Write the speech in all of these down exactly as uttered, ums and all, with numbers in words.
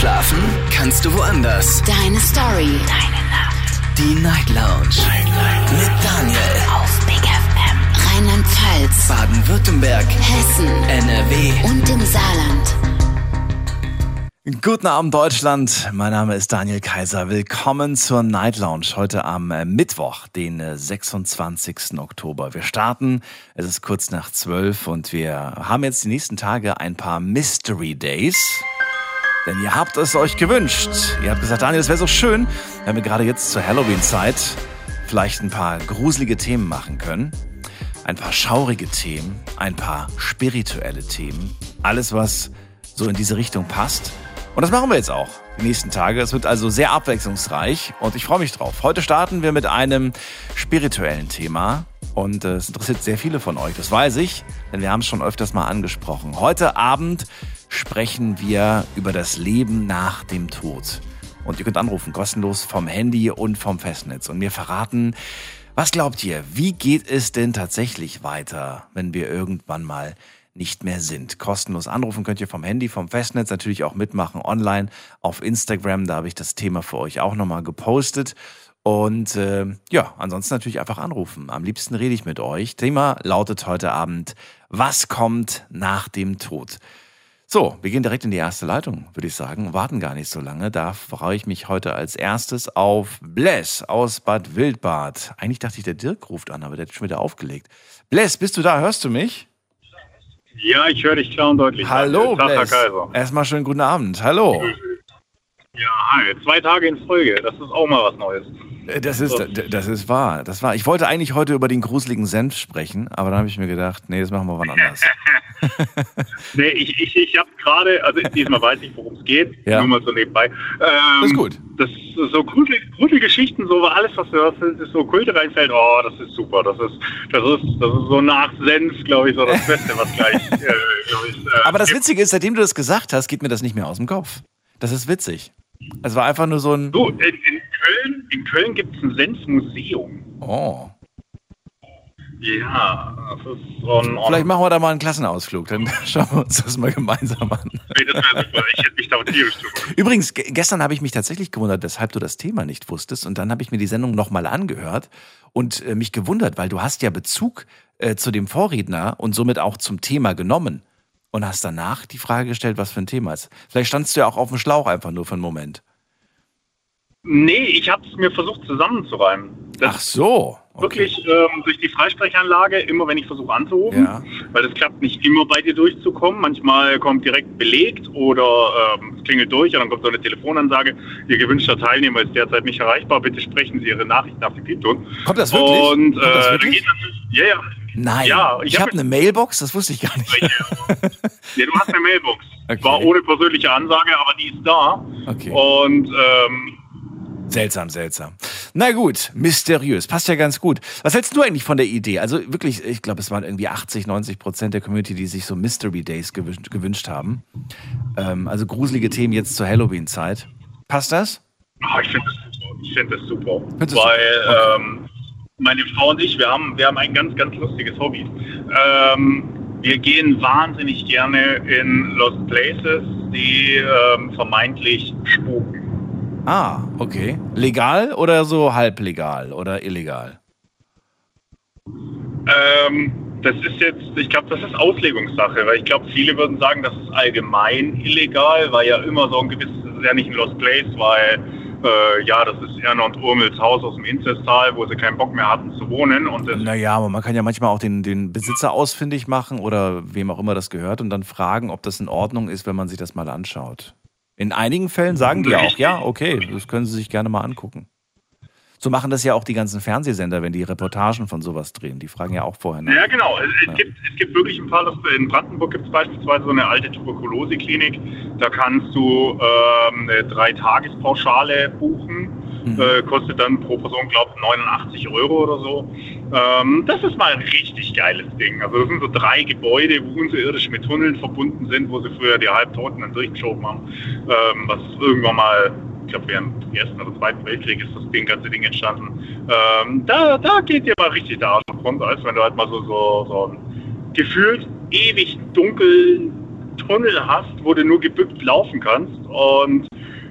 Schlafen kannst du woanders. Deine Story. Deine Nacht. Die Night Lounge. Night, Night. Mit Daniel. Auf Big F M. Rheinland-Pfalz. Baden-Württemberg. Hessen. N R W. Und im Saarland. Guten Abend, Deutschland. Mein Name ist Daniel Kaiser. Willkommen zur Night Lounge heute am Mittwoch, den sechsundzwanzigsten Oktober. Wir starten, es ist kurz nach zwölf und wir haben jetzt die nächsten Tage ein paar Mystery Days. Denn ihr habt es euch gewünscht. Ihr habt gesagt, Daniel, es wäre so schön, wenn wir gerade jetzt zur Halloween-Zeit vielleicht ein paar gruselige Themen machen können. Ein paar schaurige Themen, ein paar spirituelle Themen. Alles, was so in diese Richtung passt. Und das machen wir jetzt auch die nächsten Tage. Es wird also sehr abwechslungsreich und ich freue mich drauf. Heute starten wir mit einem spirituellen Thema und es interessiert sehr viele von euch, das weiß ich, denn wir haben es schon öfters mal angesprochen. Heute Abend sprechen wir über das Leben nach dem Tod. Und ihr könnt anrufen, kostenlos vom Handy und vom Festnetz und mir verraten, was glaubt ihr, wie geht es denn tatsächlich weiter, wenn wir irgendwann mal nicht mehr sind. Kostenlos anrufen könnt ihr vom Handy, vom Festnetz, natürlich auch mitmachen online auf Instagram. Da habe ich das Thema für euch auch nochmal gepostet. Und äh, ja, ansonsten natürlich einfach anrufen. Am liebsten rede ich mit euch. Thema lautet heute Abend, was kommt nach dem Tod? So, wir gehen direkt in die erste Leitung, würde ich sagen. Warten gar nicht so lange. Da freue ich mich heute als erstes auf Bless aus Bad Wildbad. Eigentlich dachte ich, der Dirk ruft an, aber der hat schon wieder aufgelegt. Bless, bist du da? Hörst du mich? Ja, ich höre dich klar und deutlich. Hallo, Tag, Herr Bless. Kaiser. Erstmal schönen guten Abend. Hallo. Ja, hi. Zwei Tage in Folge. Das ist auch mal was Neues. Das ist, das ist wahr. Das war. Ich wollte eigentlich heute über den gruseligen Senf sprechen, aber dann habe ich mir gedacht, nee, das machen wir wann anders. nee, ich, ich, ich habe gerade, also diesmal weiß ich, worum es geht. Ja. Nur mal so nebenbei. Ähm, das ist gut. Das so Gruselgeschichten, so alles, was du hörst, ist so Kulte reinfällt. Oh, das ist super. Das ist, das ist, das ist so nach Senf, glaube ich, so das Beste, was gleich. äh, ich, äh, aber das Witzige ist, seitdem du das gesagt hast, geht mir das nicht mehr aus dem Kopf. Das ist witzig. Es war einfach nur so ein... Du, in, in Köln, in Köln gibt es ein Senfmuseum. Oh. Ja, das ist so ein... Vielleicht machen wir da mal einen Klassenausflug, dann schauen wir uns das mal gemeinsam an. Nee, das wäre super. Ich hätte mich da tierisch zu. Übrigens, g- gestern habe ich mich tatsächlich gewundert, weshalb du das Thema nicht wusstest. Und dann habe ich mir die Sendung nochmal angehört und äh, mich gewundert, weil du hast ja Bezug äh, zu dem Vorredner und somit auch zum Thema genommen. Und hast danach die Frage gestellt, was für ein Thema ist. Vielleicht standst du ja auch auf dem Schlauch einfach nur für einen Moment. Nee, ich habe es mir versucht zusammenzureimen. Das Ach so. Okay. Wirklich ähm, durch die Freisprechanlage, immer wenn ich versuche anzurufen, Ja. weil es klappt nicht immer bei dir durchzukommen. Manchmal kommt direkt belegt oder ähm, es klingelt durch und dann kommt so eine Telefonansage, Ihr gewünschter Teilnehmer ist derzeit nicht erreichbar, bitte sprechen Sie Ihre Nachricht nach dem Piepton. Kommt das wirklich? Und äh, Kommt das dann wirklich? geht natürlich, ja, ja. Nein, Ja, ich, ich habe hab eine Mailbox, das wusste ich gar nicht. Ja, du hast eine Mailbox. Okay. War ohne persönliche Ansage, aber die ist da. Okay. Und ähm, Seltsam, seltsam. Na gut, mysteriös, passt ja ganz gut. Was hältst du eigentlich von der Idee? Also wirklich, ich glaube, es waren irgendwie achtzig, neunzig Prozent der Community, die sich so Mystery Days gewünscht, gewünscht haben. Ähm, also gruselige Themen jetzt zur Halloween-Zeit. Passt das? oh, ich finde das super. Ich finde das super. Findest du Weil super? Okay. ähm, meine Frau und ich, wir haben, wir haben ein ganz, ganz lustiges Hobby. Ähm, wir gehen wahnsinnig gerne in Lost Places, die ähm, vermeintlich spuken. Ah, okay. Legal oder so halblegal oder illegal? Ähm, das ist jetzt, ich glaube, das ist Auslegungssache, weil ich glaube, viele würden sagen, das ist allgemein illegal, weil ja immer so ein gewisses, das ist ja nicht ein Lost Place, weil äh, ja, das ist Erna und Urmels Haus aus dem Inzesttal, wo sie keinen Bock mehr hatten zu wohnen. Und das Naja, aber man kann ja manchmal auch den, den Besitzer ausfindig machen oder wem auch immer das gehört und dann fragen, ob das in Ordnung ist, wenn man sich das mal anschaut. In einigen Fällen sagen die ja auch, ja, okay, das können Sie sich gerne mal angucken. So machen das ja auch die ganzen Fernsehsender, wenn die Reportagen von sowas drehen. Die fragen ja auch vorher nach. Ja, genau. Es, es, Ja. gibt, es gibt wirklich ein paar, in Brandenburg gibt es beispielsweise so eine alte Tuberkuloseklinik. Da kannst du ähm, eine Drei-Tages-Pauschale buchen. Mhm. Äh, kostet dann pro Person, glaube ich, neunundachtzig Euro oder so. Ähm, das ist mal ein richtig geiles Ding. Also das sind so drei Gebäude, wo unterirdisch mit Tunneln verbunden sind, wo sie früher die Halbtoten dann durchgeschoben haben. Ähm, was irgendwann mal, ich glaube während dem Ersten oder Zweiten Weltkrieg ist das Ding, ganze Ding entstanden. Ähm, da, da geht dir mal richtig der Arsch auf runter, als wenn du halt mal so, so, so einen gefühlt ewig dunklen Tunnel hast, wo du nur gebückt laufen kannst. Und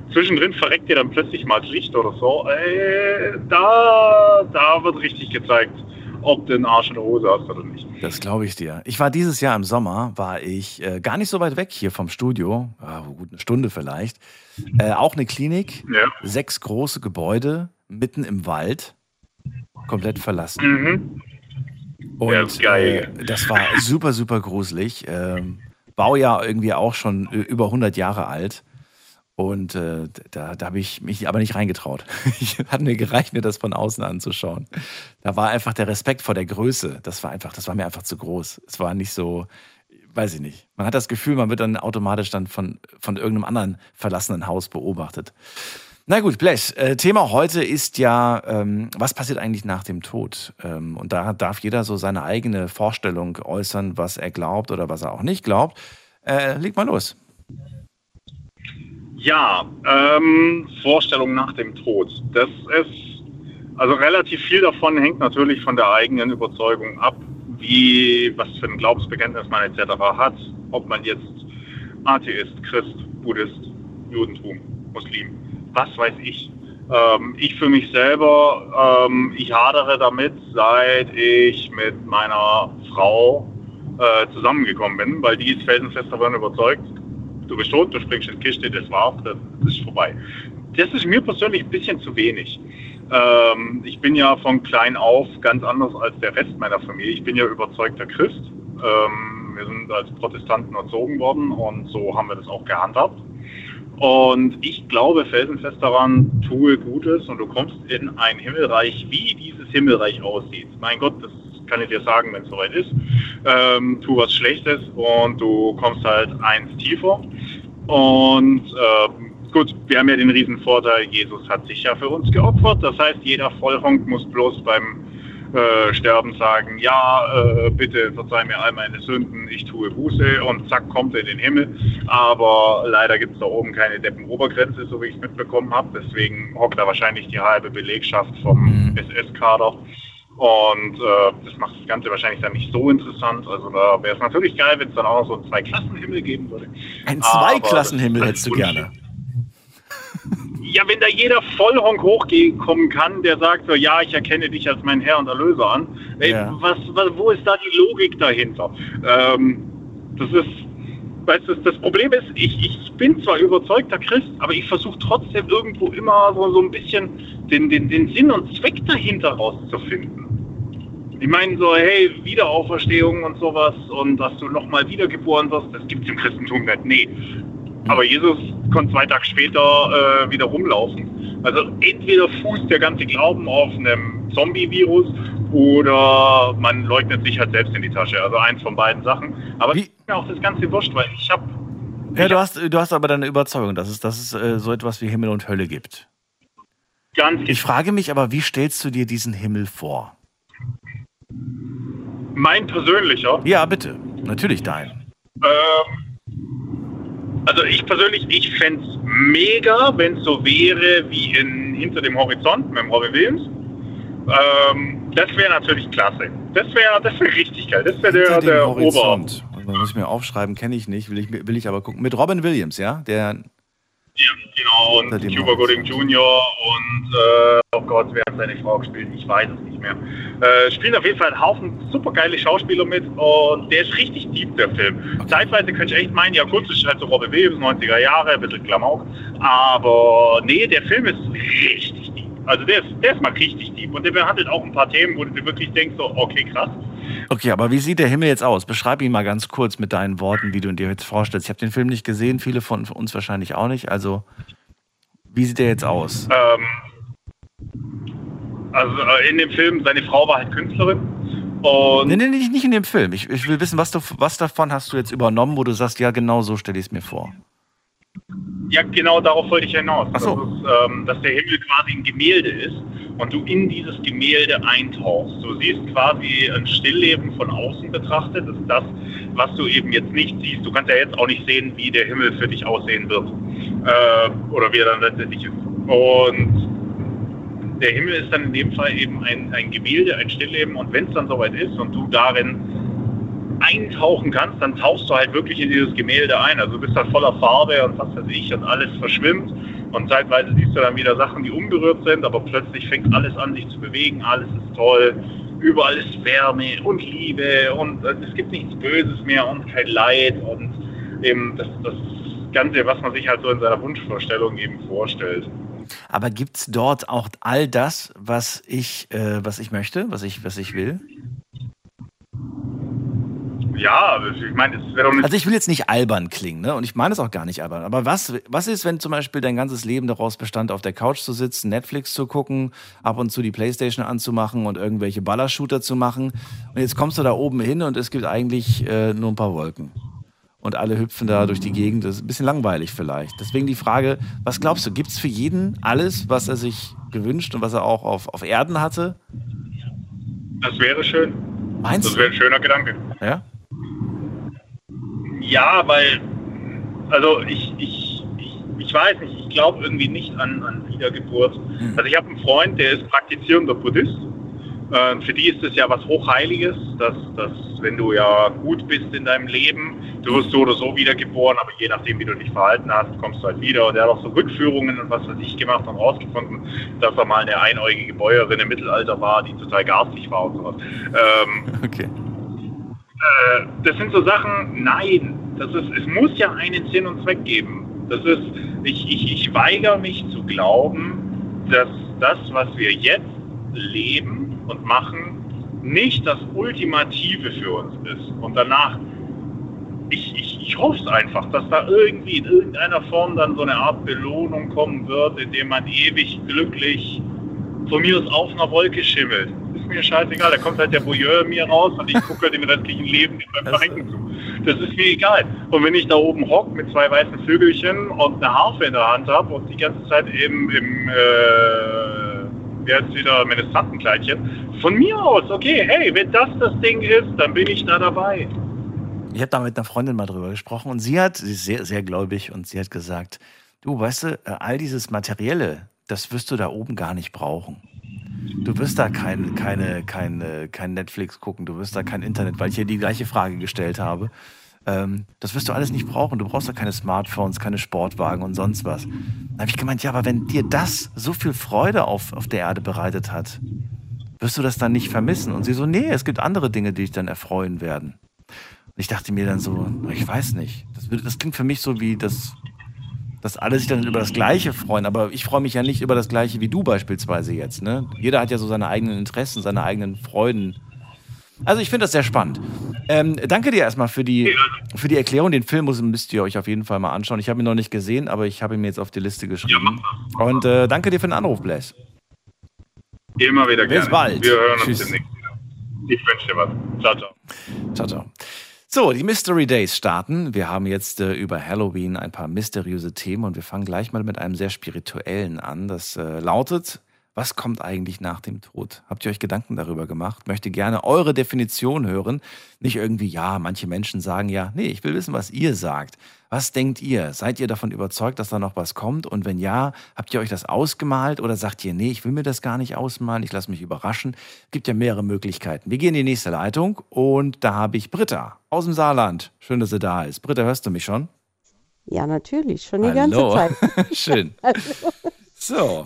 zwischendrin verreckt dir dann plötzlich mal das Licht oder so. Äh, da, da wird richtig gezeigt, ob du einen Arsch in der Hose hast oder nicht. Das glaube ich dir. Ich war dieses Jahr im Sommer, war ich äh, gar nicht so weit weg hier vom Studio, ah, gut eine Stunde vielleicht, äh, auch eine Klinik, Ja. sechs große Gebäude, mitten im Wald, komplett verlassen. Mhm. Und Ja, ist geil. Äh, das war super, super gruselig. Ähm, Baujahr irgendwie auch schon äh, über hundert Jahre alt. Und äh, da, da habe ich mich aber nicht reingetraut. Ich, hat mir gereicht, mir das von außen anzuschauen. Da war einfach der Respekt vor der Größe. Das war einfach, das war mir einfach zu groß. Es war nicht so, weiß ich nicht. Man hat das Gefühl, man wird dann automatisch dann von, von irgendeinem anderen verlassenen Haus beobachtet. Na gut, Blech, äh, Thema heute ist ja, ähm, was passiert eigentlich nach dem Tod? Ähm, und da darf jeder so seine eigene Vorstellung äußern, was er glaubt oder was er auch nicht glaubt. Äh, leg mal los. Ja, ähm, Vorstellung nach dem Tod. Das ist, also relativ viel davon hängt natürlich von der eigenen Überzeugung ab, wie, was für ein Glaubensbekenntnis man et cetera hat, ob man jetzt Atheist, Christ, Buddhist, Judentum, Muslim, was weiß ich. Ähm, ich für mich selber, ähm, ich hadere damit, seit ich mit meiner Frau äh, zusammengekommen bin, weil die ist felsenfest davon überzeugt, du bist tot, du springst in die Kiste, das war's, das ist vorbei. Das ist mir persönlich ein bisschen zu wenig. Ähm, ich bin ja von klein auf ganz anders als der Rest meiner Familie. Ich bin ja überzeugter Christ. Ähm, wir sind als Protestanten erzogen worden und so haben wir das auch gehandhabt. Und ich glaube felsenfest daran, tue Gutes und du kommst in ein Himmelreich, wie dieses Himmelreich aussieht. Mein Gott, das kann ich dir sagen, wenn es soweit ist. Ähm, tu was Schlechtes und du kommst halt eins tiefer. Und äh, gut, wir haben ja den riesen Vorteil, Jesus hat sich ja für uns geopfert. Das heißt, jeder Vollhonk muss bloß beim äh, Sterben sagen, ja, äh, bitte verzeih mir all meine Sünden, ich tue Buße und zack, kommt er in den Himmel. Aber leider gibt es da oben keine Deppenobergrenze, so wie ich es mitbekommen habe. Deswegen hockt da wahrscheinlich die halbe Belegschaft vom Mhm. S S-Kader. Und äh, das macht das Ganze wahrscheinlich dann nicht so interessant. Also da wäre es natürlich geil, wenn es dann auch noch so einen Zwei-Klassen-Himmel geben würde. Ein Aber Zweiklassenhimmel das- hättest du gerne. Ja, wenn da jeder Vollhonk hochkommen kann, der sagt so, ja, ich erkenne dich als mein Herr und Erlöser an. Ey, Ja. was, was, wo ist da die Logik dahinter? Ähm, das ist, weißt du, das Problem ist, ich, ich bin zwar überzeugter Christ, aber ich versuche trotzdem irgendwo immer so, so ein bisschen den, den, den Sinn und Zweck dahinter rauszufinden. Ich meine so, hey, Wiederauferstehung und sowas und dass du nochmal wiedergeboren wirst, das gibt es im Christentum nicht. Nee. Aber Jesus konnte zwei Tage später äh, wieder rumlaufen. Also entweder fußt der ganze Glauben auf einem Zombie-Virus oder man leugnet sich halt selbst in die Tasche. Also eins von beiden Sachen. Aber Wie- es ist mir auch das Ganze wurscht, weil ich habe... Ja, du hast, du hast aber deine Überzeugung, dass es, dass es äh, so etwas wie Himmel und Hölle gibt. Ganz Ich frage mich aber, wie stellst du dir diesen Himmel vor? mein persönlicher... Ja, bitte. Natürlich dein. Ähm, also ich persönlich, ich fände es mega, wenn es so wäre wie in Hinter dem Horizont mit dem Robin Williams. Ähm, das wäre natürlich klasse. Das wäre das wär richtig geil. Das wäre der, Hinter dem der Ober... Horizont. Man muss ich mir aufschreiben, kenne ich nicht, will ich, will ich aber gucken. Mit Robin Williams, ja? Der, Ja, genau, und Hinter dem Cuba Gooding Horizont. Junior und, äh, oh Gott, wer hat seine Frau gespielt? Ich weiß es nicht mehr. Äh, spielen auf jeden Fall einen Haufen supergeile Schauspieler mit und der ist richtig deep, der Film. Zeitweise könnte ich echt meinen, ja gut, das ist halt so Robin Williams, neunziger Jahre, ein bisschen Klamauk, aber nee, der Film ist richtig deep. Also der ist, der ist mal richtig deep und der behandelt auch ein paar Themen, wo du dir wirklich denkst, so, okay, krass. okay, aber wie sieht der Himmel jetzt aus? Beschreib ihn mal ganz kurz mit deinen Worten, wie du ihn dir jetzt vorstellst. Ich habe den Film nicht gesehen, viele von uns wahrscheinlich auch nicht. Also, wie sieht der jetzt aus? Ähm, also äh, in dem Film, seine Frau war halt Künstlerin und Nee, nee, nicht, nicht in dem Film. Ich, ich will wissen, was, du, was davon hast du jetzt übernommen, wo du sagst, ja, genau so stelle ich es mir vor. ja, genau darauf wollte ich hinaus. Ach so. Das ist, ähm, dass der Himmel quasi ein Gemälde ist und du in dieses Gemälde eintauchst. Du siehst quasi ein Stillleben von außen betrachtet. Das ist das, was du eben jetzt nicht siehst. Du kannst ja jetzt auch nicht sehen, wie der Himmel für dich aussehen wird. Äh, oder wie er dann letztendlich ist. Und der Himmel ist dann in dem Fall eben ein, ein Gemälde, ein Stillleben. Und wenn es dann soweit ist und du darin eintauchen kannst, dann tauchst du halt wirklich in dieses Gemälde ein. Also du bist dann voller Farbe und was weiß ich und alles verschwimmt Und zeitweise siehst du dann wieder Sachen, die unberührt sind, aber plötzlich fängt alles an, sich zu bewegen, alles ist toll, überall ist Wärme und Liebe und es gibt nichts Böses mehr und kein Leid und eben das, das Ganze, was man sich halt so in seiner Wunschvorstellung eben vorstellt. Aber gibt es dort auch all das, was ich, äh, was ich möchte, was ich, was ich will? Ja, ich meine, es wäre doch nicht... Also ich will jetzt nicht albern klingen, ne? Und ich meine es auch gar nicht albern. Aber was, was ist, wenn zum Beispiel dein ganzes Leben daraus bestand, auf der Couch zu sitzen, Netflix zu gucken, ab und zu die Playstation anzumachen und irgendwelche Ballershooter zu machen? Und jetzt kommst du da oben hin und es gibt eigentlich äh, nur ein paar Wolken. Und alle hüpfen da durch die Gegend. Das ist ein bisschen langweilig vielleicht. Deswegen die Frage, was glaubst du, gibt es für jeden alles, was er sich gewünscht und was er auch auf, auf Erden hatte? Das wäre schön. Meinst du? Das wäre ein schöner Gedanke. Ja? Ja, weil, also ich, ich, ich, ich weiß nicht, ich glaube irgendwie nicht an, an Wiedergeburt. Mhm. Also ich habe einen Freund, der ist praktizierender Buddhist. Äh, für die ist es ja was Hochheiliges, dass, dass wenn du ja gut bist in deinem Leben, du wirst so oder so wiedergeboren, aber je nachdem, wie du dich verhalten hast, kommst du halt wieder. Und er hat auch so Rückführungen und was weiß ich gemacht und rausgefunden, dass er mal eine einäugige Bäuerin im Mittelalter war, die total garstig war und sowas. Ähm, okay. Äh, das sind so Sachen, nein, das ist, es muss ja einen Sinn und Zweck geben. Das ist, ich, ich, ich weigere mich zu glauben, dass das, was wir jetzt leben und machen, nicht das Ultimative für uns ist. Und danach, ich, ich, ich hoffe es einfach, dass da irgendwie in irgendeiner Form dann so eine Art Belohnung kommen wird, indem man ewig glücklich von mir aus auf einer Wolke schimmelt. Ist mir scheißegal, da kommt halt der Voyeur mir raus und ich gucke den restlichen Leben beim Verrenken zu. Das ist mir egal. Und wenn ich da oben hock mit zwei weißen Vögelchen und eine Harfe in der Hand habe und die ganze Zeit eben im, äh, wie heißt wieder, Ministrantenkleidchen, von mir aus, okay, hey, wenn das das Ding ist, dann bin ich da dabei. Ich habe da mit einer Freundin mal drüber gesprochen und sie hat, sie ist sehr, sehr gläubig und sie hat gesagt, du, weißt du, all dieses Materielle, das wirst du da oben gar nicht brauchen. Du wirst da kein, keine, keine, kein Netflix gucken, du wirst da kein Internet, weil ich hier die gleiche Frage gestellt habe. Ähm, das wirst du alles nicht brauchen. Du brauchst da keine Smartphones, keine Sportwagen und sonst was. Dann habe ich gemeint, ja, aber wenn dir das so viel Freude auf, auf der Erde bereitet hat, wirst du das dann nicht vermissen? Und sie so, nee, es gibt andere Dinge, die dich dann erfreuen werden. Und ich dachte mir dann so, ich weiß nicht. Das, das klingt für mich so wie das... dass alle sich dann über das Gleiche freuen. Aber ich freue mich ja nicht über das Gleiche wie du beispielsweise jetzt. Ne? Jeder hat ja so seine eigenen Interessen, seine eigenen Freuden. Also ich finde das sehr spannend. Ähm, danke dir erstmal für die, für die Erklärung. Den Film müsst ihr euch auf jeden Fall mal anschauen. Ich habe ihn noch nicht gesehen, aber ich habe ihn mir jetzt auf die Liste geschrieben. Und äh, danke dir für den Anruf, Blaise. Immer wieder gerne. Bis bald. Wir hören Tschüss. uns demnächst wieder. Ich wünsche dir was. Ciao, ciao. Ciao, ciao. So, die Mystery Days starten. Wir haben jetzt äh, über Halloween ein paar mysteriöse Themen und wir fangen gleich mal mit einem sehr spirituellen an. Das äh, lautet, was kommt eigentlich nach dem Tod? Habt ihr euch Gedanken darüber gemacht? Möchte gerne eure Definition hören. Nicht irgendwie, ja, manche Menschen sagen ja, nee, ich will wissen, was ihr sagt. Was denkt ihr? Seid ihr davon überzeugt, dass da noch was kommt? Und wenn ja, habt ihr euch das ausgemalt oder sagt ihr, nee, ich will mir das gar nicht ausmalen, ich lasse mich überraschen? Es gibt ja mehrere Möglichkeiten. Wir gehen in die nächste Leitung und da habe ich Britta aus dem Saarland. Schön, dass sie da ist. Britta, hörst du mich schon? Ja, natürlich, schon die Hallo. ganze Zeit. Schön. So.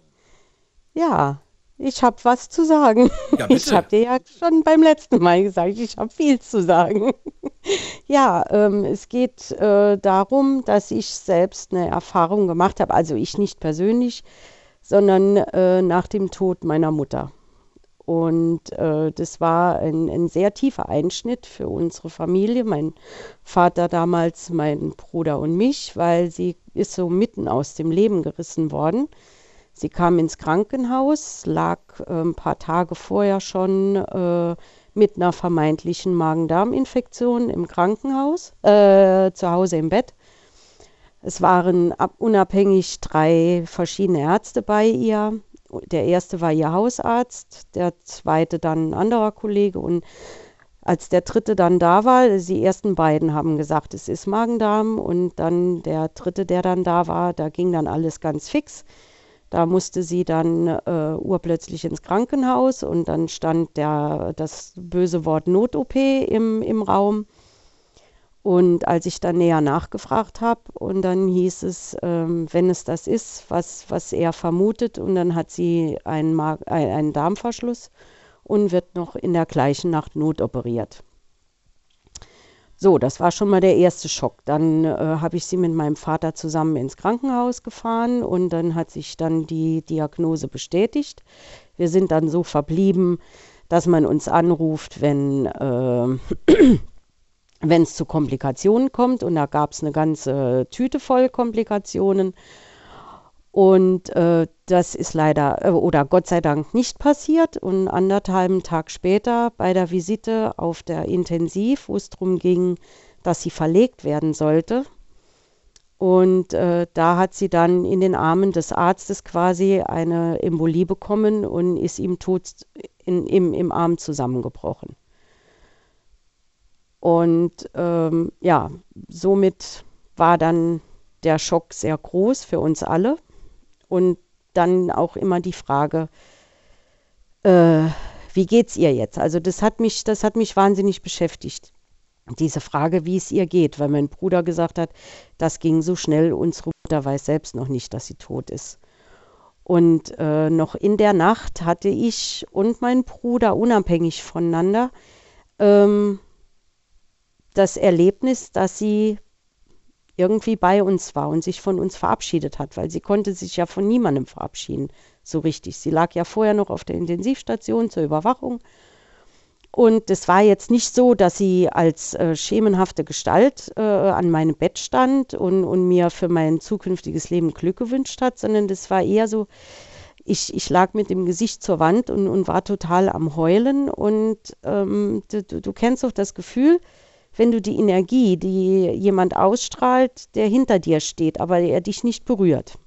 Ja, ich habe was zu sagen. Ja, bitte. Ich habe dir ja schon beim letzten Mal gesagt, ich habe viel zu sagen. Ja, ähm, es geht äh, darum, dass ich selbst eine Erfahrung gemacht habe, also ich nicht persönlich, sondern äh, nach dem Tod meiner Mutter. Und äh, das war ein, ein sehr tiefer Einschnitt für unsere Familie, mein Vater damals, mein Bruder und mich, weil sie ist so mitten aus dem Leben gerissen worden. Sie kam ins Krankenhaus, lag äh, ein paar Tage vorher schon äh, mit einer vermeintlichen Magen-Darm-Infektion im Krankenhaus, äh, zu Hause im Bett. Es waren ab, unabhängig drei verschiedene Ärzte bei ihr. Der erste war ihr Hausarzt, der zweite dann ein anderer Kollege. Und als der dritte dann da war, die ersten beiden haben gesagt, es ist Magen-Darm. Und dann der dritte, der dann da war, da ging dann alles ganz fix. Da musste sie dann äh, urplötzlich ins Krankenhaus und dann stand der, das böse Wort Not-O P im, im Raum. Und als ich dann näher nachgefragt habe und dann hieß es, ähm, wenn es das ist, was, was er vermutet, und dann hat sie einen, Mag ein- einen Darmverschluss und wird noch in der gleichen Nacht notoperiert. So, das war schon mal der erste Schock. Dann äh, habe ich sie mit meinem Vater zusammen ins Krankenhaus gefahren und dann hat sich dann die Diagnose bestätigt. Wir sind dann so verblieben, dass man uns anruft, wenn äh, wenn es zu Komplikationen kommt, und da gab es eine ganze Tüte voll Komplikationen. Und äh, das ist leider äh, oder Gott sei Dank nicht passiert. Und anderthalb Tag später bei der Visite auf der Intensiv, wo es darum ging, dass sie verlegt werden sollte. Und äh, da hat sie dann in den Armen des Arztes quasi eine Embolie bekommen und ist ihm tot in, im, im Arm zusammengebrochen. Und ähm, ja, somit war dann der Schock sehr groß für uns alle. Und dann auch immer die Frage, äh, wie geht's ihr jetzt? Also das hat mich, das hat mich wahnsinnig beschäftigt, diese Frage, wie es ihr geht, weil mein Bruder gesagt hat, das ging so schnell, unsere Mutter weiß selbst noch nicht, dass sie tot ist. Und äh, noch in der Nacht hatte ich und mein Bruder unabhängig voneinander ähm, das Erlebnis, dass sie irgendwie bei uns war und sich von uns verabschiedet hat, weil sie konnte sich ja von niemandem verabschieden, so richtig. Sie lag ja vorher noch auf der Intensivstation zur Überwachung. Und es war jetzt nicht so, dass sie als äh, schemenhafte Gestalt äh, an meinem Bett stand und, und mir für mein zukünftiges Leben Glück gewünscht hat, sondern das war eher so, ich, ich lag mit dem Gesicht zur Wand und, und war total am Heulen. Und ähm, du, du kennst doch das Gefühl, wenn du die Energie, die jemand ausstrahlt, der hinter dir steht, aber er dich nicht berührt.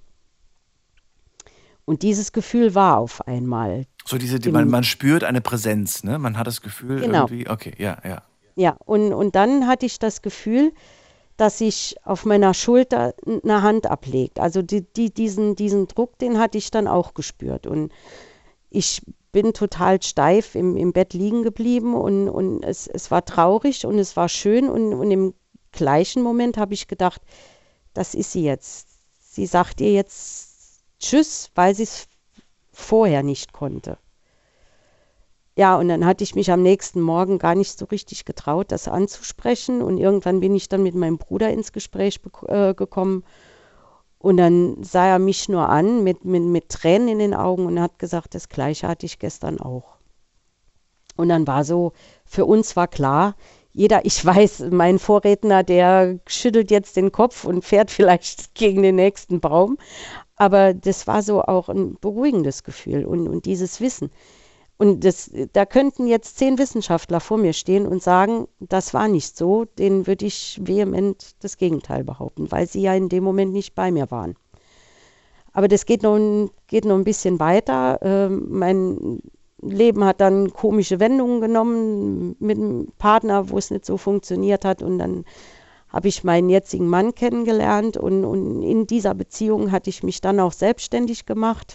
Und dieses Gefühl war auf einmal. So diese, die, man, man spürt eine Präsenz, ne? Man hat das Gefühl Genau. irgendwie, okay, ja, ja. Ja, und, und dann hatte ich das Gefühl, dass sich auf meiner Schulter eine Hand ablegt. Also die, die, diesen, diesen Druck, den hatte ich dann auch gespürt. Und ich bin total steif im, im Bett liegen geblieben und, und es, es war traurig und es war schön. Und, und im gleichen Moment habe ich gedacht, das ist sie jetzt. Sie sagt ihr jetzt Tschüss, weil sie es vorher nicht konnte. Ja, und dann hatte ich mich am nächsten Morgen gar nicht so richtig getraut, das anzusprechen. Und irgendwann bin ich dann mit meinem Bruder ins Gespräch äh, gekommen. Und dann sah er mich nur an mit, mit, mit Tränen in den Augen und hat gesagt, das Gleiche hatte ich gestern auch. Und dann war so, für uns war klar, jeder, ich weiß, mein Vorredner, der schüttelt jetzt den Kopf und fährt vielleicht gegen den nächsten Baum. Aber das war so auch ein beruhigendes Gefühl und, und dieses Wissen. Und das, da könnten jetzt zehn Wissenschaftler vor mir stehen und sagen, das war nicht so, denen würde ich vehement das Gegenteil behaupten, weil sie ja in dem Moment nicht bei mir waren. Aber das geht noch, ein- geht noch ein bisschen weiter. Ähm, mein Leben hat dann komische Wendungen genommen mit einem Partner, wo es nicht so funktioniert hat. Und dann habe ich meinen jetzigen Mann kennengelernt und, und in dieser Beziehung hatte ich mich dann auch selbstständig gemacht.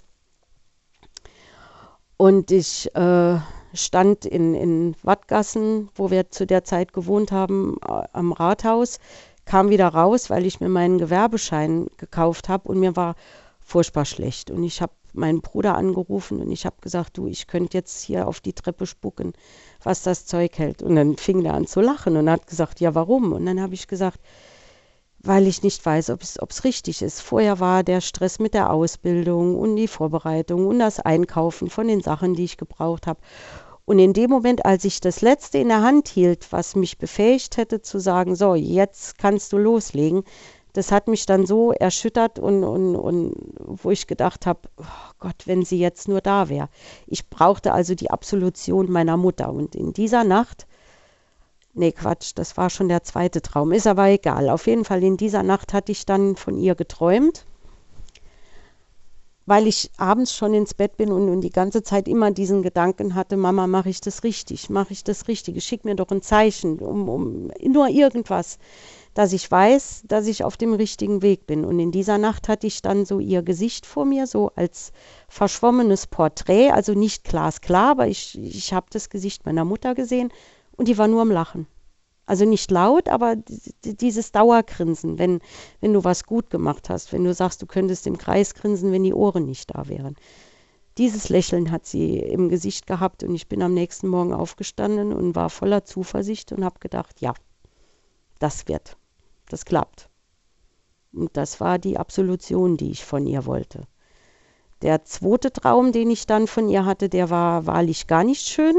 Und ich äh, stand in, in Wattgassen, wo wir zu der Zeit gewohnt haben, äh, am Rathaus, kam wieder raus, weil ich mir meinen Gewerbeschein gekauft habe und mir war furchtbar schlecht. Und ich habe meinen Bruder angerufen und ich habe gesagt, du, ich könnte jetzt hier auf die Treppe spucken, was das Zeug hält. Und dann fing er an zu lachen und hat gesagt, ja, warum? Und dann habe ich gesagt, weil ich nicht weiß, ob es, ob es richtig ist. Vorher war der Stress mit der Ausbildung und die Vorbereitung und das Einkaufen von den Sachen, die ich gebraucht habe. Und in dem Moment, als ich das Letzte in der Hand hielt, was mich befähigt hätte zu sagen, so, jetzt kannst du loslegen, das hat mich dann so erschüttert und, und, und wo ich gedacht habe, oh Gott, wenn sie jetzt nur da wäre. Ich brauchte also die Absolution meiner Mutter. Und in dieser Nacht, nee, Quatsch, das war schon der zweite Traum, ist aber egal. Auf jeden Fall in dieser Nacht hatte ich dann von ihr geträumt, weil ich abends schon ins Bett bin und, und die ganze Zeit immer diesen Gedanken hatte, Mama, mache ich das richtig, mache ich das Richtige, schick mir doch ein Zeichen, um, um nur irgendwas, dass ich weiß, dass ich auf dem richtigen Weg bin. Und in dieser Nacht hatte ich dann so ihr Gesicht vor mir, so als verschwommenes Porträt, also nicht glasklar, aber ich, ich habe das Gesicht meiner Mutter gesehen und die war nur am Lachen. Also nicht laut, aber dieses Dauergrinsen, wenn, wenn du was gut gemacht hast, wenn du sagst, du könntest im Kreis grinsen, wenn die Ohren nicht da wären. Dieses Lächeln hat sie im Gesicht gehabt und ich bin am nächsten Morgen aufgestanden und war voller Zuversicht und habe gedacht, ja, das wird, das klappt. Und das war die Absolution, die ich von ihr wollte. Der zweite Traum, den ich dann von ihr hatte, der war wahrlich gar nicht schön.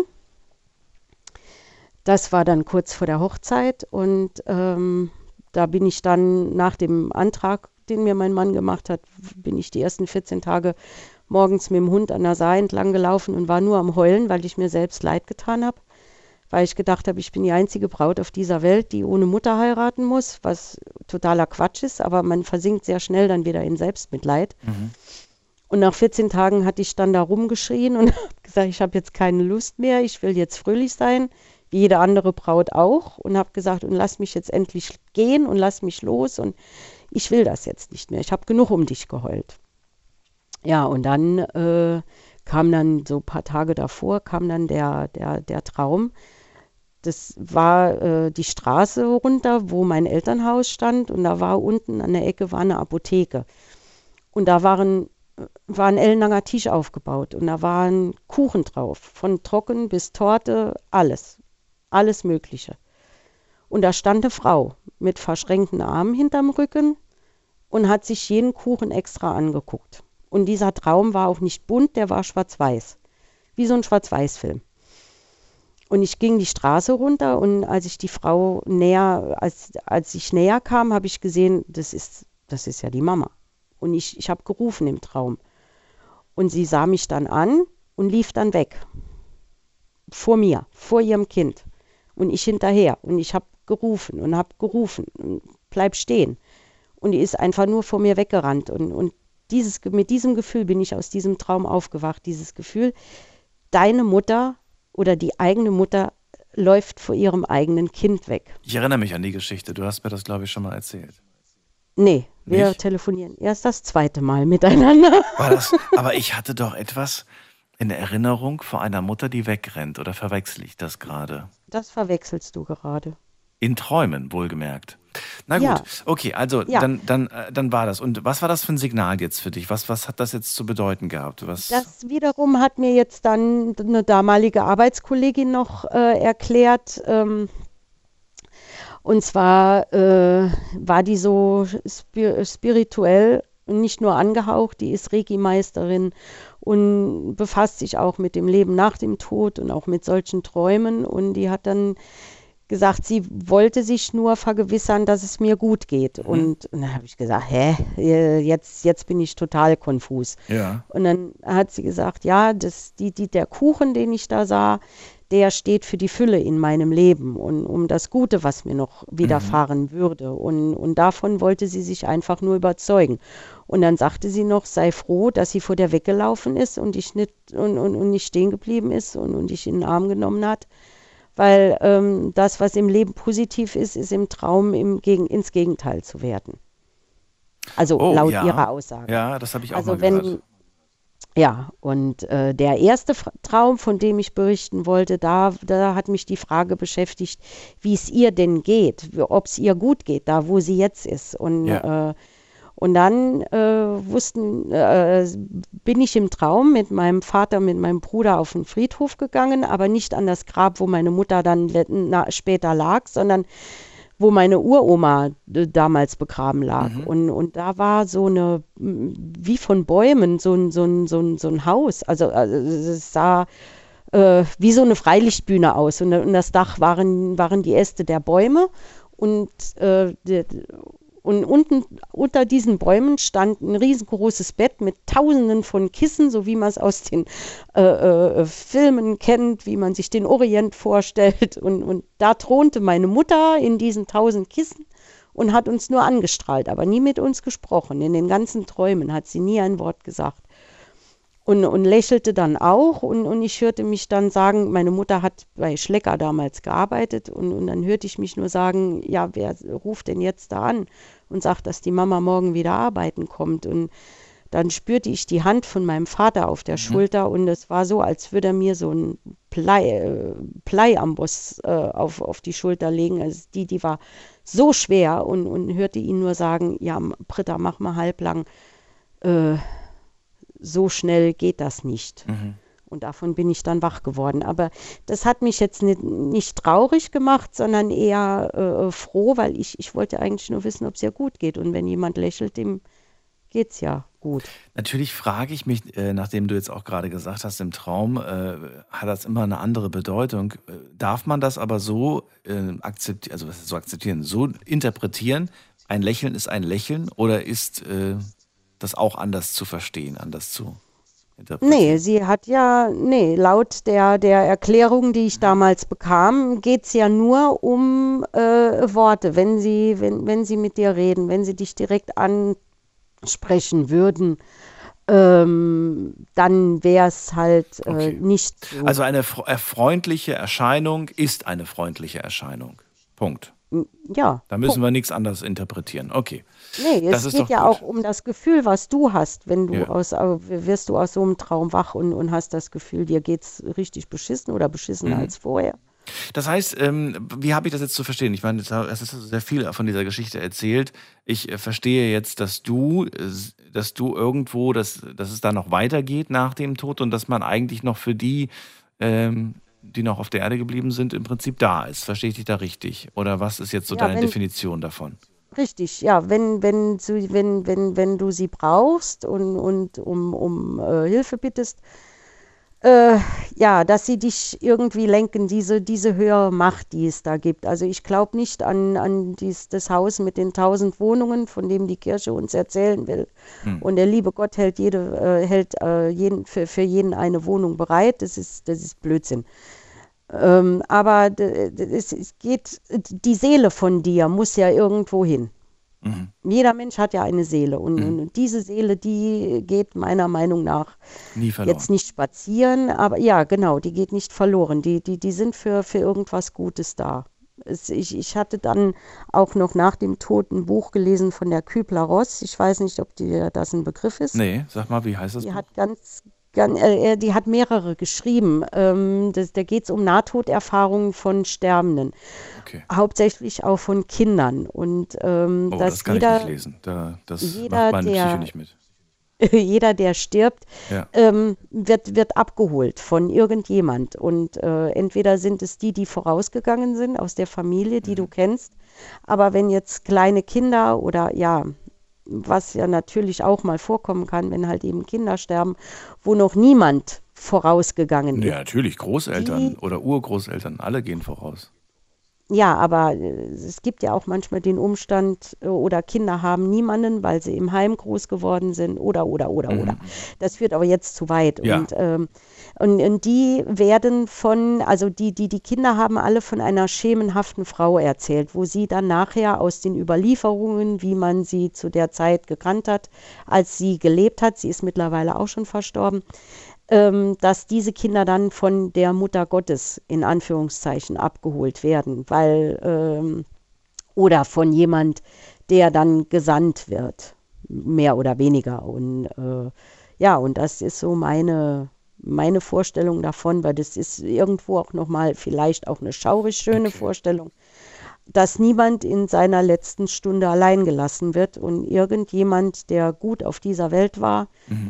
Das war dann kurz vor der Hochzeit und ähm, da bin ich dann nach dem Antrag, den mir mein Mann gemacht hat, bin ich die ersten vierzehn Tage morgens mit dem Hund an der Saar entlang gelaufen und war nur am Heulen, weil ich mir selbst leid getan habe, weil ich gedacht habe, ich bin die einzige Braut auf dieser Welt, die ohne Mutter heiraten muss, was totaler Quatsch ist, aber man versinkt sehr schnell dann wieder in Selbstmitleid. Mhm. Und nach vierzehn Tagen hatte ich dann da rumgeschrien und habe gesagt, ich habe jetzt keine Lust mehr, ich will jetzt fröhlich sein, wie jede andere Braut auch, und habe gesagt, und lass mich jetzt endlich gehen und lass mich los und ich will das jetzt nicht mehr, ich habe genug um dich geheult. Ja, und dann äh, kam dann so ein paar Tage davor, kam dann der, der, der Traum. Das war äh, die Straße runter, wo mein Elternhaus stand und da war unten an der Ecke war eine Apotheke. Und da waren, war ein ellenlanger Tisch aufgebaut und da waren Kuchen drauf, von trocken bis Torte, alles, alles Mögliche. Und da stand eine Frau mit verschränkten Armen hinterm Rücken und hat sich jeden Kuchen extra angeguckt. Und dieser Traum war auch nicht bunt, der war schwarz-weiß, wie so ein Schwarz-Weiß-Film. Und ich ging die Straße runter und als ich die Frau näher, als, als ich näher kam, habe ich gesehen, das ist, das ist ja die Mama. Und ich, ich habe gerufen im Traum. Und sie sah mich dann an und lief dann weg. Vor mir, vor ihrem Kind. Und ich hinterher. Und ich habe gerufen und habe gerufen. Und bleib stehen. Und die ist einfach nur vor mir weggerannt. Und, und dieses, mit diesem Gefühl bin ich aus diesem Traum aufgewacht. Dieses Gefühl, deine Mutter oder die eigene Mutter läuft vor ihrem eigenen Kind weg. Ich erinnere mich an die Geschichte. Du hast mir das, glaube ich, schon mal erzählt. Nee, wir Nicht? telefonieren erst das zweite Mal miteinander. War das, aber ich hatte doch etwas in Erinnerung vor einer Mutter, die wegrennt. Oder verwechsel ich das gerade? Das verwechselst du gerade. In Träumen, wohlgemerkt. Na gut, ja. Okay, also ja. dann, dann, dann war das. Und was war das für ein Signal jetzt für dich? Was, was hat das jetzt zu bedeuten gehabt? Was? Das wiederum hat mir jetzt dann eine damalige Arbeitskollegin noch äh, erklärt. Ähm, und zwar äh, war die so spir- spirituell, nicht nur angehaucht, die ist Reiki-Meisterin und befasst sich auch mit dem Leben nach dem Tod und auch mit solchen Träumen. Und die hat dann gesagt, sie wollte sich nur vergewissern, dass es mir gut geht. Mhm. Und, und dann habe ich gesagt, hä, jetzt, jetzt bin ich total konfus. Ja. Und dann hat sie gesagt, ja, das, die, die, der Kuchen, den ich da sah, der steht für die Fülle in meinem Leben und um das Gute, was mir noch widerfahren mhm. würde. Und, und davon wollte sie sich einfach nur überzeugen. Und dann sagte sie noch, sei froh, dass sie vor der weggelaufen ist und, ich nicht, und, und, und nicht stehen geblieben ist und, und dich in den Arm genommen hat. Weil ähm, das, was im Leben positiv ist, ist im Traum im Gegen, ins Gegenteil zu werden. Also oh, laut ja. ihrer Aussage. Ja, das habe ich auch also mal wenn, gehört. Ja, und äh, der erste F- Traum, von dem ich berichten wollte, da, da hat mich die Frage beschäftigt, wie es ihr denn geht, ob es ihr gut geht, da wo sie jetzt ist. Und Ja. äh, Und dann äh, wussten, äh, bin ich im Traum mit meinem Vater, mit meinem Bruder auf den Friedhof gegangen, aber nicht an das Grab, wo meine Mutter dann le- na, später lag, sondern wo meine Uroma äh, damals begraben lag. Mhm. Und, und da war so eine, m, wie von Bäumen, so ein, so ein, so ein, so ein Haus. Also, also es sah äh, wie so eine Freilichtbühne aus. Und, und das Dach waren, waren die Äste der Bäume. Und äh, die, Und unten unter diesen Bäumen stand ein riesengroßes Bett mit Tausenden von Kissen, so wie man es aus den äh, äh, Filmen kennt, wie man sich den Orient vorstellt. Und, und da thronte meine Mutter in diesen tausend Kissen und hat uns nur angestrahlt, aber nie mit uns gesprochen. In den ganzen Träumen hat sie nie ein Wort gesagt. Und, und lächelte dann auch und, und ich hörte mich dann sagen, meine Mutter hat bei Schlecker damals gearbeitet und, und dann hörte ich mich nur sagen, ja, wer ruft denn jetzt da an und sagt, dass die Mama morgen wieder arbeiten kommt. Und dann spürte ich die Hand von meinem Vater auf der Mhm. Schulter und es war so, als würde er mir so ein Blei, äh, Bleiamboss äh, auf, auf die Schulter legen. Also die, die war so schwer und, und hörte ihn nur sagen, ja, Britta, mach mal halblang, äh, so schnell geht das nicht. Mhm. Und davon bin ich dann wach geworden. Aber das hat mich jetzt nicht, nicht traurig gemacht, sondern eher äh, froh, weil ich, ich wollte eigentlich nur wissen, ob es ihr gut geht. Und wenn jemand lächelt, dem geht es ja gut. Natürlich frage ich mich, äh, nachdem du jetzt auch gerade gesagt hast, im Traum äh, hat das immer eine andere Bedeutung. Äh, darf man das aber so äh, akzeptieren, also was ist so akzeptieren, so interpretieren, ein Lächeln ist ein Lächeln oder ist äh, das auch anders zu verstehen, anders zu interpretieren? Nee, sie hat ja, nee, laut der, der Erklärung, die ich damals bekam, geht es ja nur um äh, Worte. Wenn sie, wenn, wenn sie mit dir reden, wenn sie dich direkt ansprechen würden, ähm, dann wäre es halt äh, Okay. nicht so. Also eine fre- äh, freundliche Erscheinung ist eine freundliche Erscheinung. Punkt. Ja, Da müssen wir nichts anderes interpretieren. Okay. nee, Das es ist geht doch ja gut. auch um das Gefühl, was du hast, wenn du Ja. aus, au- wirst du aus so einem Traum wach und, und hast das Gefühl, dir geht's richtig beschissen oder beschissener Mhm. als vorher. Das heißt, ähm, wie habe ich das jetzt zu verstehen? Ich meine, jetzt ha- es ist sehr viel von dieser Geschichte erzählt. Ich äh, verstehe jetzt, dass du, äh, s- dass du irgendwo, dass, dass es da noch weitergeht nach dem Tod und dass man eigentlich noch für die, ähm, die noch auf der Erde geblieben sind, im Prinzip da ist. Verstehe ich dich da richtig? Oder was ist jetzt so Ja, deine wenn, Definition davon? richtig, ja, wenn, wenn, du, wenn, wenn, wenn du sie brauchst und, und um, um äh, Hilfe bittest, äh, ja, dass sie dich irgendwie lenken, diese, diese höhere Macht, die es da gibt. Also ich glaube nicht an, an dies, das Haus mit den tausend Wohnungen, von dem die Kirche uns erzählen will. Hm. Und der liebe Gott hält, jede, äh, hält äh, jeden, für, für jeden eine Wohnung bereit. Das ist, das ist Blödsinn. Ähm, aber d- d- es, es geht, die Seele von dir muss ja irgendwo hin. Mhm. Jeder Mensch hat ja eine Seele und, Mhm. und diese Seele, die geht meiner Meinung nach Nie verloren. jetzt nicht spazieren, aber ja, genau, die geht nicht verloren. Die, die, die sind für, für irgendwas Gutes da. Es, ich, ich hatte dann auch noch nach dem Tod ein Buch gelesen von der Kübler-Ross. Ich weiß nicht, ob dir das ein Begriff ist. Nee, sag mal, wie heißt das Die Buch? hat ganz, ganz äh, äh, die hat mehrere geschrieben. Ähm, das, da geht es um Nahtoderfahrungen von Sterbenden, Okay. hauptsächlich auch von Kindern. Und ähm, Oh, das dass kann ich nicht jeder, lesen. Da, das macht jeder, meine Psyche der, nicht mit. jeder, der stirbt, Ja. ähm, wird, wird abgeholt von irgendjemand. Und äh, entweder sind es die, die vorausgegangen sind aus der Familie, die du Mhm. kennst. Aber wenn jetzt kleine Kinder oder ja, was ja natürlich auch mal vorkommen kann, wenn halt eben Kinder sterben, wo noch niemand vorausgegangen Ja, ist. natürlich, Großeltern Die, oder Urgroßeltern, alle gehen voraus. ja, aber äh, es gibt ja auch manchmal den Umstand, äh, oder Kinder haben niemanden, weil sie im Heim groß geworden sind, oder, oder, oder, oder. Mhm. Das führt aber jetzt zu weit. Ja. Und, ähm, und, und die werden von, also die, die, die Kinder haben alle von einer schemenhaften Frau erzählt, wo sie dann nachher aus den Überlieferungen, wie man sie zu der Zeit gekannt hat, als sie gelebt hat, sie ist mittlerweile auch schon verstorben, ähm, dass diese Kinder dann von der Mutter Gottes in Anführungszeichen abgeholt werden, weil ähm, oder von jemand, der dann gesandt wird, mehr oder weniger. Und äh, ja, und das ist so meine meine Vorstellung davon, weil das ist irgendwo auch nochmal vielleicht auch eine schaurig schöne Okay. Vorstellung, dass niemand in seiner letzten Stunde allein gelassen wird und irgendjemand, der gut auf dieser Welt war, Mhm.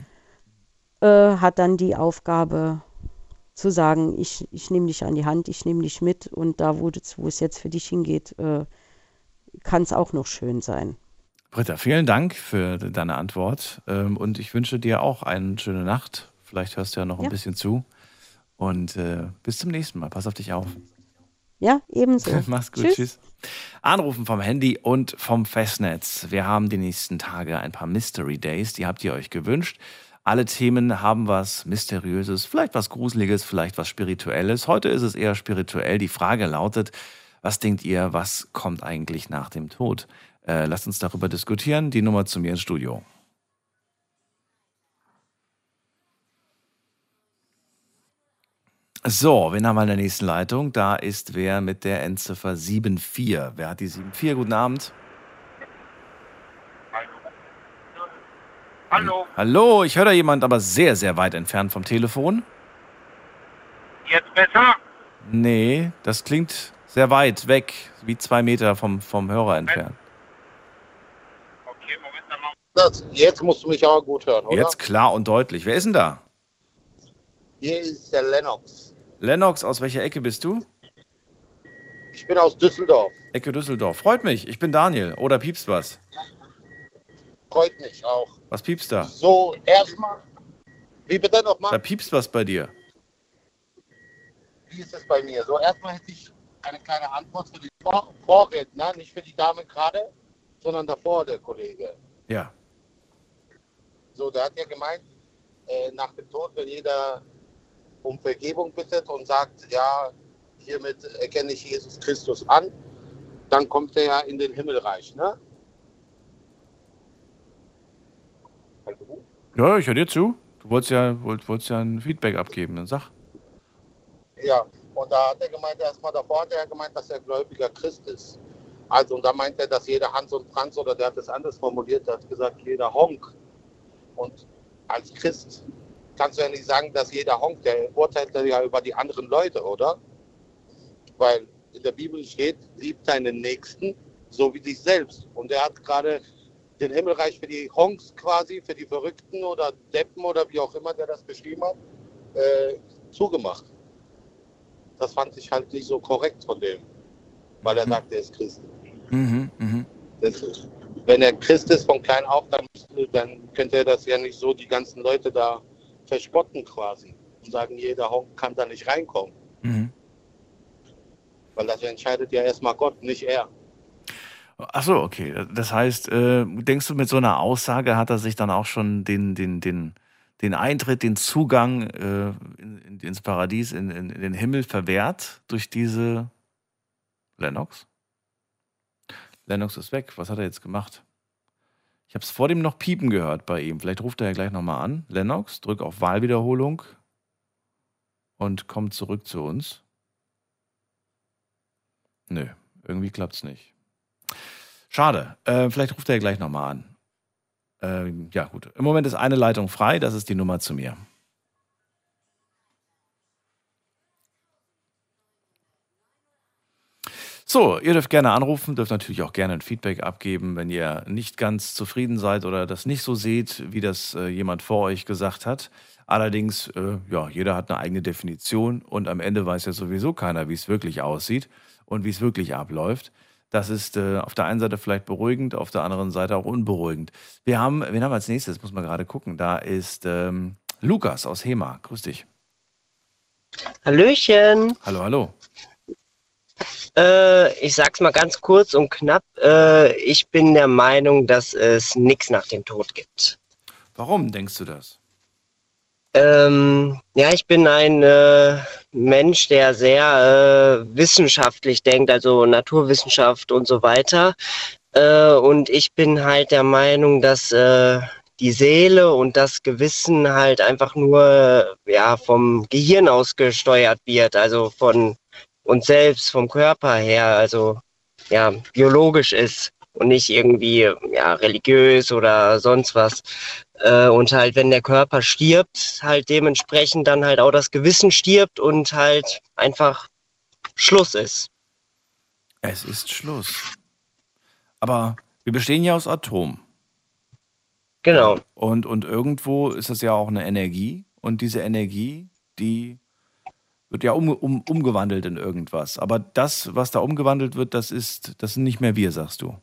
äh, hat dann die Aufgabe zu sagen, ich, ich nehme dich an die Hand, ich nehme dich mit und da, wo, das, wo es jetzt für dich hingeht, äh, kann es auch noch schön sein. Britta, vielen Dank für deine Antwort ähm, und ich wünsche dir auch eine schöne Nacht. Vielleicht hörst du ja noch ein Ja, bisschen zu und äh, bis zum nächsten Mal. Pass auf dich auf. ja, ebenso. Mach's gut, Tschüss. tschüss. Anrufen vom Handy und vom Festnetz. Wir haben die nächsten Tage ein paar Mystery Days, die habt ihr euch gewünscht. Alle Themen haben was Mysteriöses, vielleicht was Gruseliges, vielleicht was Spirituelles. Heute ist es eher spirituell. Die Frage lautet, was denkt ihr, was kommt eigentlich nach dem Tod? Äh, lasst uns darüber diskutieren. Die Nummer zu mir ins Studio. So, wen haben wir in der nächsten Leitung? Da ist wer mit der Endziffer sieben vier. Wer hat die sieben vier? Guten Abend. Hallo. Hallo, ich höre da jemand, aber sehr, sehr weit entfernt vom Telefon. Jetzt besser? Nee, das klingt sehr weit weg, wie zwei Meter vom, vom Hörer entfernt. Okay, Moment, dann machen Das, jetzt musst du mich aber gut hören, oder? Jetzt klar und deutlich. Wer ist denn da? Hier ist der Lennox. Lennox, aus welcher Ecke bist du? Ich bin aus Düsseldorf. Ecke Düsseldorf. Freut mich, ich bin Daniel. Oder piepst was? Freut mich auch. Was piepst da? So, erstmal. Wie bitte Da nochmal? piepst was bei dir. Wie ist es bei mir? So, erstmal hätte ich eine kleine Antwort für die Vor Vorredner, nicht für die Dame gerade, sondern davor der Kollege. Ja. So, der hat ja gemeint, äh, nach dem Tod, wenn jeder um Vergebung bittet und sagt, ja, hiermit erkenne ich Jesus Christus an, dann kommt er ja in den Himmelreich, ne? Hallo? Ja, ich höre dir zu. Du wolltest ja, wollt, wolltest ja ein Feedback abgeben, dann sag. Ja, und da hat er gemeint, erstmal davor hat er gemeint, dass er gläubiger Christ ist. Also, und da meint er, dass jeder Hans und Franz, oder der hat es anders formuliert, der hat gesagt, jeder Honk. Und als Christ kannst du ja nicht sagen, dass jeder Honk, der urteilt ja über die anderen Leute, oder? Weil in der Bibel steht, lieb deinen Nächsten so wie dich selbst. Und er hat gerade den Himmelreich für die Honks quasi, für die Verrückten oder Deppen oder wie auch immer der das beschrieben hat, äh, zugemacht. Das fand ich halt nicht so korrekt von dem, weil er sagt, er ist Christ. Mhm, mhm. Das ist, wenn er Christ ist von klein auf, dann, dann könnte er das ja nicht so die ganzen Leute da verspotten quasi und sagen, jeder Honk kann da nicht reinkommen. Mhm. Weil das entscheidet ja erstmal Gott, nicht er. Ach so, okay. Das heißt, äh, denkst du, mit so einer Aussage hat er sich dann auch schon den, den, den, den Eintritt, den Zugang äh, in, in, ins Paradies, in, in, in den Himmel verwehrt durch diese Lennox? Lennox ist weg. Was hat er jetzt gemacht? Ich habe es vor dem noch piepen gehört bei ihm. Vielleicht ruft er ja gleich nochmal an. Lennox, drück auf Wahlwiederholung und kommt zurück zu uns. Nö, irgendwie klappt's nicht. Schade. Äh, vielleicht ruft er ja gleich nochmal an. Äh, ja, gut. Im Moment ist eine Leitung frei. Das ist die Nummer zu mir. So, ihr dürft gerne anrufen, dürft natürlich auch gerne ein Feedback abgeben, wenn ihr nicht ganz zufrieden seid oder das nicht so seht, wie das äh, jemand vor euch gesagt hat. Allerdings, äh, ja, jeder hat eine eigene Definition und am Ende weiß ja sowieso keiner, wie es wirklich aussieht und wie es wirklich abläuft. Das ist äh, auf der einen Seite vielleicht beruhigend, auf der anderen Seite auch unberuhigend. Wir haben, wen haben wir als nächstes? Muss man gerade gucken. Da ist ähm, Lukas aus Hema. Grüß dich. Hallöchen. Hallo, hallo. Äh, ich sag's mal ganz kurz und knapp. Äh, ich bin der Meinung, dass es nichts nach dem Tod gibt. Warum denkst du das? Ähm, ja, ich bin ein äh, Mensch, der sehr äh, wissenschaftlich denkt, also Naturwissenschaft und so weiter. Äh, und ich bin halt der Meinung, dass äh, die Seele und das Gewissen halt einfach nur ja vom Gehirn aus gesteuert wird, also von uns selbst, vom Körper her, also ja biologisch ist und nicht irgendwie ja religiös oder sonst was. Äh, und halt, wenn der Körper stirbt, halt dementsprechend dann halt auch das Gewissen stirbt und halt einfach Schluss ist. Es ist Schluss. Aber wir bestehen ja aus Atomen. Genau. Und, und irgendwo ist das ja auch eine Energie. Und diese Energie, die wird ja um, um, umgewandelt in irgendwas. Aber das, was da umgewandelt wird, das ist, das sind nicht mehr wir, sagst du.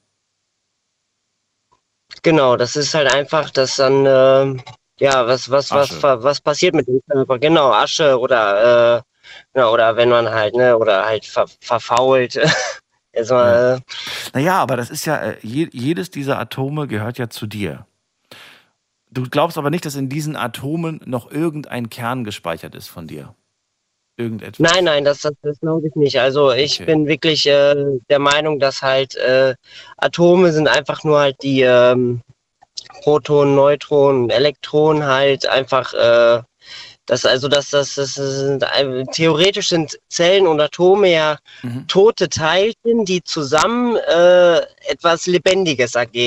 Genau, das ist halt einfach, dass dann, äh, ja, was, was, Asche. was, was passiert mit dem Körper? Genau, Asche oder, äh, genau, oder wenn man halt, ne, oder halt ver, verfault. Erstmal, äh, Naja, aber das ist ja, äh, je, jedes dieser Atome gehört ja zu dir. Du glaubst aber nicht, dass in diesen Atomen noch irgendein Kern gespeichert ist von dir? Irgendetwas? Nein, nein, das, das, das glaube ich nicht. Also ich Okay. bin wirklich äh, der Meinung, dass halt äh, Atome sind einfach nur halt die ähm, Protonen, Neutronen, Elektronen halt einfach, äh, das also das, das, das sind ein- theoretisch sind Zellen und Atome ja Mhm. tote Teilchen, die zusammen äh, etwas Lebendiges ergeben.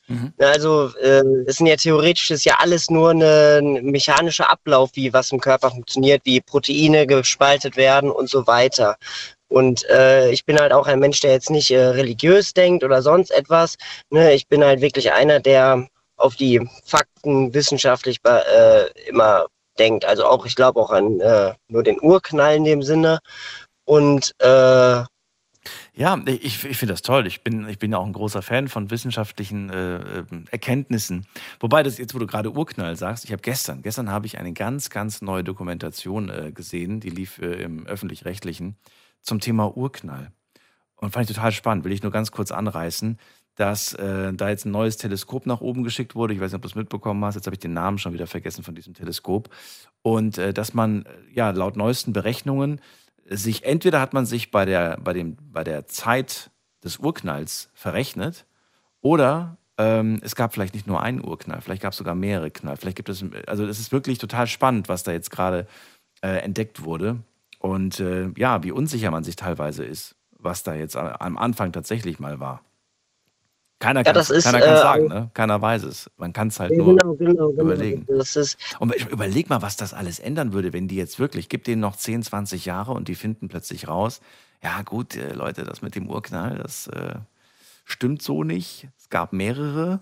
Mhm. Also äh, es sind ja theoretisch ist ja alles nur eine, ein mechanischer Ablauf, wie was im Körper funktioniert, wie Proteine gespaltet werden und so weiter. Und äh, ich bin halt auch ein Mensch, der jetzt nicht äh, religiös denkt oder sonst etwas. Ne? Ich bin halt wirklich einer, der auf die Fakten wissenschaftlich äh, immer denkt. Also auch, ich glaube auch an äh, nur den Urknall in dem Sinne. Und äh, Ja, ich, ich finde das toll. Ich bin, ich bin ja auch ein großer Fan von wissenschaftlichen äh, Erkenntnissen. Wobei, das jetzt, wo du gerade Urknall sagst, ich habe gestern, gestern habe ich eine ganz, ganz neue Dokumentation äh, gesehen, die lief äh, im Öffentlich-Rechtlichen zum Thema Urknall. Und fand ich total spannend, will ich nur ganz kurz anreißen, dass äh, da jetzt ein neues Teleskop nach oben geschickt wurde. Ich weiß nicht, ob du es mitbekommen hast, jetzt habe ich den Namen schon wieder vergessen von diesem Teleskop. Und äh, dass man, ja, laut neuesten Berechnungen sich, entweder hat man sich bei der, bei dem, bei der Zeit des Urknalls verrechnet oder ähm, es gab vielleicht nicht nur einen Urknall, vielleicht gab es sogar mehrere Knall. Vielleicht gibt es, also es ist wirklich total spannend, was da jetzt gerade äh, entdeckt wurde und äh, ja, wie unsicher man sich teilweise ist, was da jetzt am Anfang tatsächlich mal war. Keiner ja, kann das es ist keiner kann's äh, sagen, ne? Keiner weiß es. Man kann es halt ja, nur genau, genau, genau. überlegen. Das ist Und überleg mal, was das alles ändern würde, wenn die jetzt wirklich, gib denen noch zehn, zwanzig Jahre und die finden plötzlich raus, ja gut, äh, Leute, das mit dem Urknall, das äh, stimmt so nicht. Es gab mehrere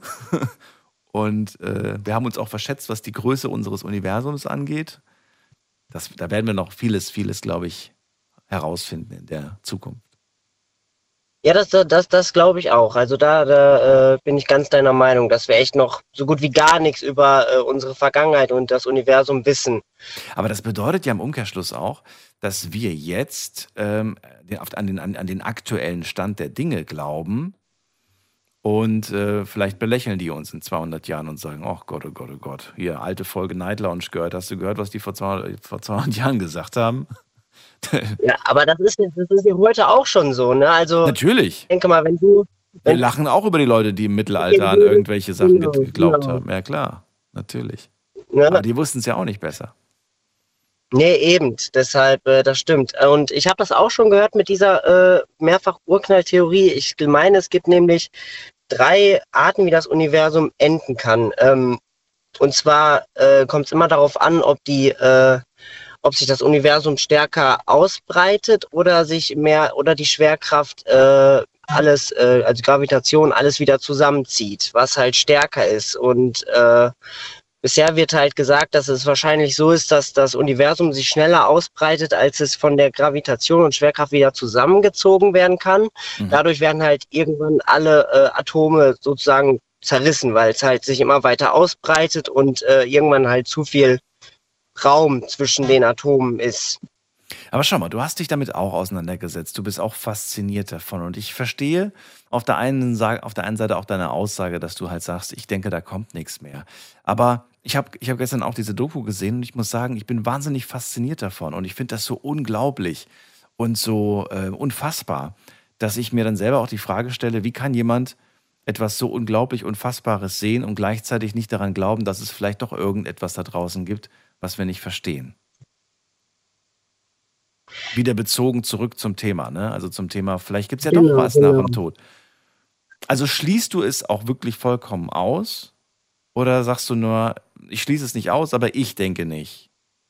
und äh, wir haben uns auch verschätzt, was die Größe unseres Universums angeht. Das, da werden wir noch vieles, vieles, glaube ich, herausfinden in der Zukunft. Ja, das, das, das glaube ich auch. Also da, da äh, bin ich ganz deiner Meinung, dass wir echt noch so gut wie gar nichts über äh, unsere Vergangenheit und das Universum wissen. Aber das bedeutet ja im Umkehrschluss auch, dass wir jetzt ähm, an, den, an, an den aktuellen Stand der Dinge glauben und äh, vielleicht belächeln die uns in zweihundert Jahren und sagen, oh Gott, oh Gott, oh Gott, hier, alte Folge Night Lounge gehört. Hast du gehört, was die vor zweihundert, vor zweihundert Jahren gesagt haben? Ja, aber das ist, das ist ja heute auch schon so, ne? Also Natürlich. ich denke mal, wenn du... Wir Wenn, lachen auch über die Leute, die im Mittelalter an irgendwelche Sachen genau, geglaubt genau. haben. Ja klar, natürlich. ne? Aber die wussten es ja auch nicht besser. Nee, eben, deshalb, äh, das stimmt. Und ich habe das auch schon gehört mit dieser äh, Mehrfach-Urknall-Theorie. Ich meine, es gibt nämlich drei Arten, wie das Universum enden kann. Ähm, und zwar äh, kommt es immer darauf an, ob die... Äh, ob sich das Universum stärker ausbreitet oder sich mehr oder die Schwerkraft äh, alles, äh, also Gravitation, alles wieder zusammenzieht, was halt stärker ist. Und äh, bisher wird halt gesagt, dass es wahrscheinlich so ist, dass das Universum sich schneller ausbreitet, als es von der Gravitation und Schwerkraft wieder zusammengezogen werden kann. Mhm. Dadurch werden halt irgendwann alle äh, Atome sozusagen zerrissen, weil es halt sich immer weiter ausbreitet und äh, irgendwann halt zu viel Raum zwischen den Atomen ist. Aber schau mal, du hast dich damit auch auseinandergesetzt. Du bist auch fasziniert davon. Und ich verstehe auf der einen, auf der einen Seite auch deine Aussage, dass du halt sagst, ich denke, da kommt nichts mehr. Aber ich habe ich hab gestern auch diese Doku gesehen und ich muss sagen, ich bin wahnsinnig fasziniert davon. Und ich finde das so unglaublich und so äh, unfassbar, dass ich mir dann selber auch die Frage stelle, wie kann jemand etwas so unglaublich Unfassbares sehen und gleichzeitig nicht daran glauben, dass es vielleicht doch irgendetwas da draußen gibt, was wir nicht verstehen. Wieder bezogen zurück zum Thema, ne? Also zum Thema, vielleicht gibt es ja genau, doch was genau. nach dem Tod. Also schließt du es auch wirklich vollkommen aus? Oder sagst du nur, ich schließe es nicht aus, aber ich denke nicht?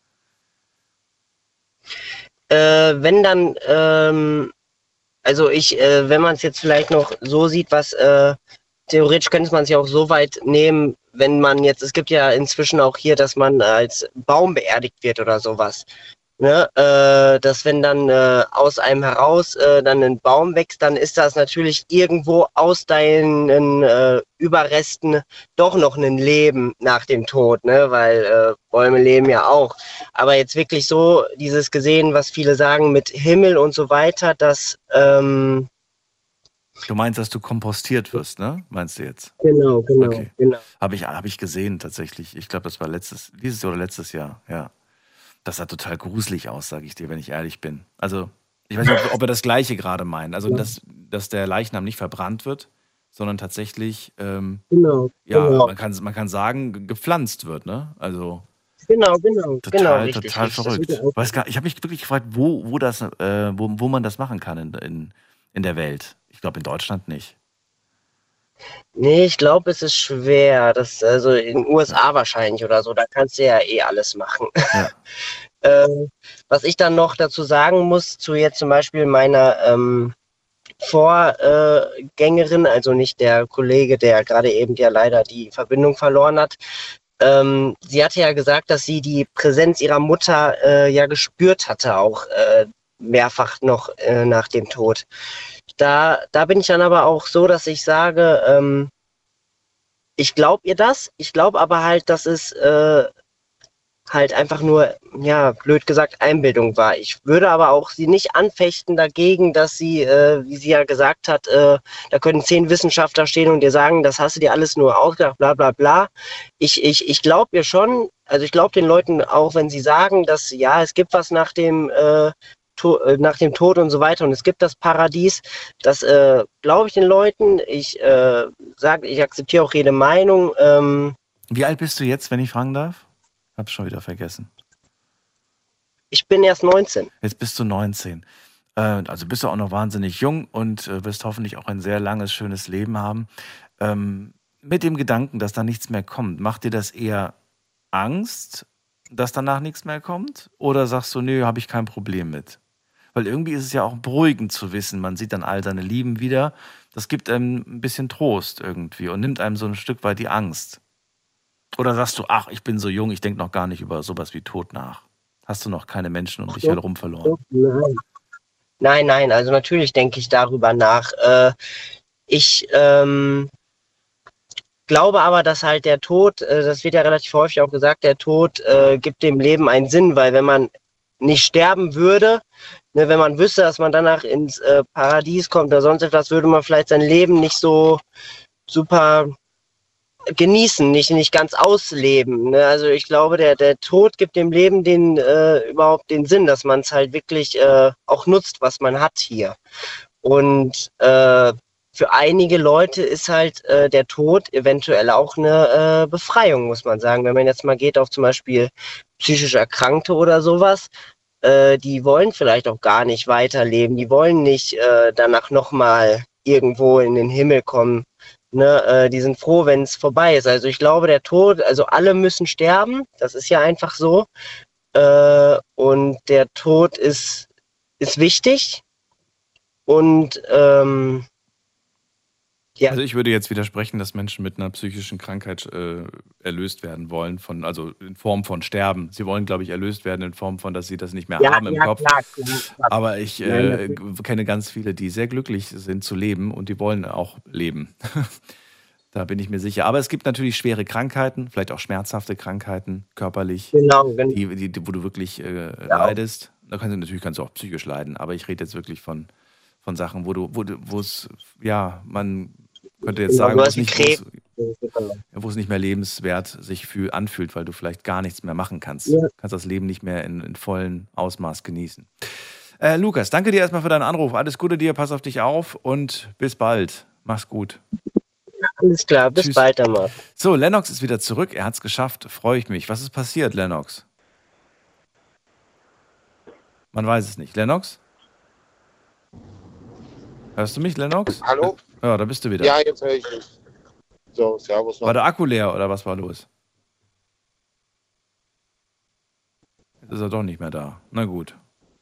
Äh, wenn dann, ähm, also ich, äh, wenn man es jetzt vielleicht noch so sieht, was äh, theoretisch könnte man sich auch so weit nehmen, wenn man jetzt, es gibt ja inzwischen auch hier, dass man als Baum beerdigt wird oder sowas. Ne? Äh, dass wenn dann äh, aus einem heraus äh, dann ein Baum wächst, dann ist das natürlich irgendwo aus deinen äh, Überresten doch noch ein Leben nach dem Tod, ne? Weil äh, Bäume leben ja auch. Aber jetzt wirklich so dieses gesehen, was viele sagen mit Himmel und so weiter, dass ähm, Du meinst, dass du kompostiert wirst, ne? Meinst du jetzt? Genau, genau, okay. genau. Habe ich, hab ich gesehen tatsächlich. Ich glaube, das war letztes, dieses Jahr oder letztes Jahr, ja. Das sah total gruselig aus, sage ich dir, wenn ich ehrlich bin. Also, ich weiß nicht, ob, ob er das Gleiche gerade meint. Also, ja. dass, dass der Leichnam nicht verbrannt wird, sondern tatsächlich, ähm, genau, ja, genau. Man, kann, man kann sagen, gepflanzt wird, ne? Also, genau, genau, total, genau, richtig, total richtig. verrückt. Weiß gar, ich habe mich wirklich gefragt, wo, wo, das, äh, wo, wo man das machen kann in, in, in der Welt. Ich glaube, in Deutschland nicht. Nee, ich glaube, es ist schwer. Das, also in den U S A wahrscheinlich oder so, da kannst du ja eh alles machen. Ja. ähm, was ich dann noch dazu sagen muss, zu jetzt zum Beispiel meiner ähm, Vorgängerin, also nicht der Kollege, der gerade eben ja leider die Verbindung verloren hat. Ähm, sie hatte ja gesagt, dass sie die Präsenz ihrer Mutter äh, ja gespürt hatte, auch äh, mehrfach noch äh, nach dem Tod. Da, da bin ich dann aber auch so, dass ich sage, ähm, ich glaube ihr das, ich glaube aber halt, dass es äh, halt einfach nur, ja, blöd gesagt, Einbildung war. Ich würde aber auch sie nicht anfechten dagegen, dass sie, äh, wie sie ja gesagt hat, äh, da können zehn Wissenschaftler stehen und dir sagen, das hast du dir alles nur ausgedacht, bla bla bla. Ich, ich, ich glaube ihr schon, also ich glaube den Leuten auch, wenn sie sagen, dass ja, es gibt was nach dem, äh, to äh, nach dem Tod und so weiter und es gibt das Paradies, das äh, glaube ich den Leuten. Ich äh, sage, ich akzeptiere auch jede Meinung. Ähm, Wie alt bist du jetzt, wenn ich fragen darf? Hab's schon wieder vergessen. Ich bin erst neunzehn. Jetzt bist du neunzehn. Äh, also bist du auch noch wahnsinnig jung und äh, wirst hoffentlich auch ein sehr langes, schönes Leben haben. Ähm, mit dem Gedanken, dass da nichts mehr kommt, macht dir das eher Angst, dass danach nichts mehr kommt? Oder sagst du, nö, habe ich kein Problem mit? Weil irgendwie ist es ja auch beruhigend zu wissen, man sieht dann all seine Lieben wieder. Das gibt einem ein bisschen Trost irgendwie und nimmt einem so ein Stück weit die Angst. Oder sagst du, ach, ich bin so jung, ich denke noch gar nicht über sowas wie Tod nach? Hast du noch keine Menschen um dich herum verloren? Nein. nein, nein, also natürlich denke ich darüber nach. Äh, ich ähm, glaube aber, dass halt der Tod, äh, das wird ja relativ häufig auch gesagt, der Tod äh, gibt dem Leben einen Sinn, weil wenn man nicht sterben würde, ne, wenn man wüsste, dass man danach ins äh, Paradies kommt oder sonst etwas, würde man vielleicht sein Leben nicht so super genießen, nicht, nicht ganz ausleben. Ne? Also ich glaube, der, der Tod gibt dem Leben den äh, überhaupt den Sinn, dass man es halt wirklich äh, auch nutzt, was man hat hier. Und äh, für einige Leute ist halt äh, der Tod eventuell auch eine äh, Befreiung, muss man sagen. Wenn man jetzt mal geht auf zum Beispiel psychisch Erkrankte oder sowas, äh, die wollen vielleicht auch gar nicht weiterleben, die wollen nicht äh, danach nochmal irgendwo in den Himmel kommen. Ne, äh, die sind froh, wenn es vorbei ist. Also ich glaube, der Tod, also alle müssen sterben, das ist ja einfach so. Äh, und der Tod ist, ist wichtig. Und ähm, ja. Also ich würde jetzt widersprechen, dass Menschen mit einer psychischen Krankheit äh, erlöst werden wollen, von, also in Form von Sterben. Sie wollen, glaube ich, erlöst werden in Form von, dass sie das nicht mehr ja, haben im ja, Kopf. Klar, klar, klar. Aber ich äh, kenne ganz viele, die sehr glücklich sind zu leben und die wollen auch leben. Da bin ich mir sicher. Aber es gibt natürlich schwere Krankheiten, vielleicht auch schmerzhafte Krankheiten, körperlich, genau, genau. Die, die, wo du wirklich äh, ja. leidest. Da kannst du natürlich kannst du auch psychisch leiden, aber ich rede jetzt wirklich von, von Sachen, wo du, wo du, wo es, ja, man könnte jetzt sagen, wo es, nicht, wo es nicht mehr lebenswert sich fühl, anfühlt, weil du vielleicht gar nichts mehr machen kannst. Du ja. kannst das Leben nicht mehr in, in vollem Ausmaß genießen. Äh, Lukas, danke dir erstmal für deinen Anruf. Alles Gute dir, pass auf dich auf und bis bald. Mach's gut. Alles klar, bis Tschüss. Bald einmal. So, Lennox ist wieder zurück, er hat's geschafft, freue ich mich. Was ist passiert, Lennox? Man weiß es nicht. Lennox? Hörst du mich, Lennox? Hallo? Ja, da bist du wieder. Ja, jetzt höre ich dich. So, servus noch. War der Akku leer oder was war los? Jetzt ist er doch nicht mehr da. Na gut.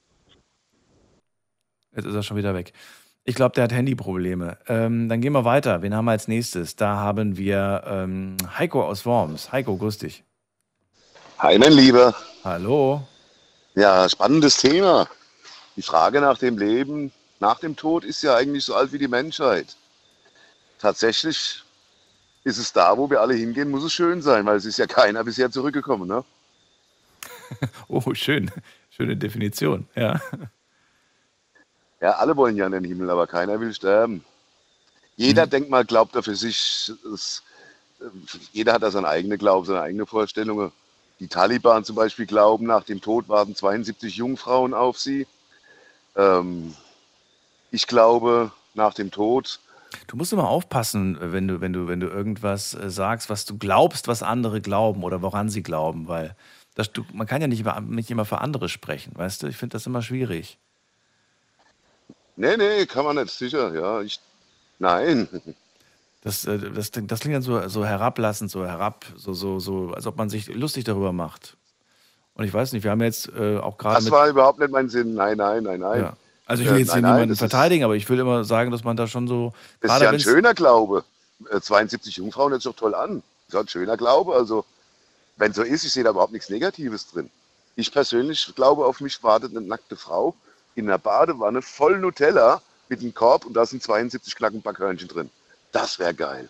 Jetzt ist er schon wieder weg. Ich glaube, der hat Handyprobleme. Ähm, dann gehen wir weiter. Wen haben wir als nächstes? Da haben wir ähm, Heiko aus Worms. Heiko, grüß dich. Hi, mein Lieber. Hallo. Ja, spannendes Thema. Die Frage nach dem Leben, nach dem Tod ist ja eigentlich so alt wie die Menschheit. Tatsächlich ist es da, wo wir alle hingehen, muss es schön sein, weil es ist ja keiner bisher zurückgekommen, ne? Oh, schön. Schöne Definition, ja. Ja, alle wollen ja in den Himmel, aber keiner will sterben. Jeder, Mhm. denkt mal, glaubt da für sich, es, jeder hat da seine eigene Glaube, seine eigene Vorstellungen. Die Taliban zum Beispiel glauben, nach dem Tod warten zweiundsiebzig Jungfrauen auf sie. Ähm, ich glaube, nach dem Tod. Du musst immer aufpassen, wenn du, wenn du, wenn du irgendwas äh, sagst, was du glaubst, was andere glauben oder woran sie glauben, weil das, du, man kann ja nicht immer, nicht immer für andere sprechen, weißt du? Ich finde das immer schwierig. Nee, nee, kann man nicht, sicher, ja. Ich, nein. Das, äh, das, das klingt dann so, so herablassend, so herab, so, so, so, als ob man sich lustig darüber macht. Und ich weiß nicht, wir haben jetzt äh, auch gerade Das mit. war überhaupt nicht mein Sinn. Nein, nein, nein, nein. Ja. Also ich will Äh, jetzt nein, hier nein, niemanden das ist- verteidigen, aber ich will immer sagen, dass man da schon so. Das ist gerade ja ein wenn's- schöner Glaube. Äh, zweiundsiebzig Jungfrauen hört sich doch toll an. Das ist ja ein schöner Glaube. Also, wenn so ist, ich sehe da überhaupt nichts Negatives drin. Ich persönlich glaube, auf mich wartet eine nackte Frau in einer Badewanne voll Nutella mit einem Korb und da sind zweiundsiebzig Knackenbackhörnchen drin. Das wäre geil.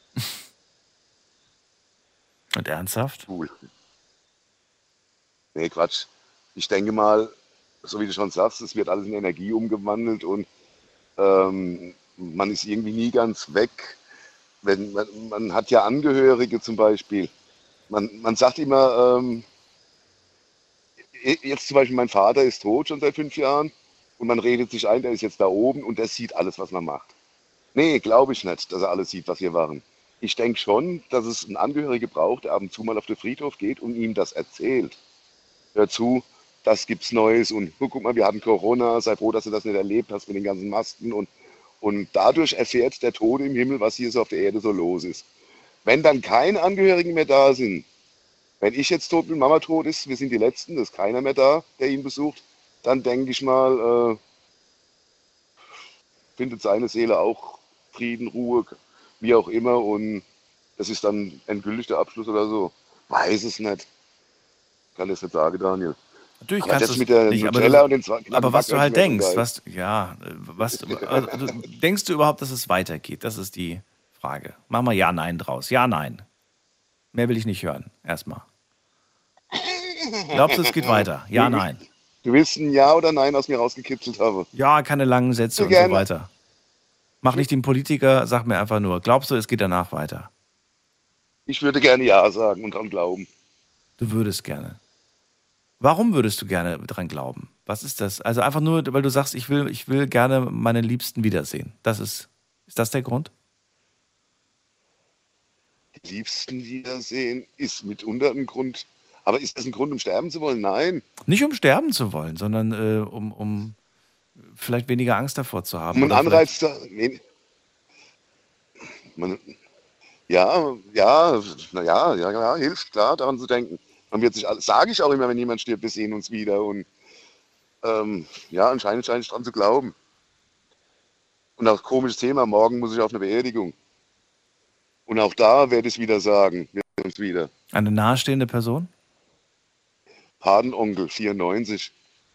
Und ernsthaft? Cool. Nee, Quatsch. Ich denke mal, so wie du schon sagst, es wird alles in Energie umgewandelt und ähm, man ist irgendwie nie ganz weg. Wenn, man, man hat ja Angehörige zum Beispiel. Man, man sagt immer, ähm, jetzt zum Beispiel mein Vater ist tot schon seit fünf Jahren und man redet sich ein, der ist jetzt da oben und der sieht alles, was man macht. Nee, glaube ich nicht, dass er alles sieht, was wir machen. Ich denke schon, dass es einen Angehörige braucht, der ab und zu mal auf den Friedhof geht und ihm das erzählt. Hör zu, das gibt's Neues und oh, guck mal, wir hatten Corona, sei froh, dass du das nicht erlebt hast mit den ganzen Masken und, und dadurch erfährt der Tode im Himmel, was hier so auf der Erde so los ist. Wenn dann keine Angehörigen mehr da sind, wenn ich jetzt tot bin, Mama tot ist, wir sind die Letzten, ist keiner mehr da, der ihn besucht, dann denke ich mal, äh, findet seine Seele auch Frieden, Ruhe, wie auch immer und das ist dann endgültig der Abschluss oder so. Weiß es nicht. Kann das nicht sagen, Daniel. Natürlich Aber kannst das du es mit der nicht, aber, Nutella du, und den zwei knappen aber was du halt Backhörnchen wäre denkst, schon geil. was, ja, äh, was, also, du- denkst du überhaupt, dass es weitergeht? Das ist die Frage. Mach mal Ja, Nein draus. Ja, Nein. Mehr will ich nicht hören, erstmal. Glaubst du, es geht weiter? Ja, Nein. Du willst ein Ja oder Nein aus mir rausgekitzelt haben? Ja, keine langen Sätze So und so gerne. weiter. Mach nicht den Politiker, sag mir einfach nur, glaubst du, es geht danach weiter? Ich würde gerne Ja sagen und dran glauben. Du würdest gerne. Warum würdest du gerne dran glauben? Was ist das? Also einfach nur, weil du sagst, ich will, ich will gerne meine Liebsten wiedersehen. Das ist, ist das der Grund? Die Liebsten wiedersehen ist mitunter ein Grund. Aber ist das ein Grund, um sterben zu wollen? Nein. Nicht um sterben zu wollen, sondern äh, um, um vielleicht weniger Angst davor zu haben. Um einen oder vielleicht- Anreiz zu. Nee. Man, ja, ja, naja, ja, ja, hilft, klar, daran zu denken. Man wird sich, sage ich auch immer, wenn jemand stirbt, wir sehen uns wieder. Und ähm, ja, anscheinend scheine ich dran zu glauben. Und auch komisches Thema, morgen muss ich auf eine Beerdigung. Und auch da werde ich es wieder sagen, wir sehen uns wieder. Eine nahestehende Person? Patenonkel, vierundneunzig.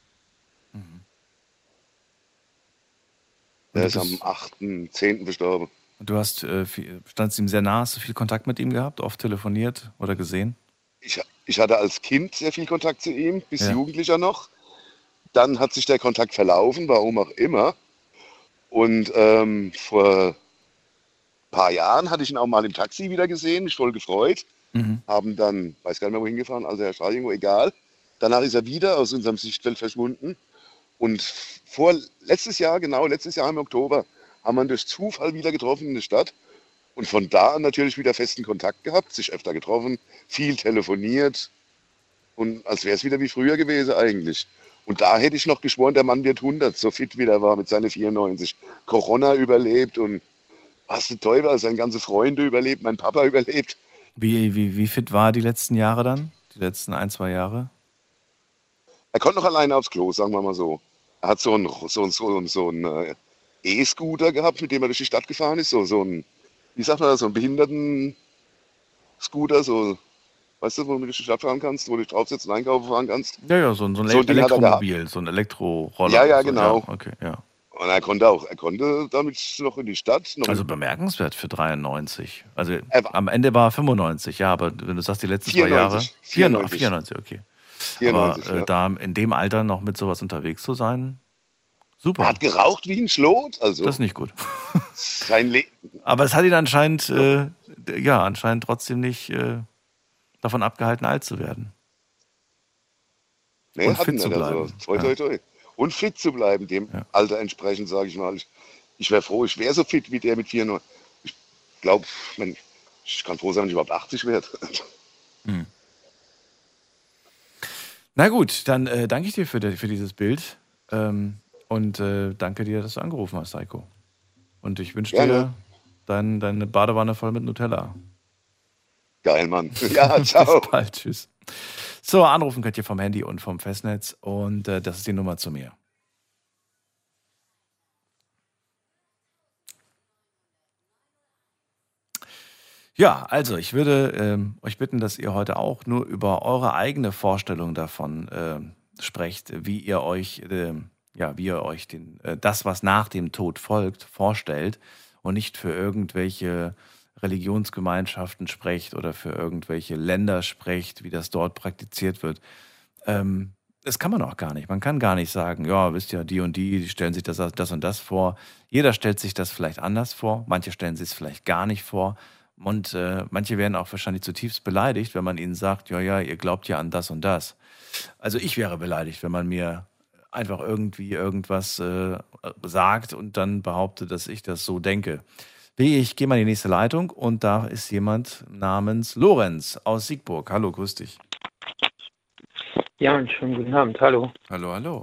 Der Und ist du am bist- achten zehnten verstorben. Du hast, äh, viel, standst ihm sehr nah, hast du viel Kontakt mit ihm gehabt, oft telefoniert oder gesehen? Ich, ich hatte als Kind sehr viel Kontakt zu ihm, bis Ja. Jugendlicher noch. Dann hat sich der Kontakt verlaufen, warum auch immer. Und ähm, vor ein paar Jahren hatte ich ihn auch mal im Taxi wieder gesehen, mich voll gefreut. Mhm. Haben dann, weiß gar nicht mehr wohin gefahren, also Herr Strahl, irgendwo egal. Danach ist er wieder aus unserem Sichtfeld verschwunden. Und vor letztes Jahr, genau letztes Jahr im Oktober, haben wir ihn durch Zufall wieder getroffen in der Stadt. Und von da an natürlich wieder festen Kontakt gehabt, sich öfter getroffen, viel telefoniert. Und als wäre es wieder wie früher gewesen eigentlich. Und da hätte ich noch geschworen, der Mann wird hundert, so fit wie er war mit seinen vierundneunzig. Corona überlebt und was der Teufel, seine ganze Freunde überlebt, mein Papa überlebt. Wie, wie, wie fit war er die letzten Jahre dann? Die letzten ein, zwei Jahre? Er konnte noch alleine aufs Klo, sagen wir mal so. Er hat so einen so ein, so ein, so ein, äh, E-Scooter gehabt, mit dem er durch die Stadt gefahren ist. So, so ein, wie sagt man das, so ein Behinderten-Scooter, so, weißt du, wo du durch die Stadt fahren kannst, wo du dich draufsetzt und einkaufen fahren kannst. Ja, ja, so ein, so ein So ein Ding hat er Elektromobil, so ein Elektroroller. Ja, ja, und so. genau. Ja, okay, ja. Und er konnte auch, er konnte damit noch in die Stadt. Noch Also bemerkenswert für dreiundneunzig. Also Er war- am Ende war er fünfundneunzig, ja, aber wenn du sagst, die letzten zwei Jahre. vierundneunzig. vierundneunzig, vierundneunzig, okay. vierundneunzig, aber äh, ja. da in dem Alter noch mit sowas unterwegs zu sein, super. Er hat geraucht wie ein Schlot. Also Das ist nicht gut. sein Leben. Aber es hat ihn anscheinend, äh, ja, anscheinend trotzdem nicht äh, davon abgehalten, alt zu werden. Nee, Und hat fit ihn zu nicht, also, bleiben. toi, toi, toi. Und fit zu bleiben, dem Ja. Alter entsprechend, sage ich mal. Ich, ich wäre froh, ich wäre so fit wie der mit vierundneunzig. Ich glaube, ich kann froh sein, wenn ich überhaupt achtzig werde. Na gut, dann äh, danke ich dir für, die, für dieses Bild ähm, und äh, danke dir, dass du angerufen hast, Heiko. Und ich wünsche dir Gerne. dein, deine Badewanne voll mit Nutella. Geil, Mann. Ja, ciao. Bis bald, tschüss. So, anrufen könnt ihr vom Handy und vom Festnetz und äh, das ist die Nummer zu mir. Ja, also ich würde ähm, euch bitten, dass ihr heute auch nur über eure eigene Vorstellung davon äh, sprecht, wie ihr euch, äh, ja, wie ihr euch den, äh, das, was nach dem Tod folgt, vorstellt und nicht für irgendwelche Religionsgemeinschaften sprecht oder für irgendwelche Länder sprecht, wie das dort praktiziert wird. Ähm, das kann man auch gar nicht. Man kann gar nicht sagen, ja, wisst ihr, die und die, die stellen sich das, das und das vor. Jeder stellt sich das vielleicht anders vor. Manche stellen sich es vielleicht gar nicht vor. Und äh, manche werden auch wahrscheinlich zutiefst beleidigt, wenn man ihnen sagt, ja, ja, ihr glaubt ja an das und das. Also ich wäre beleidigt, wenn man mir einfach irgendwie irgendwas äh, sagt und dann behauptet, dass ich das so denke. Ich gehe mal in die nächste Leitung und da ist jemand namens Lorenz aus Siegburg. Hallo, grüß dich. Ja, einen schönen guten Abend. Hallo. Hallo, hallo.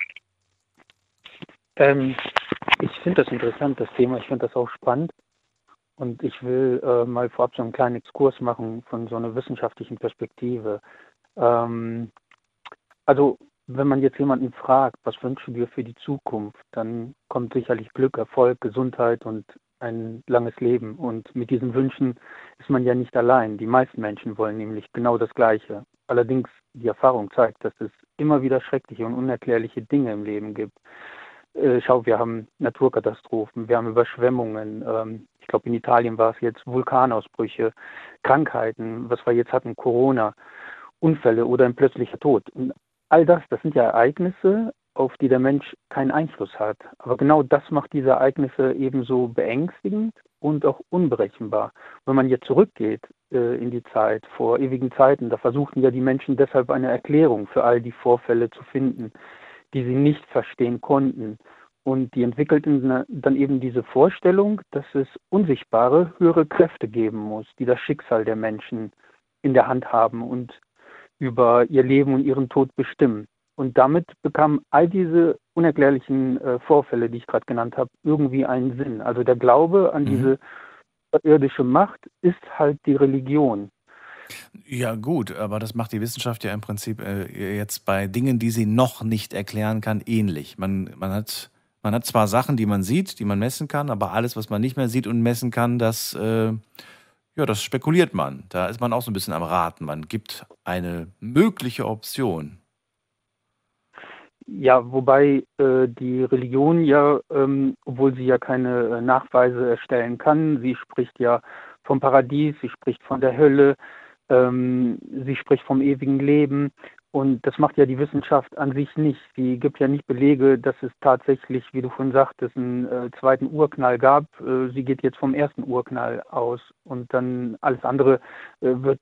Ähm, ich finde das interessant, das Thema. Ich finde das auch spannend. Und ich will äh, mal vorab so einen kleinen Exkurs machen von so einer wissenschaftlichen Perspektive. Ähm, also, wenn man jetzt jemanden fragt, was wünschen wir für die Zukunft, dann kommt sicherlich Glück, Erfolg, Gesundheit und ein langes Leben. Und mit diesen Wünschen ist man ja nicht allein. Die meisten Menschen wollen nämlich genau das Gleiche. Allerdings, die Erfahrung zeigt, dass es immer wieder schreckliche und unerklärliche Dinge im Leben gibt. Äh, schau, wir haben Naturkatastrophen, wir haben Überschwemmungen. Ähm, ich glaube, in Italien war es jetzt Vulkanausbrüche, Krankheiten, was wir jetzt hatten, Corona, Unfälle oder ein plötzlicher Tod. Und all das, das sind ja Ereignisse, auf die der Mensch keinen Einfluss hat. Aber genau das macht diese Ereignisse ebenso beängstigend und auch unberechenbar. Wenn man jetzt zurückgeht äh, in die Zeit, vor ewigen Zeiten, da versuchten ja die Menschen deshalb eine Erklärung für all die Vorfälle zu finden, die sie nicht verstehen konnten. Und die entwickelten dann eben diese Vorstellung, dass es unsichtbare, höhere Kräfte geben muss, die das Schicksal der Menschen in der Hand haben und über ihr Leben und ihren Tod bestimmen. Und damit bekamen all diese unerklärlichen äh, Vorfälle, die ich gerade genannt habe, irgendwie einen Sinn. Also der Glaube an mhm. diese irdische Macht ist halt die Religion. Ja gut, aber das macht die Wissenschaft ja im Prinzip äh, jetzt bei Dingen, die sie noch nicht erklären kann, ähnlich. Man, man, hat, man hat zwar Sachen, die man sieht, die man messen kann, aber alles, was man nicht mehr sieht und messen kann, das, äh, ja, das spekuliert man. Da ist man auch so ein bisschen am Raten. Man gibt eine mögliche Option. Ja, wobei äh, die Religion ja, ähm, obwohl sie ja keine äh, Nachweise erstellen kann, sie spricht ja vom Paradies, sie spricht von der Hölle, ähm, sie spricht vom ewigen Leben und das macht ja die Wissenschaft an sich nicht. Sie gibt ja nicht Belege, dass es tatsächlich, wie du vorhin sagtest, einen äh, zweiten Urknall gab. Äh, sie geht jetzt vom ersten Urknall aus und dann alles andere äh, wird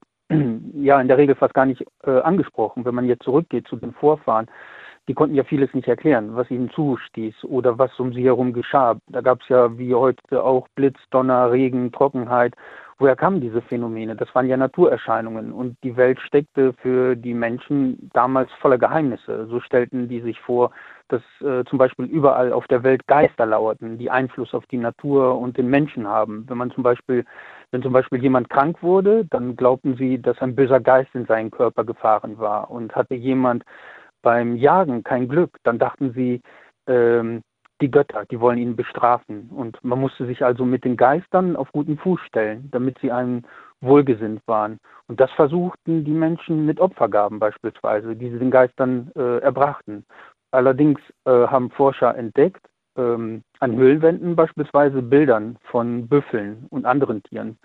ja in der Regel fast gar nicht äh, angesprochen, wenn man jetzt zurückgeht zu den Vorfahren. Die konnten ja vieles nicht erklären, was ihnen zustieß oder was um sie herum geschah. Da gab es ja wie heute auch Blitz, Donner, Regen, Trockenheit. Woher kamen diese Phänomene? Das waren ja Naturerscheinungen und die Welt steckte für die Menschen damals voller Geheimnisse. So stellten die sich vor, dass äh, zum Beispiel überall auf der Welt Geister lauerten, die Einfluss auf die Natur und den Menschen haben. Wenn man zum Beispiel, wenn zum Beispiel jemand krank wurde, dann glaubten sie, dass ein böser Geist in seinen Körper gefahren war. Und hatte jemand beim Jagen kein Glück, dann dachten sie, ähm, die Götter, die wollen ihn bestrafen. Und man musste sich also mit den Geistern auf guten Fuß stellen, damit sie einem wohlgesinnt waren. Und das versuchten die Menschen mit Opfergaben beispielsweise, die sie den Geistern äh, erbrachten. Allerdings äh, haben Forscher entdeckt, ähm, an Höhlenwänden beispielsweise Bildern von Büffeln und anderen Tieren,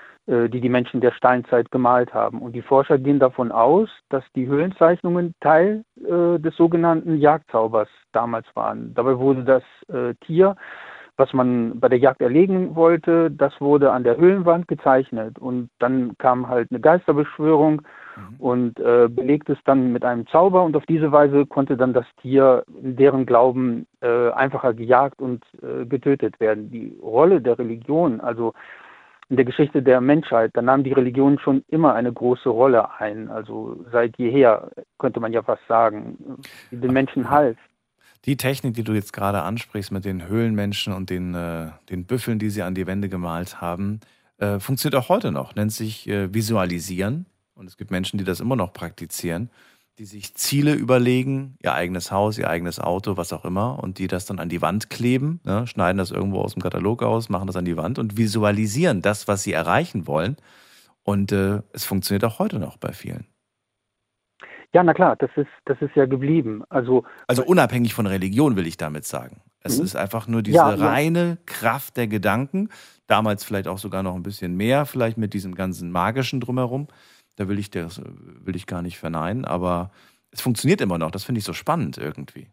die die Menschen der Steinzeit gemalt haben. Und die Forscher gehen davon aus, dass die Höhlenzeichnungen Teil äh, des sogenannten Jagdzaubers damals waren. Dabei wurde das äh, Tier, was man bei der Jagd erlegen wollte, das wurde an der Höhlenwand gezeichnet. Und dann kam halt eine Geisterbeschwörung mhm. und äh, belegte es dann mit einem Zauber. Und auf diese Weise konnte dann das Tier in deren Glauben äh, einfacher gejagt und äh, getötet werden. Die Rolle der Religion, also in der Geschichte der Menschheit, da nahm die Religion schon immer eine große Rolle ein. Also seit jeher, könnte man ja fast sagen, die den Menschen half. Die Technik, die du jetzt gerade ansprichst mit den Höhlenmenschen und den, äh, den Büffeln, die sie an die Wände gemalt haben, äh, funktioniert auch heute noch, nennt sich äh, Visualisieren. Und es gibt Menschen, die das immer noch praktizieren, die sich Ziele überlegen, ihr eigenes Haus, ihr eigenes Auto, was auch immer, und die das dann an die Wand kleben, ne, schneiden das irgendwo aus dem Katalog aus, machen das an die Wand und visualisieren das, was sie erreichen wollen. Und äh, es funktioniert auch heute noch bei vielen. Ja, na klar, das ist, das ist ja geblieben. Also, Also unabhängig von Religion will ich damit sagen. Es Mhm. ist einfach nur diese ja, ja, reine Kraft der Gedanken, damals vielleicht auch sogar noch ein bisschen mehr, vielleicht mit diesem ganzen Magischen drumherum. Da will ich das will ich gar nicht verneinen, aber es funktioniert immer noch. Das finde ich so spannend irgendwie.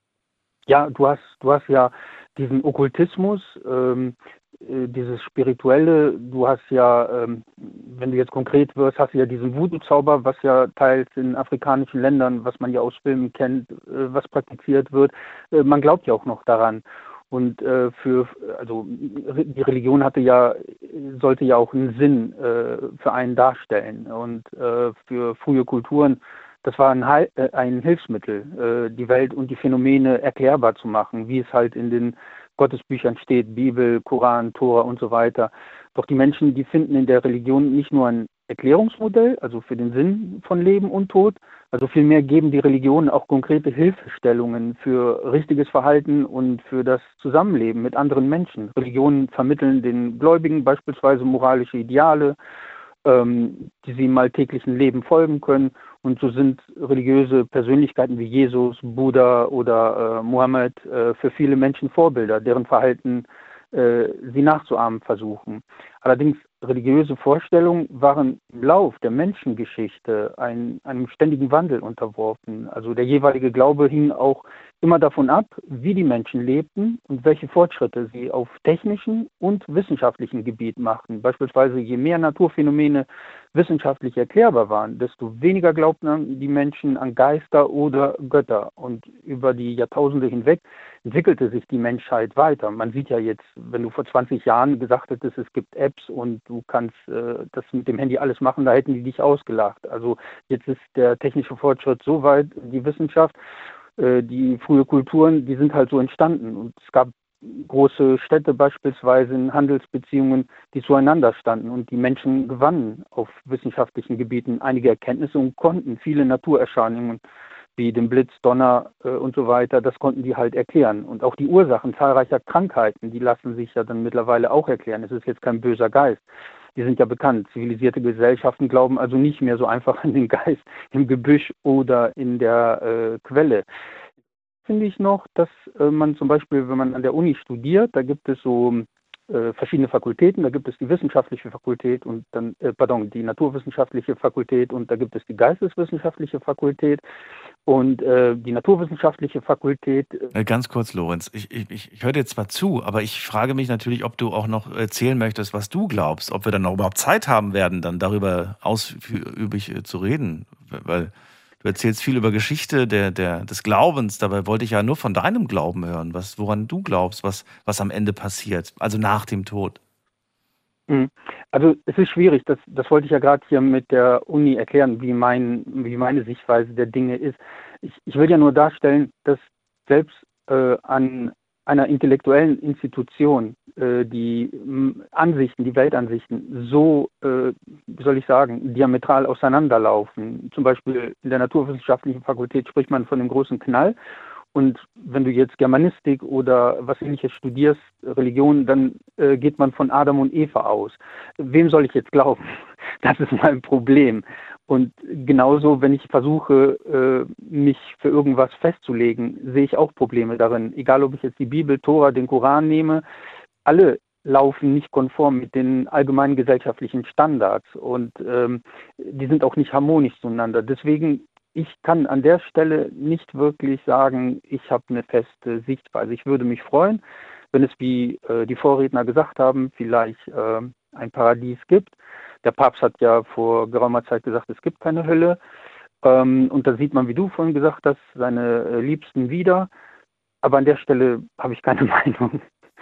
ja, du hast, du hast ja diesen Okkultismus, ähm, äh, dieses Spirituelle, du hast ja, ähm, wenn du jetzt konkret wirst, hast du ja diesen Voodoo-Zauber, was ja teils in afrikanischen Ländern, was man ja aus Filmen kennt, äh, was praktiziert wird. Äh, man glaubt ja auch noch daran. Und äh, für, also die Religion hatte ja, sollte ja auch einen Sinn äh, für einen darstellen. Und äh, für frühe Kulturen, das war ein, Heil, äh, ein Hilfsmittel, äh, die Welt und die Phänomene erklärbar zu machen, wie es halt in den Gottesbüchern steht, Bibel, Koran, Tora und so weiter. Doch die Menschen, die finden in der Religion nicht nur ein Erklärungsmodell, also für den Sinn von Leben und Tod, also vielmehr geben die Religionen auch konkrete Hilfestellungen für richtiges Verhalten und für das Zusammenleben mit anderen Menschen. Religionen vermitteln den Gläubigen beispielsweise moralische Ideale, ähm, die sie im alltäglichen Leben folgen können. Und so sind religiöse Persönlichkeiten wie Jesus, Buddha oder äh, Mohammed äh, für viele Menschen Vorbilder, deren Verhalten äh, sie nachzuahmen versuchen. Allerdings religiöse Vorstellungen waren im Lauf der Menschengeschichte ein, einem ständigen Wandel unterworfen. Also der jeweilige Glaube hing auch immer davon ab, wie die Menschen lebten und welche Fortschritte sie auf technischen und wissenschaftlichen Gebiet machten. Beispielsweise je mehr Naturphänomene wissenschaftlich erklärbar waren, desto weniger glaubten die Menschen an Geister oder Götter. Und über die Jahrtausende hinweg entwickelte sich die Menschheit weiter. Man sieht ja jetzt, wenn du vor zwanzig Jahren gesagt hättest, es gibt Apps und du kannst äh, das mit dem Handy alles machen, da hätten die dich ausgelacht. Also jetzt ist der technische Fortschritt so weit, die Wissenschaft, äh, die frühe Kulturen, die sind halt so entstanden. Und es gab große Städte beispielsweise in Handelsbeziehungen, die zueinander standen und die Menschen gewannen auf wissenschaftlichen Gebieten einige Erkenntnisse und konnten viele Naturerscheinungen wie den Blitz, Donner äh, und so weiter, das konnten die halt erklären. Und auch die Ursachen zahlreicher Krankheiten, die lassen sich ja dann mittlerweile auch erklären. Es ist jetzt kein böser Geist. Die sind ja bekannt. Zivilisierte Gesellschaften glauben also nicht mehr so einfach an den Geist im Gebüsch oder in der äh, Quelle. Finde ich noch, dass äh, man zum Beispiel, wenn man an der Uni studiert, da gibt es so äh, verschiedene Fakultäten, da gibt es die wissenschaftliche Fakultät und dann, äh, pardon, die naturwissenschaftliche Fakultät und da gibt es die geisteswissenschaftliche Fakultät und äh, die naturwissenschaftliche Fakultät. Äh, Ganz kurz, Lorenz, ich, ich, ich höre dir zwar zu, aber ich frage mich natürlich, ob du auch noch erzählen möchtest, was du glaubst, ob wir dann noch überhaupt Zeit haben werden, dann darüber ausführlich äh, zu reden, weil du erzählst viel über Geschichte der, der, des Glaubens, dabei wollte ich ja nur von deinem Glauben hören, was, woran du glaubst, was, was am Ende passiert, also nach dem Tod. Also es ist schwierig, das, das wollte ich ja gerade hier mit der Uni erklären, wie, mein, wie meine Sichtweise der Dinge ist. Ich, ich will ja nur darstellen, dass selbst äh, an einer intellektuellen Institution äh, die m, Ansichten, die Weltansichten so, äh, wie soll ich sagen, diametral auseinanderlaufen. Zum Beispiel in der naturwissenschaftlichen Fakultät spricht man von dem großen Knall. Und wenn du jetzt Germanistik oder was Ähnliches studierst, Religion, dann äh, geht man von Adam und Eva aus. Wem soll ich jetzt glauben? Das ist mein Problem. Und genauso, wenn ich versuche, äh, mich für irgendwas festzulegen, sehe ich auch Probleme darin. Egal, ob ich jetzt die Bibel, Tora, den Koran nehme, alle laufen nicht konform mit den allgemeinen gesellschaftlichen Standards und ähm, die sind auch nicht harmonisch zueinander. Deswegen ich kann an der Stelle nicht wirklich sagen, ich habe eine feste Sichtweise. Ich würde mich freuen, wenn es, wie äh, die Vorredner gesagt haben, vielleicht äh, ein Paradies gibt. Der Papst hat ja vor geraumer Zeit gesagt, es gibt keine Hölle. Ähm, und da sieht man, wie du vorhin gesagt hast, seine äh, Liebsten wieder. Aber an der Stelle habe ich keine Meinung.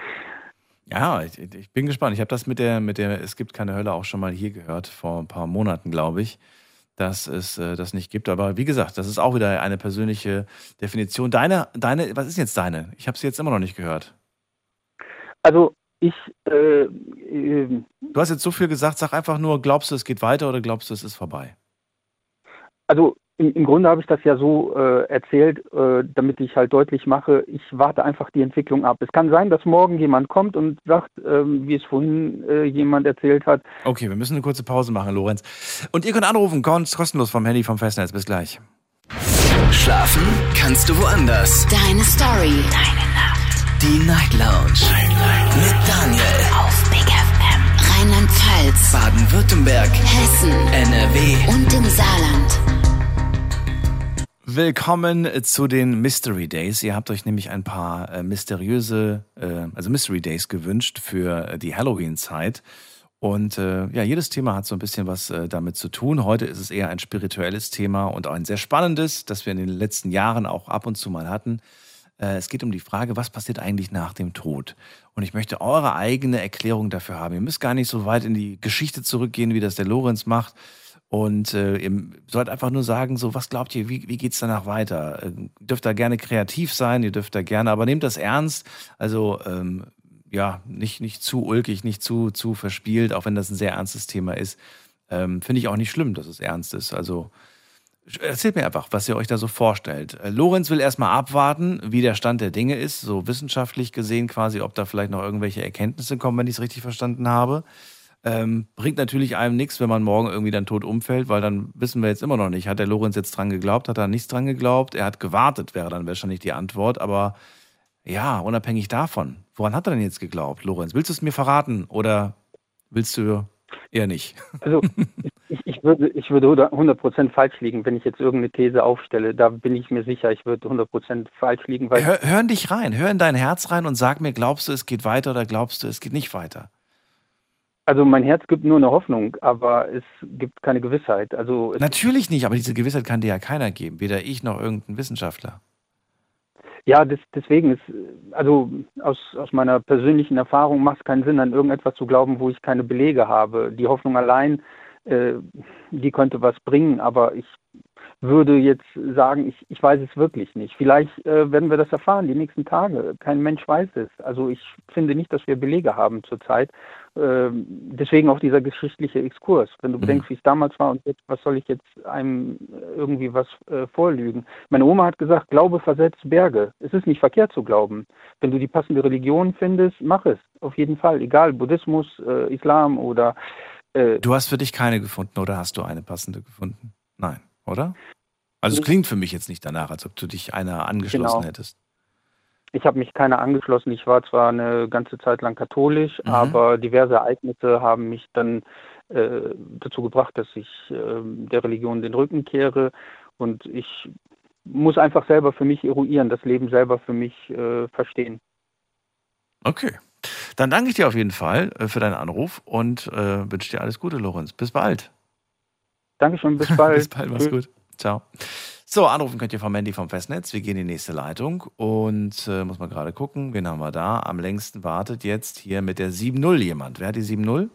Ja, ich, ich bin gespannt. Ich habe das mit der, mit der Es gibt keine Hölle auch schon mal hier gehört, vor ein paar Monaten, glaube ich. dass es äh, das nicht gibt. Aber wie gesagt, das ist auch wieder eine persönliche Definition. Deine, deine, was ist jetzt deine? Ich habe sie jetzt immer noch nicht gehört. Also ich... Äh, äh, du hast jetzt so viel gesagt, sag einfach nur, glaubst du, es geht weiter oder glaubst du, es ist vorbei? Also im, im Grunde habe ich das ja so äh, erzählt, äh, damit ich halt deutlich mache, ich warte einfach die Entwicklung ab. Es kann sein, dass morgen jemand kommt und sagt, äh, wie es vorhin äh, jemand erzählt hat. Okay, wir müssen eine kurze Pause machen, Lorenz. Und ihr könnt anrufen, kostenlos vom Handy, vom Festnetz. Bis gleich. Schlafen kannst du woanders. Deine Story. Deine Nacht. Die Night Lounge. Night, Night. Mit Daniel. Auf Big F M. Rheinland-Pfalz. Baden-Württemberg. Hessen. N R W. Und im Saarland. Willkommen zu den Mystery Days. Ihr habt euch nämlich ein paar äh, mysteriöse, äh, also Mystery Days gewünscht für äh, die Halloween-Zeit. Und äh, ja, jedes Thema hat so ein bisschen was äh, damit zu tun. Heute ist es eher ein spirituelles Thema und auch ein sehr spannendes, das wir in den letzten Jahren auch ab und zu mal hatten. Äh, es geht um die Frage, was passiert eigentlich nach dem Tod? Und ich möchte eure eigene Erklärung dafür haben. Ihr müsst gar nicht so weit in die Geschichte zurückgehen, wie das der Lorenz macht. Und äh, ihr sollt einfach nur sagen, so, was glaubt ihr, wie, wie geht's danach weiter? Äh, ihr dürft da gerne kreativ sein, ihr dürft da gerne, aber nehmt das ernst. Also ähm, ja, nicht, nicht zu ulkig, nicht zu, zu verspielt, auch wenn das ein sehr ernstes Thema ist. Ähm, finde ich auch nicht schlimm, dass es ernst ist. Also erzählt mir einfach, was ihr euch da so vorstellt. Äh, Lorenz will erstmal abwarten, wie der Stand der Dinge ist, so wissenschaftlich gesehen quasi, ob da vielleicht noch irgendwelche Erkenntnisse kommen, wenn ich es richtig verstanden habe. Ähm, bringt natürlich einem nichts, wenn man morgen irgendwie dann tot umfällt, weil dann wissen wir jetzt immer noch nicht, hat der Lorenz jetzt dran geglaubt, hat er nichts dran geglaubt, er hat gewartet, wäre dann wahrscheinlich die Antwort, aber ja, unabhängig davon, woran hat er denn jetzt geglaubt, Lorenz? Willst du es mir verraten oder willst du eher nicht? Also ich, ich, würde, ich würde hundert Prozent falsch liegen, wenn ich jetzt irgendeine These aufstelle, da bin ich mir sicher, ich würde hundert Prozent falsch liegen. Weil hör, hör in dich rein, hör in dein Herz rein und sag mir, glaubst du, es geht weiter oder glaubst du, es geht nicht weiter? Also mein Herz gibt nur eine Hoffnung, aber es gibt keine Gewissheit. Also es Natürlich nicht, aber diese Gewissheit kann dir ja keiner geben, weder ich noch irgendein Wissenschaftler. Ja, das, deswegen ist, also aus, aus meiner persönlichen Erfahrung macht es keinen Sinn, an irgendetwas zu glauben, wo ich keine Belege habe. Die Hoffnung allein, äh, die könnte was bringen, aber ich würde jetzt sagen, ich, ich weiß es wirklich nicht. Vielleicht äh, werden wir das erfahren, die nächsten Tage. Kein Mensch weiß es. Also ich finde nicht, dass wir Belege haben zurzeit. Äh, deswegen auch dieser geschichtliche Exkurs. Wenn du bedenkst, wie es damals war und jetzt, was soll ich jetzt einem irgendwie was äh, vorlügen? Meine Oma hat gesagt, Glaube versetzt Berge. Es ist nicht verkehrt zu glauben. Wenn du die passende Religion findest, mach es. Auf jeden Fall. Egal, Buddhismus, äh, Islam oder... Äh, du hast für dich keine gefunden oder hast du eine passende gefunden? Nein. Oder? Also es klingt für mich jetzt nicht danach, als ob du dich einer angeschlossen genau. hättest. Ich habe mich keiner angeschlossen. Ich war zwar eine ganze Zeit lang katholisch, Mhm. aber diverse Ereignisse haben mich dann äh, dazu gebracht, dass ich äh, der Religion den Rücken kehre. Und ich muss einfach selber für mich eruieren, das Leben selber für mich äh, verstehen. Okay. Dann danke ich dir auf jeden Fall äh, für deinen Anruf und äh, wünsche dir alles Gute, Lorenz. Bis bald. Dankeschön, bis bald. Bis bald, mach's gut. Ciao. So, anrufen könnt ihr vom Handy vom Festnetz. Wir gehen in die nächste Leitung und äh, muss mal gerade gucken, wen haben wir da? Am längsten wartet jetzt hier mit der sieben null jemand. Wer hat die sieben null?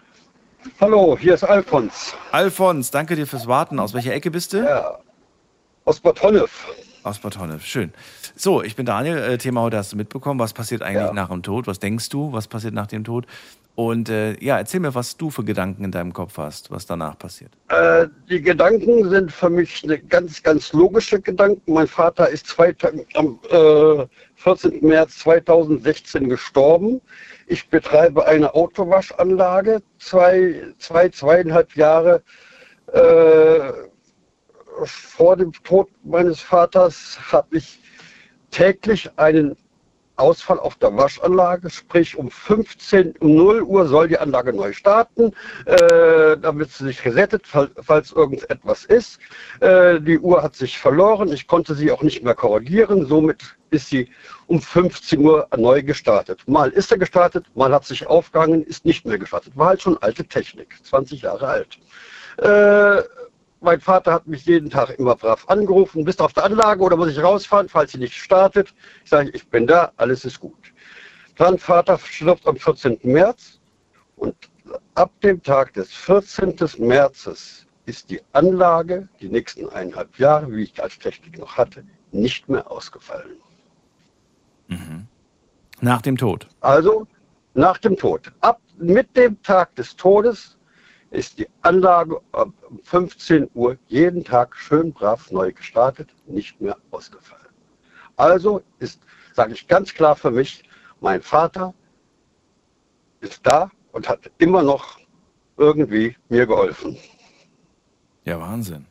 Hallo, hier ist Alfons. Alfons, danke dir fürs Warten. Aus welcher Ecke bist du? Ja, aus Bad Honnef. Aus Bad Honnef, schön. So, ich bin Daniel. Äh, Thema heute hast du mitbekommen. Was passiert eigentlich Ja. nach dem Tod? Was denkst du? Was passiert nach dem Tod? Und äh, ja, erzähl mir, was du für Gedanken in deinem Kopf hast, was danach passiert. Äh, die Gedanken sind für mich eine ganz, ganz logische Gedanken. Mein Vater ist zwei, am äh, vierzehnten März zweitausendsechzehn gestorben. Ich betreibe eine Autowaschanlage. Zwei, zwei zweieinhalb Jahre äh, vor dem Tod meines Vaters habe ich täglich einen Ausfall auf der Waschanlage, sprich um fünfzehn, um null Uhr soll die Anlage neu starten, äh, damit sie sich resettet, fall, falls irgendetwas ist. Äh, die Uhr hat sich verloren, ich konnte sie auch nicht mehr korrigieren, somit ist sie um fünfzehn Uhr neu gestartet. Mal ist er gestartet, mal hat sich aufgehangen, ist nicht mehr gestartet. War halt schon alte Technik, zwanzig Jahre alt. Äh, Mein Vater hat mich jeden Tag immer brav angerufen, bist du auf der Anlage oder muss ich rausfahren, falls sie nicht startet? Ich sage, ich bin da, alles ist gut. Dann Vater stirbt am vierzehnten März und ab dem Tag des vierzehnten Märzes ist die Anlage die nächsten eineinhalb Jahre, wie ich als Technik noch hatte, nicht mehr ausgefallen. Mhm. Nach dem Tod? Also nach dem Tod. Ab mit dem Tag des Todes ist die Anlage um fünfzehn Uhr jeden Tag schön brav neu gestartet, nicht mehr ausgefallen. Also ist, sage ich ganz klar für mich, mein Vater ist da und hat immer noch irgendwie mir geholfen. Ja, Wahnsinn.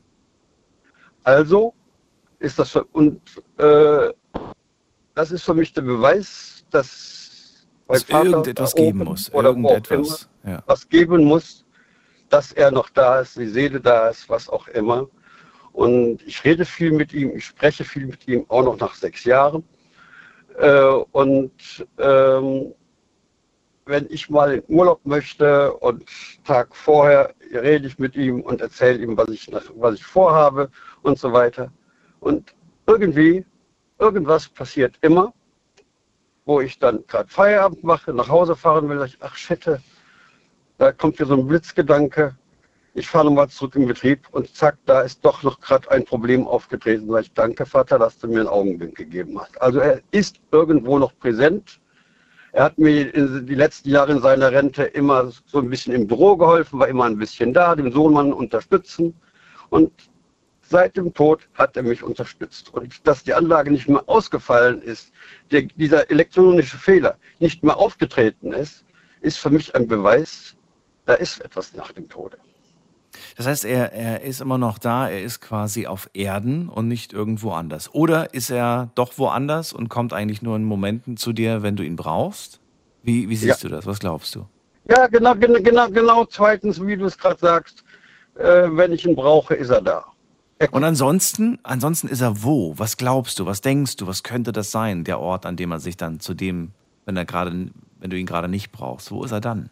Also ist das für, und äh, das ist für mich der Beweis, dass mein Dass Vater irgendetwas da geben oben muss. oder wo auch Irgendetwas. immer Ja. was geben muss, dass er noch da ist, die Seele da ist, was auch immer. Und ich rede viel mit ihm, ich spreche viel mit ihm, auch noch nach sechs Jahren. Äh, und ähm, wenn ich mal in Urlaub möchte und Tag vorher rede ich mit ihm und erzähle ihm, was ich, was ich vorhabe und so weiter. Und irgendwie, irgendwas passiert immer, wo ich dann gerade Feierabend mache, nach Hause fahren will, sage ich, ach shit, da kommt mir so ein Blitzgedanke, ich fahre nochmal zurück in den Betrieb und zack, da ist doch noch gerade ein Problem aufgetreten. Sag ich, danke Vater, dass du mir einen Augenblick gegeben hast. Also er ist irgendwo noch präsent. Er hat mir in die letzten Jahre in seiner Rente immer so ein bisschen im Büro geholfen, war immer ein bisschen da, den Sohnemann unterstützen. Und seit dem Tod hat er mich unterstützt. Und dass die Anlage nicht mehr ausgefallen ist, der, dieser elektronische Fehler nicht mehr aufgetreten ist, ist für mich ein Beweis, da ist etwas nach dem Tode. Das heißt, er, er ist immer noch da, er ist quasi auf Erden und nicht irgendwo anders. Oder ist er doch woanders und kommt eigentlich nur in Momenten zu dir, wenn du ihn brauchst? Wie, wie siehst Ja. du das? Was glaubst du? Ja, genau, genau, genau, genau. Zweitens, wie du es gerade sagst, äh, wenn ich ihn brauche, ist er da. Er Und ansonsten, ansonsten ist er wo? Was glaubst du? Was denkst du? Was könnte das sein, der Ort, an dem er sich dann zu dem, wenn er gerade, wenn du ihn gerade nicht brauchst, wo ist er dann?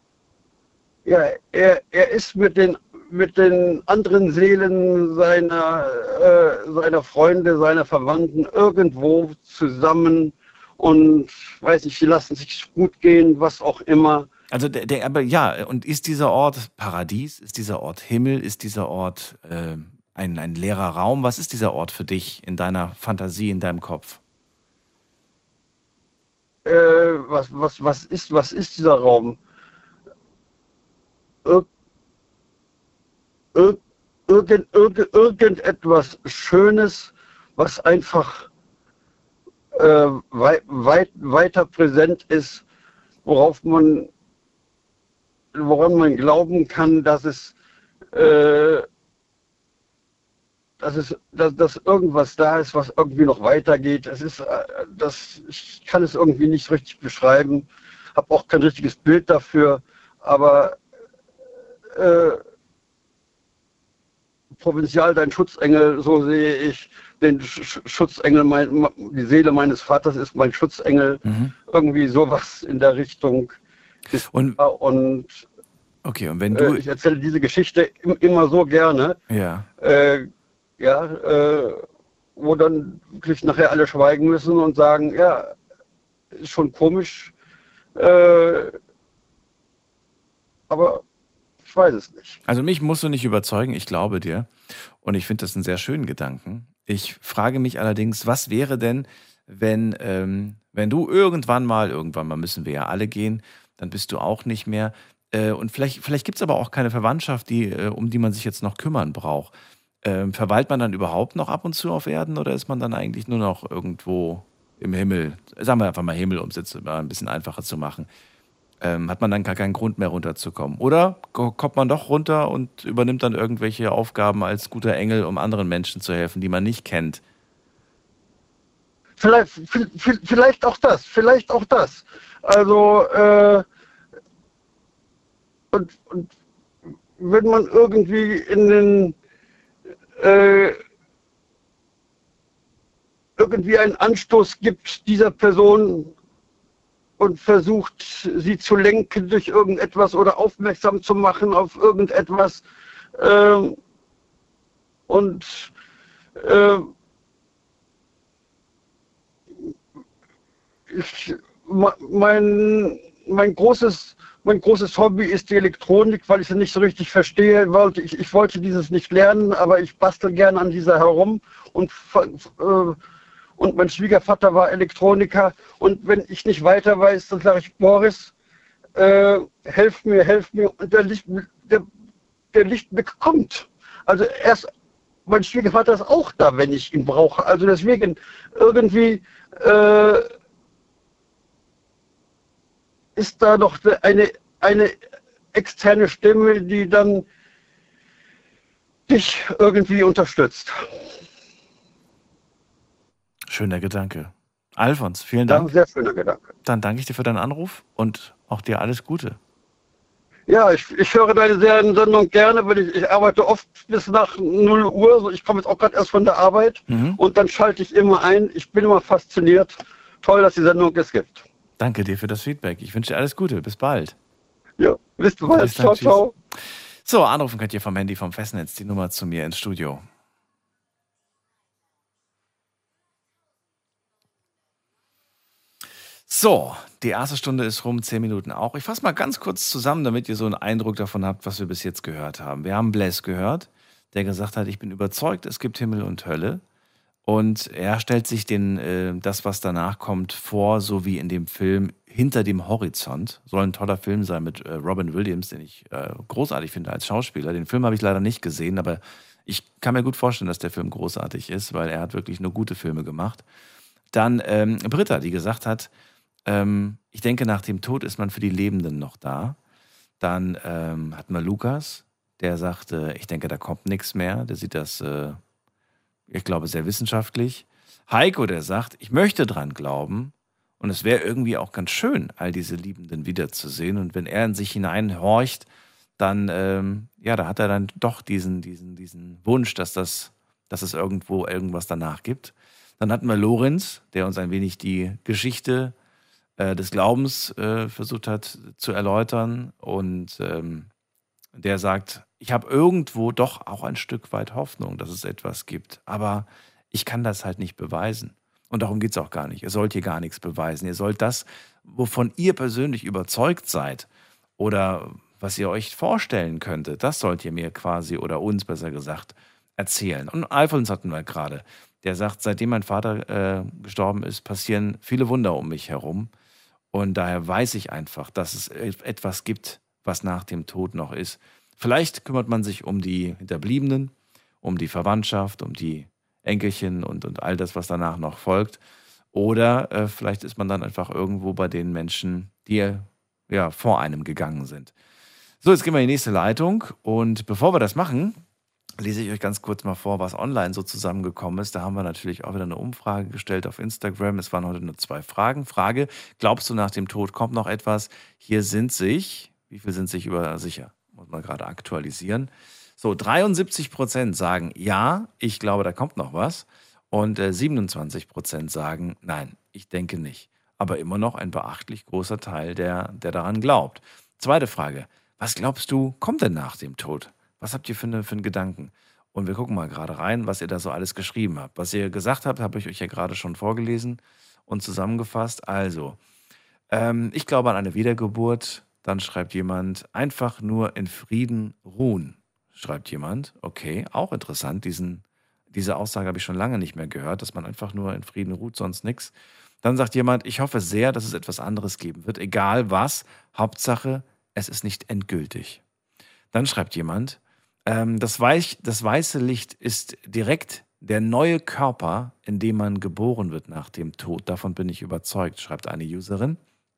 Ja, er, er ist mit den, mit den anderen Seelen seiner, äh, seiner Freunde, seiner Verwandten irgendwo zusammen und weiß nicht, sie lassen sich gut gehen, was auch immer. Also der, der aber ja, und ist dieser Ort Paradies? Ist dieser Ort Himmel? Ist dieser Ort äh, ein, ein leerer Raum? Was ist dieser Ort für dich in deiner Fantasie, in deinem Kopf? Äh, was, was, was, ist, was ist dieser Raum? Ir ir irgend, irgend, irgendetwas Schönes, was einfach äh, wei weit, weiter präsent ist, worauf man, woran man glauben kann, dass es, äh, dass es, dass, dass irgendwas da ist, was irgendwie noch weitergeht. Es ist, äh, das, ich kann es irgendwie nicht richtig beschreiben, habe auch kein richtiges Bild dafür, aber äh, Provinzial, dein Schutzengel, so sehe ich den Sch Schutzengel, mein, die Seele meines Vaters ist mein Schutzengel, Mhm. irgendwie sowas in der Richtung. Ist Und, da. Und okay, und wenn äh, du, ich erzähle diese Geschichte im, immer so gerne, ja, äh, ja, äh, wo dann wirklich nachher alle schweigen müssen und sagen, ja, ist schon komisch, äh, aber ich weiß es nicht. also mich musst du nicht überzeugen, ich glaube dir. Und ich finde das einen sehr schönen Gedanken. Ich frage mich allerdings, was wäre denn, wenn, ähm, wenn du irgendwann mal, irgendwann mal müssen wir ja alle gehen, dann bist du auch nicht mehr. Äh, und vielleicht, vielleicht gibt es aber auch keine Verwandtschaft, die, äh, um die man sich jetzt noch kümmern braucht. Ähm, verweilt man dann überhaupt noch ab und zu auf Erden oder ist man dann eigentlich nur noch irgendwo im Himmel? Sagen wir einfach mal Himmel, um es jetzt mal ein bisschen einfacher zu machen. Ähm, hat man dann gar keinen Grund mehr runterzukommen. Oder ko- kommt man doch runter und übernimmt dann irgendwelche Aufgaben als guter Engel, um anderen Menschen zu helfen, die man nicht kennt. Vielleicht, vi- vi- vielleicht auch das, vielleicht auch das. Also, äh, und, und wenn man irgendwie in den, äh, irgendwie einen Anstoß gibt dieser Person und versucht, sie zu lenken durch irgendetwas oder aufmerksam zu machen auf irgendetwas, äh, und äh, ich, mein, mein großes, mein großes Hobby ist die Elektronik, weil ich sie nicht so richtig verstehe. Wollte, ich, ich wollte dieses nicht lernen, aber ich bastel gerne an dieser herum. Und, äh, und mein Schwiegervater war Elektroniker. Und wenn ich nicht weiter weiß, dann sage ich, Boris, äh, helf mir, helf mir. Und der Licht, der, der Lichtblick kommt. Also erst, mein Schwiegervater ist auch da, wenn ich ihn brauche. Also deswegen irgendwie äh, ist da noch eine, eine externe Stimme, die dann dich irgendwie unterstützt. Schöner Gedanke. Alfons, vielen Dank. Ja, sehr schöner Gedanke. Dann danke ich dir für deinen Anruf und auch dir alles Gute. Ja, ich, ich höre deine Sendung gerne, weil ich, ich arbeite oft bis nach null Uhr. Ich komme jetzt auch gerade erst von der Arbeit mhm. und dann schalte ich immer ein. Ich bin immer fasziniert. Toll, dass die Sendung es gibt. Danke dir für das Feedback. Ich wünsche dir alles Gute. Bis bald. Ja, bis bald. Bis dann, ciao, tschüss. Ciao. So, anrufen könnt ihr vom Handy vom Festnetz die Nummer zu mir ins Studio. So, die erste Stunde ist rum, zehn Minuten auch. Ich fasse mal ganz kurz zusammen, damit ihr so einen Eindruck davon habt, was wir bis jetzt gehört haben. Wir haben Bless gehört, der gesagt hat, ich bin überzeugt, es gibt Himmel und Hölle. Und er stellt sich den, äh, das, was danach kommt, vor, so wie in dem Film Hinter dem Horizont. Soll ein toller Film sein mit äh, Robin Williams, den ich äh, großartig finde als Schauspieler. Den Film habe ich leider nicht gesehen, aber ich kann mir gut vorstellen, dass der Film großartig ist, weil er hat wirklich nur gute Filme gemacht. Dann ähm, Britta, die gesagt hat, ähm, ich denke, nach dem Tod ist man für die Lebenden noch da. Dann ähm, hatten wir Lukas, der sagte, ich denke, da kommt nichts mehr. Der sieht das... Äh, Ich glaube, sehr wissenschaftlich. Heiko, der sagt, ich möchte dran glauben und es wäre irgendwie auch ganz schön, all diese Liebenden wiederzusehen. Und wenn er in sich hineinhorcht, dann, ähm, ja, da hat er dann doch diesen, diesen, diesen Wunsch, dass, das, dass es irgendwo irgendwas danach gibt. Dann hatten wir Lorenz, der uns ein wenig die Geschichte äh, des Glaubens äh, versucht hat zu erläutern. Und ähm, der sagt, ich habe irgendwo doch auch ein Stück weit Hoffnung, dass es etwas gibt. Aber ich kann das halt nicht beweisen. Und darum geht es auch gar nicht. Ihr sollt hier gar nichts beweisen. Ihr sollt das, wovon ihr persönlich überzeugt seid oder was ihr euch vorstellen könntet, das sollt ihr mir quasi oder uns besser gesagt erzählen. Und Alfons hatten wir gerade. Der sagt, seitdem mein Vater äh, gestorben ist, passieren viele Wunder um mich herum. Und daher weiß ich einfach, dass es etwas gibt, was nach dem Tod noch ist. Vielleicht kümmert man sich um die Hinterbliebenen, um die Verwandtschaft, um die Enkelchen und, und all das, was danach noch folgt. Oder äh, vielleicht ist man dann einfach irgendwo bei den Menschen, die ja vor einem gegangen sind. So, jetzt gehen wir in die nächste Leitung. Und bevor wir das machen, lese ich euch ganz kurz mal vor, was online so zusammengekommen ist. Da haben wir natürlich auch wieder eine Umfrage gestellt auf Instagram. Es waren heute nur zwei Fragen. Frage, glaubst du, nach dem Tod kommt noch etwas? Hier sind sich, wie viel sind sich über sicher? Muss man gerade aktualisieren. So, dreiundsiebzig Prozent sagen, ja, ich glaube, da kommt noch was. Und äh, siebenundzwanzig Prozent sagen, nein, ich denke nicht. Aber immer noch ein beachtlich großer Teil, der, der daran glaubt. Zweite Frage, was glaubst du, kommt denn nach dem Tod? Was habt ihr für, eine, für einen Gedanken? Und wir gucken mal gerade rein, was ihr da so alles geschrieben habt. Was ihr gesagt habt, habe ich euch ja gerade schon vorgelesen und zusammengefasst. Also, ähm, ich glaube an eine Wiedergeburt. Dann schreibt jemand, einfach nur in Frieden ruhen. Schreibt jemand, okay, auch interessant. Diesen, diese Aussage habe ich schon lange nicht mehr gehört, dass man einfach nur in Frieden ruht, sonst nichts. Dann sagt jemand, ich hoffe sehr, dass es etwas anderes geben wird. Egal was, Hauptsache, es ist nicht endgültig. Dann schreibt jemand, ähm, das, Weich, das weiße Licht ist direkt der neue Körper, in dem man geboren wird nach dem Tod. Davon bin ich überzeugt, schreibt eine Userin.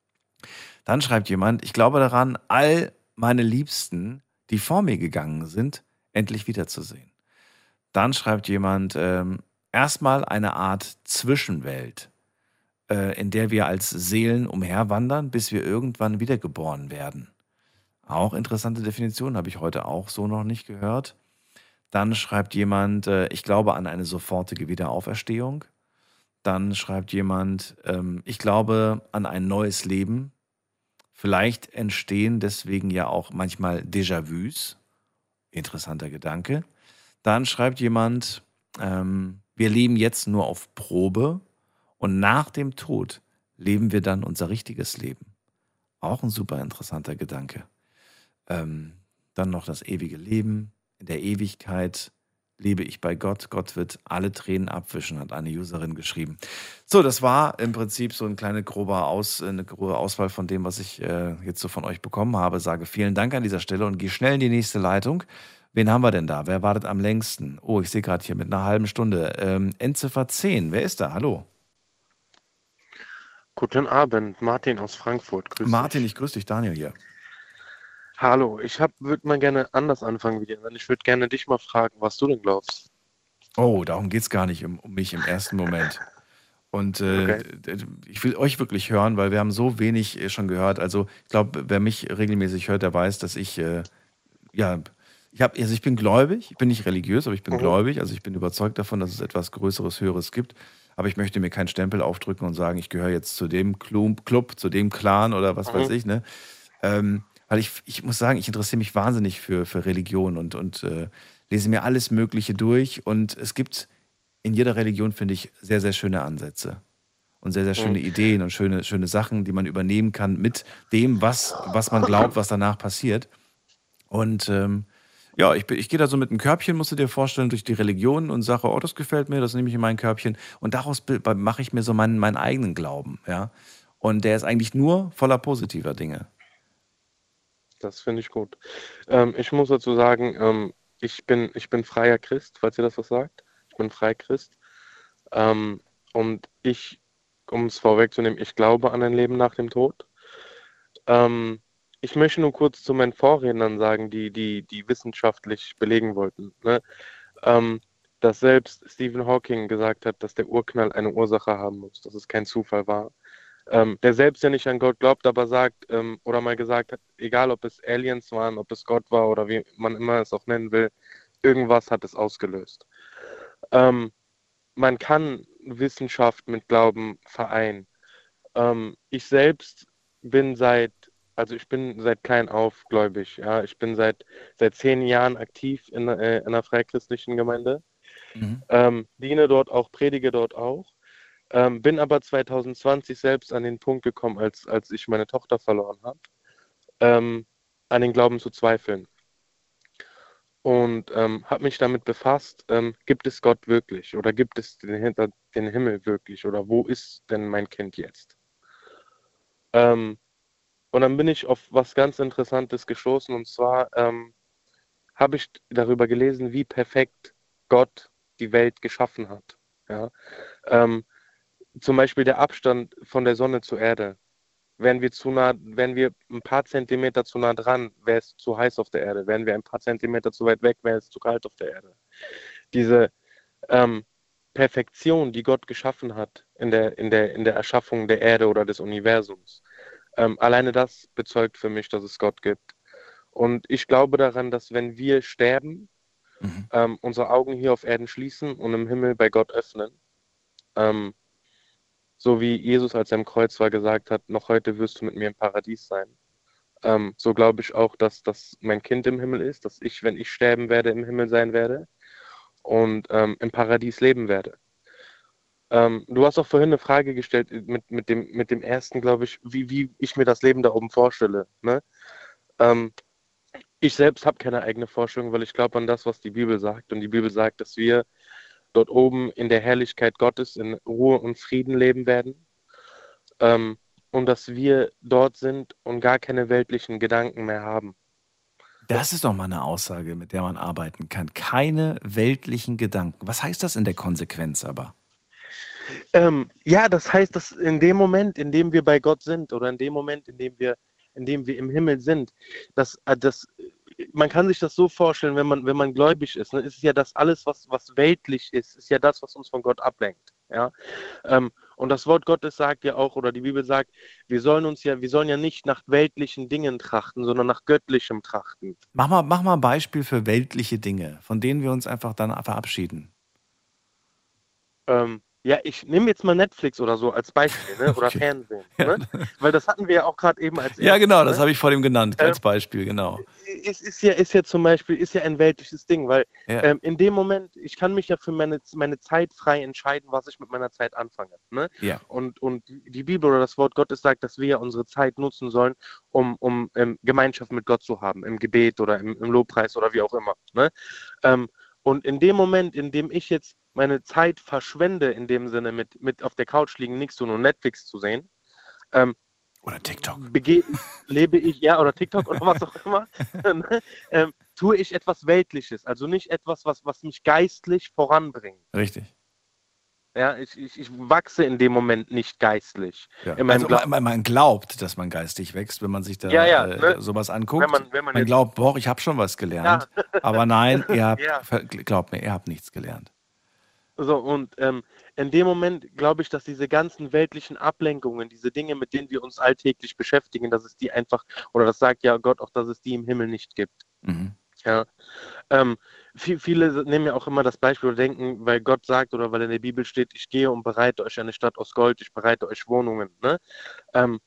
Dann schreibt jemand, ich glaube daran, all meine Liebsten, die vor mir gegangen sind, endlich wiederzusehen. Dann schreibt jemand, ähm, erstmal eine Art Zwischenwelt, äh, in der wir als Seelen umherwandern, bis wir irgendwann wiedergeboren werden. Auch interessante Definition, habe ich heute auch so noch nicht gehört. Dann schreibt jemand, äh, ich glaube an eine sofortige Wiederauferstehung. Dann schreibt jemand, ähm, ich glaube an ein neues Leben. Vielleicht entstehen deswegen ja auch manchmal Déjà-vus. Interessanter Gedanke. Dann schreibt jemand, ähm, wir leben jetzt nur auf Probe und nach dem Tod leben wir dann unser richtiges Leben. Auch ein super interessanter Gedanke. Ähm, dann noch das ewige Leben. In der Ewigkeit lebe ich bei Gott. Gott wird alle Tränen abwischen, hat eine Userin geschrieben. So, das war im Prinzip so ein kleine grober Aus, eine grobe Auswahl von dem, was ich äh, jetzt so von euch bekommen habe. Sage vielen Dank an dieser Stelle und gehe schnell in die nächste Leitung. Wen haben wir denn da? Wer wartet am längsten? Oh, ich sehe gerade hier mit einer halben Stunde. Ähm, Endziffer zehn. Wer ist da? Hallo. Guten Abend, Martin aus Frankfurt. Grüß Martin, dich. ich grüße dich. Daniel hier. Hallo, ich würde mal gerne anders anfangen wie dir. Ich würde gerne dich mal fragen, was du denn glaubst. Oh, darum geht es gar nicht um, um mich im ersten Moment. Und äh, Okay. d- d- ich will euch wirklich hören, weil wir haben so wenig äh, schon gehört. Also ich glaube, wer mich regelmäßig hört, der weiß, dass ich, äh, ja, ich habe, also ich bin gläubig, ich bin nicht religiös, aber ich bin Mhm. gläubig. Also ich bin überzeugt davon, dass es etwas Größeres, Höheres gibt. Aber ich möchte mir keinen Stempel aufdrücken und sagen, ich gehöre jetzt zu dem Club, Club, zu dem Clan oder was weiß Mhm. ich, ne? Ähm, weil ich, ich muss sagen, ich interessiere mich wahnsinnig für, für Religion und, und äh, lese mir alles Mögliche durch. Und es gibt in jeder Religion, finde ich, sehr, sehr schöne Ansätze und sehr, sehr schöne Mhm. Ideen und schöne, schöne Sachen, die man übernehmen kann mit dem, was, was man glaubt, was danach passiert. Und ähm, ja, ich, bin- ich gehe da so mit einem Körbchen, musst du dir vorstellen, durch die Religion und sage, oh, das gefällt mir, das nehme ich in mein Körbchen. Und daraus be- be- mache ich mir so meinen, meinen eigenen Glauben. Ja? Und der ist eigentlich nur voller positiver Dinge. Das finde ich gut. Ähm, ich muss dazu sagen, ähm, ich bin, ich bin freier Christ, falls ihr das was sagt. Ich bin freier Christ. Ähm, und ich, um es vorwegzunehmen, ich glaube an ein Leben nach dem Tod. Ähm, ich möchte nur kurz zu meinen Vorrednern sagen, die, die, die wissenschaftlich belegen wollten, ne? Ähm, dass selbst Stephen Hawking gesagt hat, dass der Urknall eine Ursache haben muss, dass es kein Zufall war. Ähm, der selbst ja nicht an Gott glaubt, aber sagt ähm, oder mal gesagt hat, egal ob es Aliens waren, ob es Gott war oder wie man immer es auch nennen will, irgendwas hat es ausgelöst. Ähm, man kann Wissenschaft mit Glauben vereinen. Ähm, ich selbst bin seit, also ich bin seit klein auf gläubig. Ja, ich bin seit seit zehn Jahren aktiv in, äh, in einer freichristlichen Gemeinde, Mhm. ähm, diene dort auch, predige dort auch. Ähm, bin aber zwanzig zwanzig selbst an den Punkt gekommen, als, als ich meine Tochter verloren habe, ähm, an den Glauben zu zweifeln. Und ähm, habe mich damit befasst, ähm, gibt es Gott wirklich oder gibt es den, hinter den Himmel wirklich oder wo ist denn mein Kind jetzt? Ähm, und dann bin ich auf was ganz Interessantes gestoßen und zwar ähm, habe ich darüber gelesen, wie perfekt Gott die Welt geschaffen hat. Ja? Ähm, zum Beispiel der Abstand von der Sonne zur Erde. Wären wir zu nah, wären wir ein paar Zentimeter zu nah dran, wäre es zu heiß auf der Erde. Wären wir ein paar Zentimeter zu weit weg, wäre es zu kalt auf der Erde. Diese ähm, Perfektion, die Gott geschaffen hat in der, in der, in der Erschaffung der Erde oder des Universums, ähm, alleine das bezeugt für mich, dass es Gott gibt. Und ich glaube daran, dass wenn wir sterben, Mhm. ähm, unsere Augen hier auf Erden schließen und im Himmel bei Gott öffnen, ähm, so wie Jesus, als er am Kreuz war, gesagt hat, noch heute wirst du mit mir im Paradies sein. Ähm, so glaube ich auch, dass das mein Kind im Himmel ist, dass ich, wenn ich sterben werde, im Himmel sein werde und ähm, im Paradies leben werde. Ähm, du hast auch vorhin eine Frage gestellt mit, mit, dem, mit dem ersten, glaube ich, wie, wie ich mir das Leben da oben vorstelle. Ne? Ähm, ich selbst habe keine eigene Vorstellung, weil ich glaube an das, was die Bibel sagt. Und die Bibel sagt, dass wir dort oben in der Herrlichkeit Gottes in Ruhe und Frieden leben werden. Ähm, und dass wir dort sind und gar keine weltlichen Gedanken mehr haben. Das ist doch mal eine Aussage, mit der man arbeiten kann. Keine weltlichen Gedanken. Was heißt das in der Konsequenz aber? Ähm, ja, das heißt, dass in dem Moment, in dem wir bei Gott sind oder in dem Moment, in dem wir, in dem wir im Himmel sind, dass äh, das, man kann sich das so vorstellen, wenn man, wenn man gläubig ist, ne, ist es ja das alles, was, was weltlich ist, ist ja das, was uns von Gott ablenkt. Ja? Ähm, und das Wort Gottes sagt ja auch, oder die Bibel sagt, wir sollen uns ja, wir sollen ja nicht nach weltlichen Dingen trachten, sondern nach göttlichem trachten. Mach mal, mach mal ein Beispiel für weltliche Dinge, von denen wir uns einfach dann verabschieden. Ähm, ja, ich nehme jetzt mal Netflix oder so als Beispiel, ne? Oder Okay. Fernsehen, Ja. ne? Weil das hatten wir ja auch gerade eben als Ja, erstes, genau, das ne? habe ich vor dem genannt, Ähm, als Beispiel, genau. ist, ist, ja, ist ja zum Beispiel ist ja ein weltliches Ding, weil Ja. ähm, in dem Moment, ich kann mich ja für meine, meine Zeit frei entscheiden, was ich mit meiner Zeit anfange. Ne? Ja. Und, und die Bibel oder das Wort Gottes sagt, dass wir ja unsere Zeit nutzen sollen, um, um ähm, Gemeinschaft mit Gott zu haben, im Gebet oder im, im Lobpreis oder wie auch immer. Ne? Ähm, und in dem Moment, in dem ich jetzt meine Zeit verschwende, in dem Sinne mit, mit auf der Couch liegen, nichts tun und Netflix zu sehen, ähm, Oder TikTok. Bege lebe ich, ja, oder TikTok oder was auch immer, ne, ähm, tue ich etwas Weltliches, also nicht etwas, was, was mich geistlich voranbringt. Richtig. Ja, ich, ich, ich wachse in dem Moment nicht geistlich. Ja. In meinem Also Glauben. man, man glaubt, dass man geistig wächst, wenn man sich da Ja, ja, äh, ne? sowas anguckt. Wenn man- wenn man man jetzt- glaubt, boah, ich habe schon was gelernt. Ja. Aber nein, ihr habt, Ja. ver- glaubt mir, ihr habt nichts gelernt. So, und ähm, in dem Moment glaube ich, dass diese ganzen weltlichen Ablenkungen, diese Dinge, mit denen wir uns alltäglich beschäftigen, dass es die einfach, oder das sagt ja Gott auch, dass es die im Himmel nicht gibt. Mhm. Ja. Ähm, viel, viele nehmen ja auch immer das Beispiel oder denken, weil Gott sagt oder weil in der Bibel steht, ich gehe und bereite euch eine Stadt aus Gold, ich bereite euch Wohnungen. Ne? Ähm,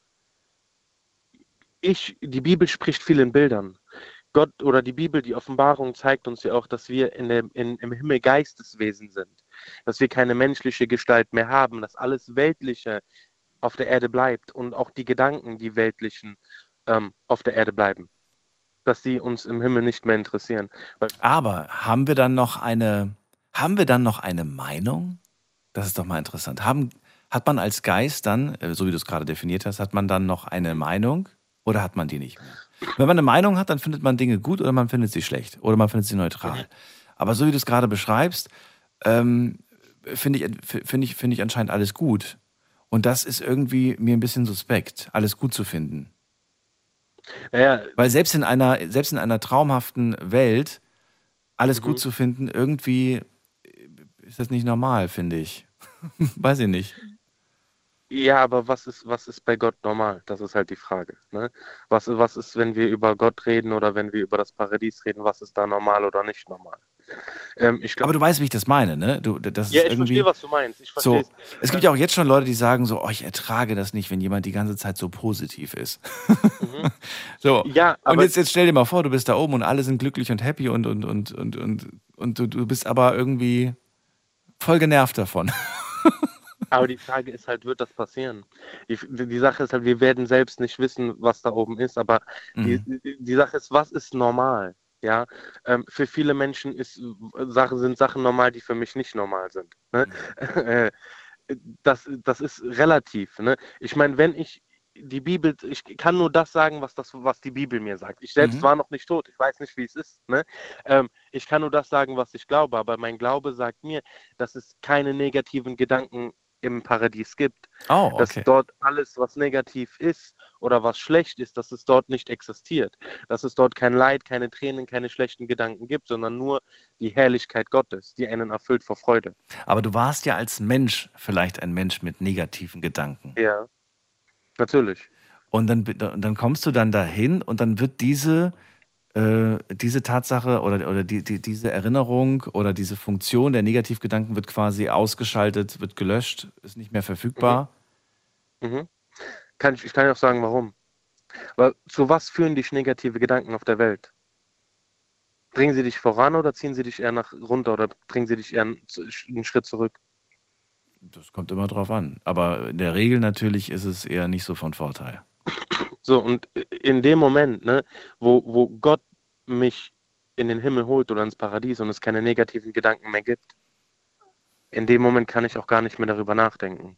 ich, die Bibel spricht viel in Bildern. Gott oder die Bibel, die Offenbarung zeigt uns ja auch, dass wir in der, in, im Himmel Geisteswesen sind, dass wir keine menschliche Gestalt mehr haben, dass alles Weltliche auf der Erde bleibt und auch die Gedanken, die weltlichen, ähm, auf der Erde bleiben, dass sie uns im Himmel nicht mehr interessieren. Weil, Aber haben wir dann noch eine, haben wir dann noch eine Meinung? Das ist doch mal interessant. Haben, hat man als Geist dann, äh, so wie du es gerade definiert hast, hat man dann noch eine Meinung oder hat man die nicht mehr? Wenn man eine Meinung hat, dann findet man Dinge gut oder man findet sie schlecht oder man findet sie neutral. Aber so wie du es gerade beschreibst, ähm, finde ich, finde ich, finde ich anscheinend alles gut. Und das ist irgendwie mir ein bisschen suspekt, alles gut zu finden. naja, Weil selbst in einer, selbst in einer traumhaften Welt alles Mhm. gut zu finden, irgendwie ist das nicht normal, finde ich. Weiß ich nicht. ja, aber was ist, was ist bei Gott normal? Das ist halt die Frage. Ne? Was, was ist, wenn wir über Gott reden oder wenn wir über das Paradies reden, was ist da normal oder nicht normal? Ähm, ich glaub, Aber du weißt, wie ich das meine, ne? Du, das ja, ist ich irgendwie verstehe, was du meinst. Ich so. verstehe Es gibt ja auch jetzt schon Leute, die sagen so, oh, ich ertrage das nicht, wenn jemand die ganze Zeit so positiv ist. So. Ja, Und aber- jetzt, jetzt stell dir mal vor, du bist da oben und alle sind glücklich und happy und, und, und, und, und, und du, du bist aber irgendwie voll genervt davon. Aber die Frage ist halt, wird das passieren? Die, die Sache ist halt, wir werden selbst nicht wissen, was da oben ist, aber die, die, die Sache ist, was ist normal? Ja, ähm, für viele Menschen ist, Sache, sind Sachen normal, die für mich nicht normal sind. Ne? Äh, das, das ist relativ. Ne? Ich meine, wenn ich die Bibel, ich kann nur das sagen, was, das, was die Bibel mir sagt. Ich selbst Mhm. war noch nicht tot, ich weiß nicht, wie es ist. Ne? Ähm, ich kann nur das sagen, was ich glaube, aber mein Glaube sagt mir, dass es keine negativen Gedanken im Paradies gibt. Oh, Dass okay. dort alles, was negativ ist oder was schlecht ist, dass es dort nicht existiert. Dass es dort kein Leid, keine Tränen, keine schlechten Gedanken gibt, sondern nur die Herrlichkeit Gottes, die einen erfüllt vor Freude. Aber du warst ja als Mensch vielleicht ein Mensch mit negativen Gedanken. Ja, natürlich. Und dann, und dann kommst du dann dahin und dann wird diese, äh, diese Tatsache oder, oder die, die, diese Erinnerung oder diese Funktion der Negativgedanken wird quasi ausgeschaltet, wird gelöscht, ist nicht mehr verfügbar. Mhm. Kann ich, ich kann ja auch sagen, warum. Weil zu was führen dich negative Gedanken auf der Welt? Bringen sie dich voran oder ziehen sie dich eher nach runter oder bringen sie dich eher einen, einen Schritt zurück? Das kommt immer drauf an. Aber in der Regel natürlich ist es eher nicht so von Vorteil. So, und in dem Moment, ne, wo, wo Gott mich in den Himmel holt oder ins Paradies und es keine negativen Gedanken mehr gibt, in dem Moment kann ich auch gar nicht mehr darüber nachdenken.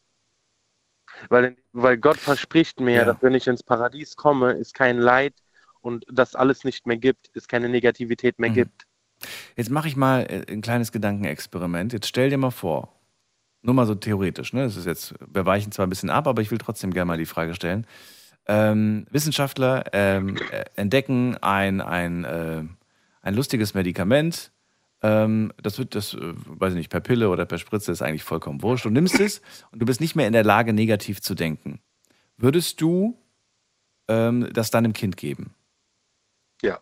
Weil, weil Gott verspricht mir, Ja. dass wenn ich ins Paradies komme, es kein Leid und das alles nicht mehr gibt, es keine Negativität mehr Mhm. gibt. Jetzt mache ich mal äh, ein kleines Gedankenexperiment. Jetzt stell dir mal vor, nur mal so theoretisch, ne? Das ist jetzt, wir weichen zwar ein bisschen ab, aber ich will trotzdem gerne mal die Frage stellen. Ähm, Wissenschaftler ähm, äh, entdecken ein, ein, äh, ein lustiges Medikament. Ähm, das wird, das, äh, weiß ich nicht, per Pille oder per Spritze ist eigentlich vollkommen wurscht. Du nimmst es und du bist nicht mehr in der Lage, negativ zu denken. Würdest du ähm, das deinem Kind geben? Ja.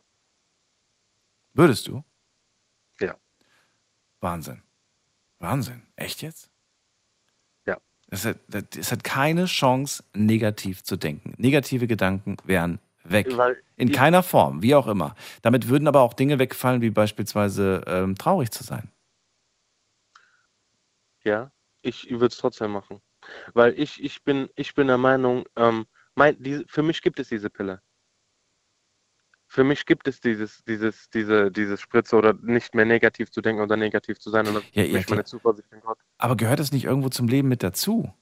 Würdest du? Ja. Wahnsinn. Wahnsinn. Echt jetzt? Ja. Es hat, es hat keine Chance, negativ zu denken. Negative Gedanken wären weg. Weil In Die- keiner Form, wie auch immer. Damit würden aber auch Dinge wegfallen, wie beispielsweise ähm, traurig zu sein. Ja, ich würde es trotzdem machen. Weil ich, ich, bin, ich bin der Meinung, ähm, mein, diese, für mich gibt es diese Pille. Für mich gibt es dieses, dieses, diese, diese Spritze oder nicht mehr negativ zu denken oder negativ zu sein. Und das Ja, ist für ja, mich klar. meine Zuversicht in Gott. Aber gehört das nicht irgendwo zum Leben mit dazu?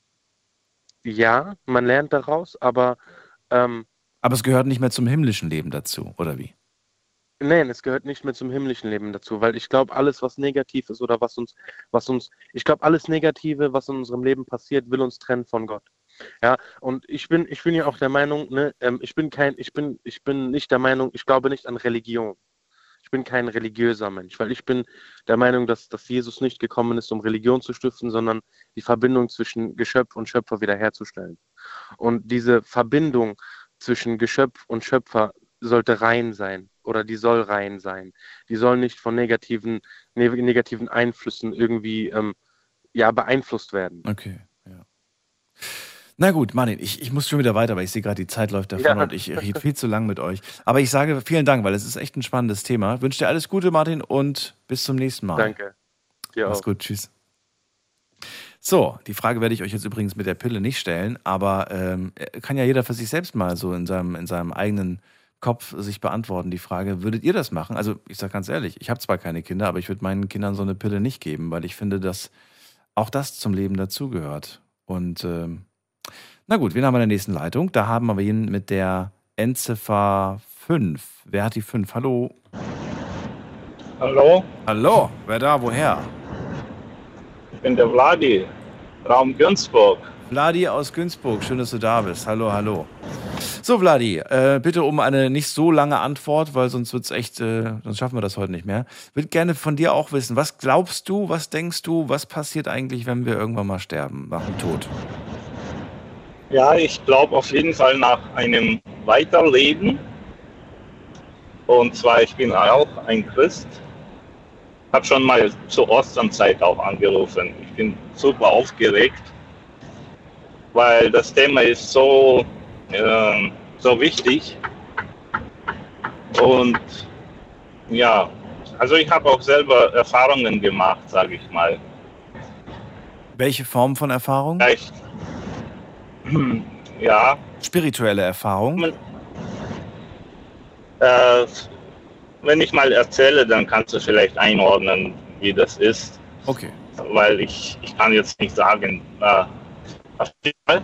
Ja, man lernt daraus, aber ähm, Aber es gehört nicht mehr zum himmlischen Leben dazu, oder wie? nein, es gehört nicht mehr zum himmlischen Leben dazu, weil ich glaube, alles, was negativ ist oder was uns, was uns, ich glaube, alles Negative, was in unserem Leben passiert, will uns trennen von Gott. Ja, und ich bin, ich bin ja auch der Meinung, ne, ähm, ich bin kein, ich bin, ich bin nicht der Meinung, ich glaube nicht an Religion. Ich bin kein religiöser Mensch, weil ich bin der Meinung, dass, dass Jesus nicht gekommen ist, um Religion zu stiften, sondern die Verbindung zwischen Geschöpf und Schöpfer wiederherzustellen. Und diese Verbindung zwischen Geschöpf und Schöpfer sollte rein sein oder die soll rein sein. Die soll nicht von negativen, ne, negativen Einflüssen irgendwie ähm, ja, beeinflusst werden. Okay, ja. Na gut, Martin, ich, ich muss schon wieder weiter, weil ich sehe gerade, die Zeit läuft davon Ja. und ich rede viel zu lang mit euch. Aber ich sage vielen Dank, weil es ist echt ein spannendes Thema. Ich wünsche dir alles Gute, Martin, und bis zum nächsten Mal. Danke. Dir Mach's auch. gut, tschüss. So, die Frage werde ich euch jetzt übrigens mit der Pille nicht stellen, aber ähm, kann ja jeder für sich selbst mal so in seinem, in seinem eigenen Kopf sich beantworten, die Frage, würdet ihr das machen? Also ich sage ganz ehrlich, ich habe zwar keine Kinder, aber ich würde meinen Kindern so eine Pille nicht geben, weil ich finde, dass auch das zum Leben dazugehört. Und ähm, na gut, wen haben wir in der nächsten Leitung? Da haben wir ihn mit der Endziffer fünf. Wer hat die fünf? Hallo? Hallo, Hallo? Wer da? Woher? ich bin der Vladi, Raum Günzburg. Vladi aus Günzburg, schön, dass du da bist. Hallo, hallo. So, Vladi, äh, bitte um eine nicht so lange Antwort, weil sonst wird's echt, äh, sonst schaffen wir das heute nicht mehr. Ich würde gerne von dir auch wissen, was glaubst du, was denkst du, was passiert eigentlich, wenn wir irgendwann mal sterben, nach dem Tod? Ja, ich glaube auf jeden Fall nach einem Weiterleben. Und zwar, ich bin auch ein Christ. Habe schon mal zur Osternzeit auch angerufen. Ich bin super aufgeregt, weil das Thema ist so, äh, so wichtig. Und ja, also ich habe auch selber Erfahrungen gemacht, sage ich mal. Welche Form von Erfahrung? Vielleicht, ja, Spirituelle Erfahrung? Äh, wenn ich mal erzähle, dann kannst du vielleicht einordnen, wie das ist. Okay. Weil ich, ich kann jetzt nicht sagen, äh, auf jeden Fall.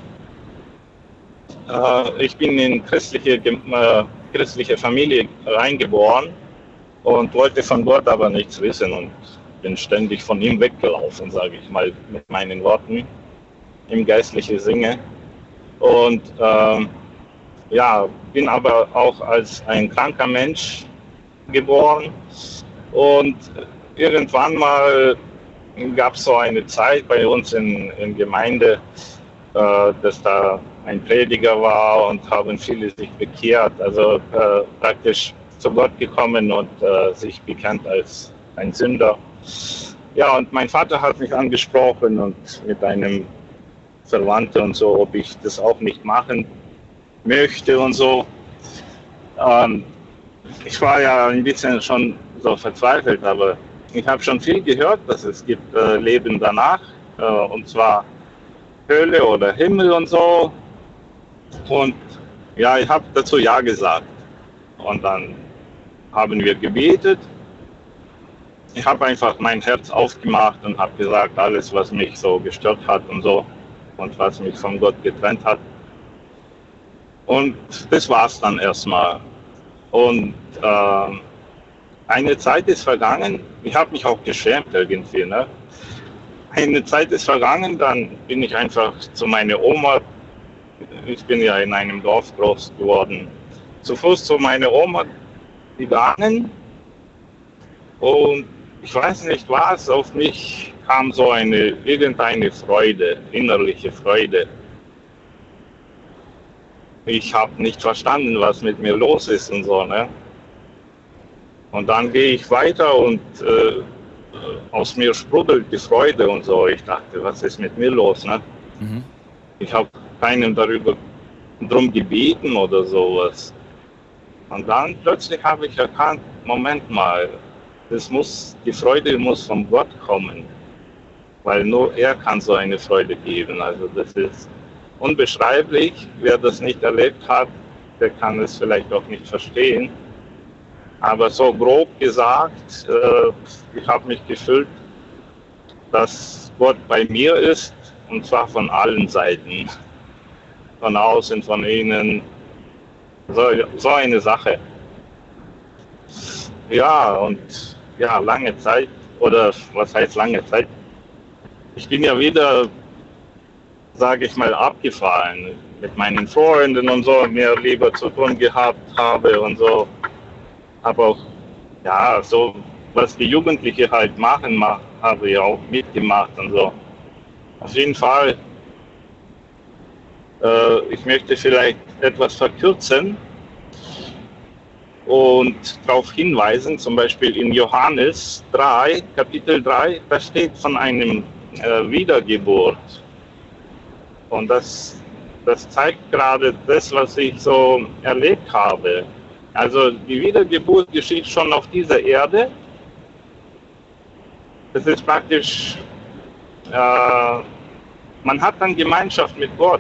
Äh, ich bin in christliche, äh, christliche Familie reingeboren und wollte von Gott aber nichts wissen und bin ständig von ihm weggelaufen, sage ich mal mit meinen Worten, im geistlichen Sinne. Und äh, ja, bin aber auch als ein kranker Mensch geboren und irgendwann mal gab es so eine Zeit bei uns in, in Gemeinde, äh, dass da ein Prediger war und haben viele sich bekehrt, also äh, praktisch zu Gott gekommen und äh, sich bekannt als ein Sünder. Ja, und mein Vater hat mich angesprochen und mit einem Verwandten und so, ob ich das auch nicht machen möchte und so. Ähm, ich war ja ein bisschen schon so verzweifelt, aber ich habe schon viel gehört, dass es gibt äh, Leben danach, äh, und zwar Hölle oder Himmel und so. Und ja, ich habe dazu Ja gesagt. Und dann haben wir gebetet. Ich habe einfach mein Herz aufgemacht und habe gesagt, alles, was mich so gestört hat und so und was mich von Gott getrennt hat. Und das war's dann erstmal. Und äh, eine Zeit ist vergangen, ich habe mich auch geschämt irgendwie, ne? Eine Zeit ist vergangen, dann bin ich einfach zu meiner Oma, ich bin ja in einem Dorf groß geworden, zu Fuß zu meiner Oma gegangen und ich weiß nicht was, auf mich kam so eine, irgendeine Freude, innerliche Freude. Ich habe nicht verstanden, was mit mir los ist und so, ne? Und dann gehe ich weiter und äh, aus mir sprudelt die Freude und so. Ich dachte, was ist mit mir los, ne? Mhm. Ich habe keinem darüber drum gebeten oder sowas. Und dann plötzlich habe ich erkannt, Moment mal, das muss, die Freude muss von Gott kommen, weil nur er kann so eine Freude geben. Also das ist unbeschreiblich. Wer das nicht erlebt hat, der kann es vielleicht auch nicht verstehen. Aber so grob gesagt, äh, ich habe mich gefühlt, dass Gott bei mir ist, und zwar von allen Seiten. Von außen, von innen. So, so eine Sache. Ja, und ja, lange Zeit, oder was heißt lange Zeit? Ich bin ja wieder, sage ich mal, abgefahren mit meinen Freunden und so, mir lieber zu tun gehabt habe und so. Aber auch, ja, so, was die Jugendlichen halt machen, mach, habe ich auch mitgemacht und so. Auf jeden Fall, äh, ich möchte vielleicht etwas verkürzen und darauf hinweisen, zum Beispiel in Johannes drei, Kapitel drei, da steht von einem äh, Wiedergeburt. Und das, das zeigt gerade das, was ich so erlebt habe. Also die Wiedergeburt geschieht schon auf dieser Erde. Das ist praktisch, äh, man hat dann Gemeinschaft mit Gott.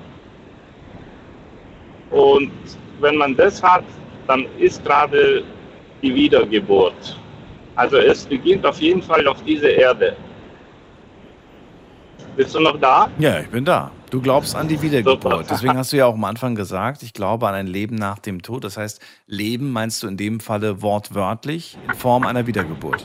Und wenn man das hat, dann ist gerade die Wiedergeburt. Also es beginnt auf jeden Fall auf dieser Erde. Bist du noch da? Ja, ich bin da. Du glaubst an die Wiedergeburt. Super. Deswegen hast du ja auch am Anfang gesagt, ich glaube an ein Leben nach dem Tod. Das heißt, Leben meinst du in dem Falle wortwörtlich in Form einer Wiedergeburt.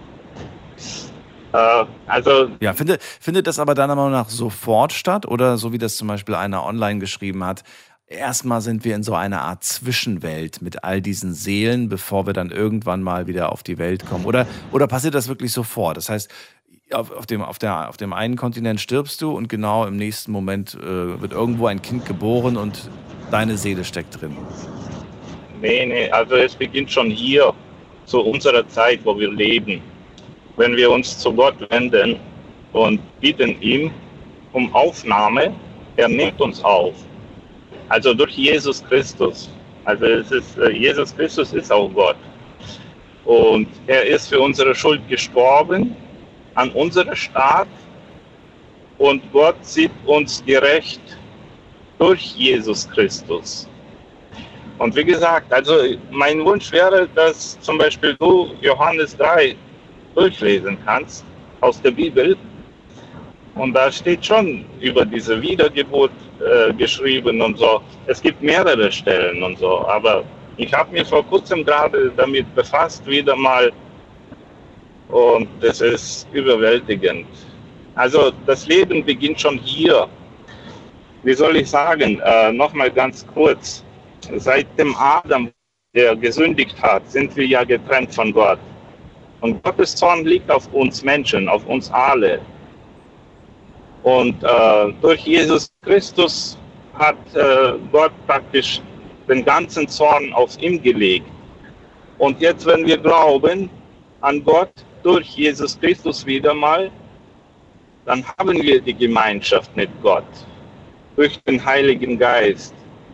Äh, also Ja, findet, findet das aber deiner Meinung nach sofort statt? Oder so wie das zum Beispiel einer online geschrieben hat, erstmal sind wir in so einer Art Zwischenwelt mit all diesen Seelen, bevor wir dann irgendwann mal wieder auf die Welt kommen? Oder, oder passiert das wirklich sofort? Das heißt, auf, auf, dem, auf, der, auf dem einen Kontinent stirbst du und genau im nächsten Moment äh, wird irgendwo ein Kind geboren und deine Seele steckt drin. Nee, nee, also es beginnt schon hier, zu unserer Zeit, wo wir leben. Wenn wir uns zu Gott wenden und bitten ihm um Aufnahme, er nimmt uns auf. Also durch Jesus Christus. Also es ist, Jesus Christus ist auch Gott. Und er ist für unsere Schuld gestorben, an unserer Stadt. Und Gott sieht uns gerecht durch Jesus Christus. Und wie gesagt, also mein Wunsch wäre, dass zum Beispiel du Johannes drei durchlesen kannst aus der Bibel. Und da steht schon über diese Wiedergeburt äh, geschrieben und so. Es gibt mehrere Stellen und so. Aber ich habe mich vor kurzem gerade damit befasst, wieder mal. Und das ist überwältigend. Also das Leben beginnt schon hier. Wie soll ich sagen, äh, nochmal ganz kurz. Seit dem Adam, der gesündigt hat, sind wir ja getrennt von Gott. Und Gottes Zorn liegt auf uns Menschen, auf uns alle. Und äh, durch Jesus Christus hat äh, Gott praktisch den ganzen Zorn auf ihm gelegt. Und jetzt, wenn wir glauben an Gott durch Jesus Christus wieder mal, dann haben wir die Gemeinschaft mit Gott durch den Heiligen Geist.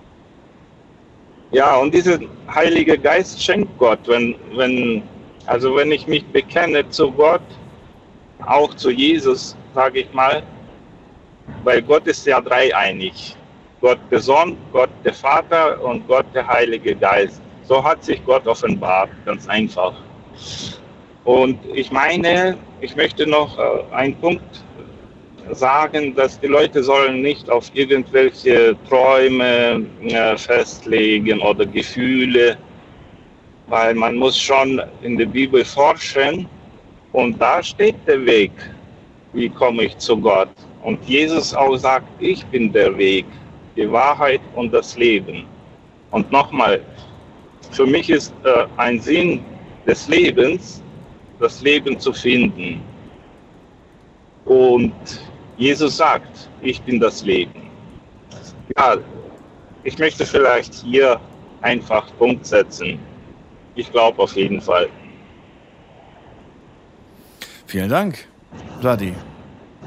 Ja, und diesen Heiligen Geist schenkt Gott, wenn, wenn, also wenn ich mich bekenne zu Gott, auch zu Jesus, sage ich mal, weil Gott ist ja dreieinig. Gott der Sohn, Gott der Vater und Gott der Heilige Geist. So hat sich Gott offenbart, ganz einfach. Und ich meine, ich möchte noch äh, einen Punkt sagen, dass die Leute sollen nicht auf irgendwelche Träume äh, festlegen oder Gefühle, weil man muss schon in der Bibel forschen und da steht der Weg, wie komme ich zu Gott. Und Jesus auch sagt, ich bin der Weg, die Wahrheit und das Leben. Und nochmal, für mich ist äh, ein Sinn des Lebens, das Leben zu finden. Und Jesus sagt, ich bin das Leben. Ja, ich möchte vielleicht hier einfach Punkt setzen. Ich glaube auf jeden Fall. Vielen Dank, Vladi.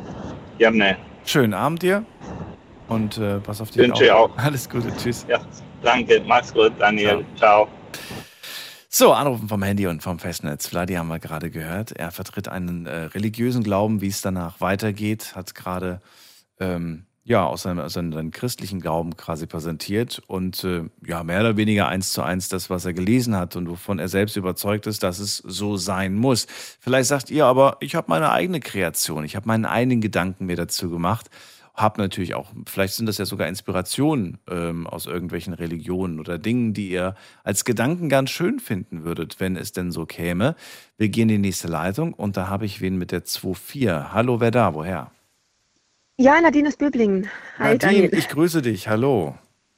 Gerne. Schönen Abend dir und äh, pass auf dich Wünsche auf. auch. Alles Gute, tschüss. Ja. Danke, mach's gut, Daniel. Ciao. So, Anrufen vom Handy und vom Festnetz. Vladi haben wir gerade gehört. Er vertritt einen äh, religiösen Glauben, wie es danach weitergeht, hat gerade ähm, ja, aus seinem, aus seinem christlichen Glauben quasi präsentiert und äh, ja, mehr oder weniger eins zu eins das, was er gelesen hat und wovon er selbst überzeugt ist, dass es so sein muss. Vielleicht sagt ihr aber, ich habe meine eigene Kreation, ich habe meinen eigenen Gedanken mir dazu gemacht, habe natürlich auch, vielleicht sind das ja sogar Inspirationen ähm, aus irgendwelchen Religionen oder Dingen, die ihr als Gedanken ganz schön finden würdet, wenn es denn so käme. Wir gehen in die nächste Leitung und da habe ich wen mit der zwei vier. Hallo, wer da? Woher? Ja, Nadine aus Böblingen. Hi, Nadine, Daniel. ich grüße dich. Hallo.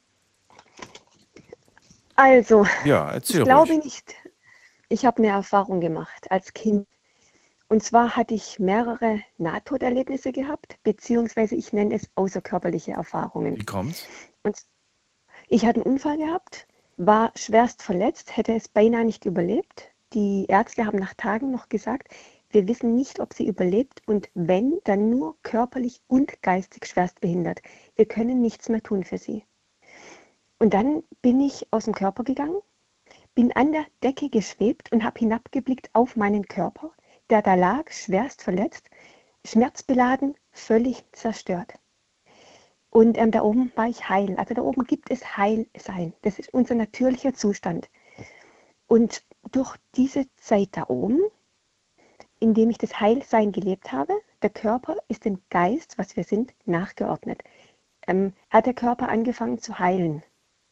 Also, Ja, erzähl ich glaube ruhig. nicht, ich habe eine Erfahrung gemacht als Kind. Und zwar hatte ich mehrere Nahtoderlebnisse gehabt, beziehungsweise ich nenne es außerkörperliche Erfahrungen. Wie kommt's? Und ich hatte einen Unfall gehabt, war schwerst verletzt, hätte es beinahe nicht überlebt. Die Ärzte haben nach Tagen noch gesagt, wir wissen nicht, ob sie überlebt und wenn, dann nur körperlich und geistig schwerst behindert. Wir können nichts mehr tun für sie. Und dann bin ich aus dem Körper gegangen, bin an der Decke geschwebt und habe hinabgeblickt auf meinen Körper, der da lag, schwerst verletzt, schmerzbeladen, völlig zerstört. Und ähm, da oben war ich heil. Also da oben gibt es Heilsein. Das ist unser natürlicher Zustand. Und durch diese Zeit da oben, in dem ich das Heilsein gelebt habe, der Körper ist dem Geist, was wir sind, nachgeordnet. Ähm, hat der Körper angefangen zu heilen.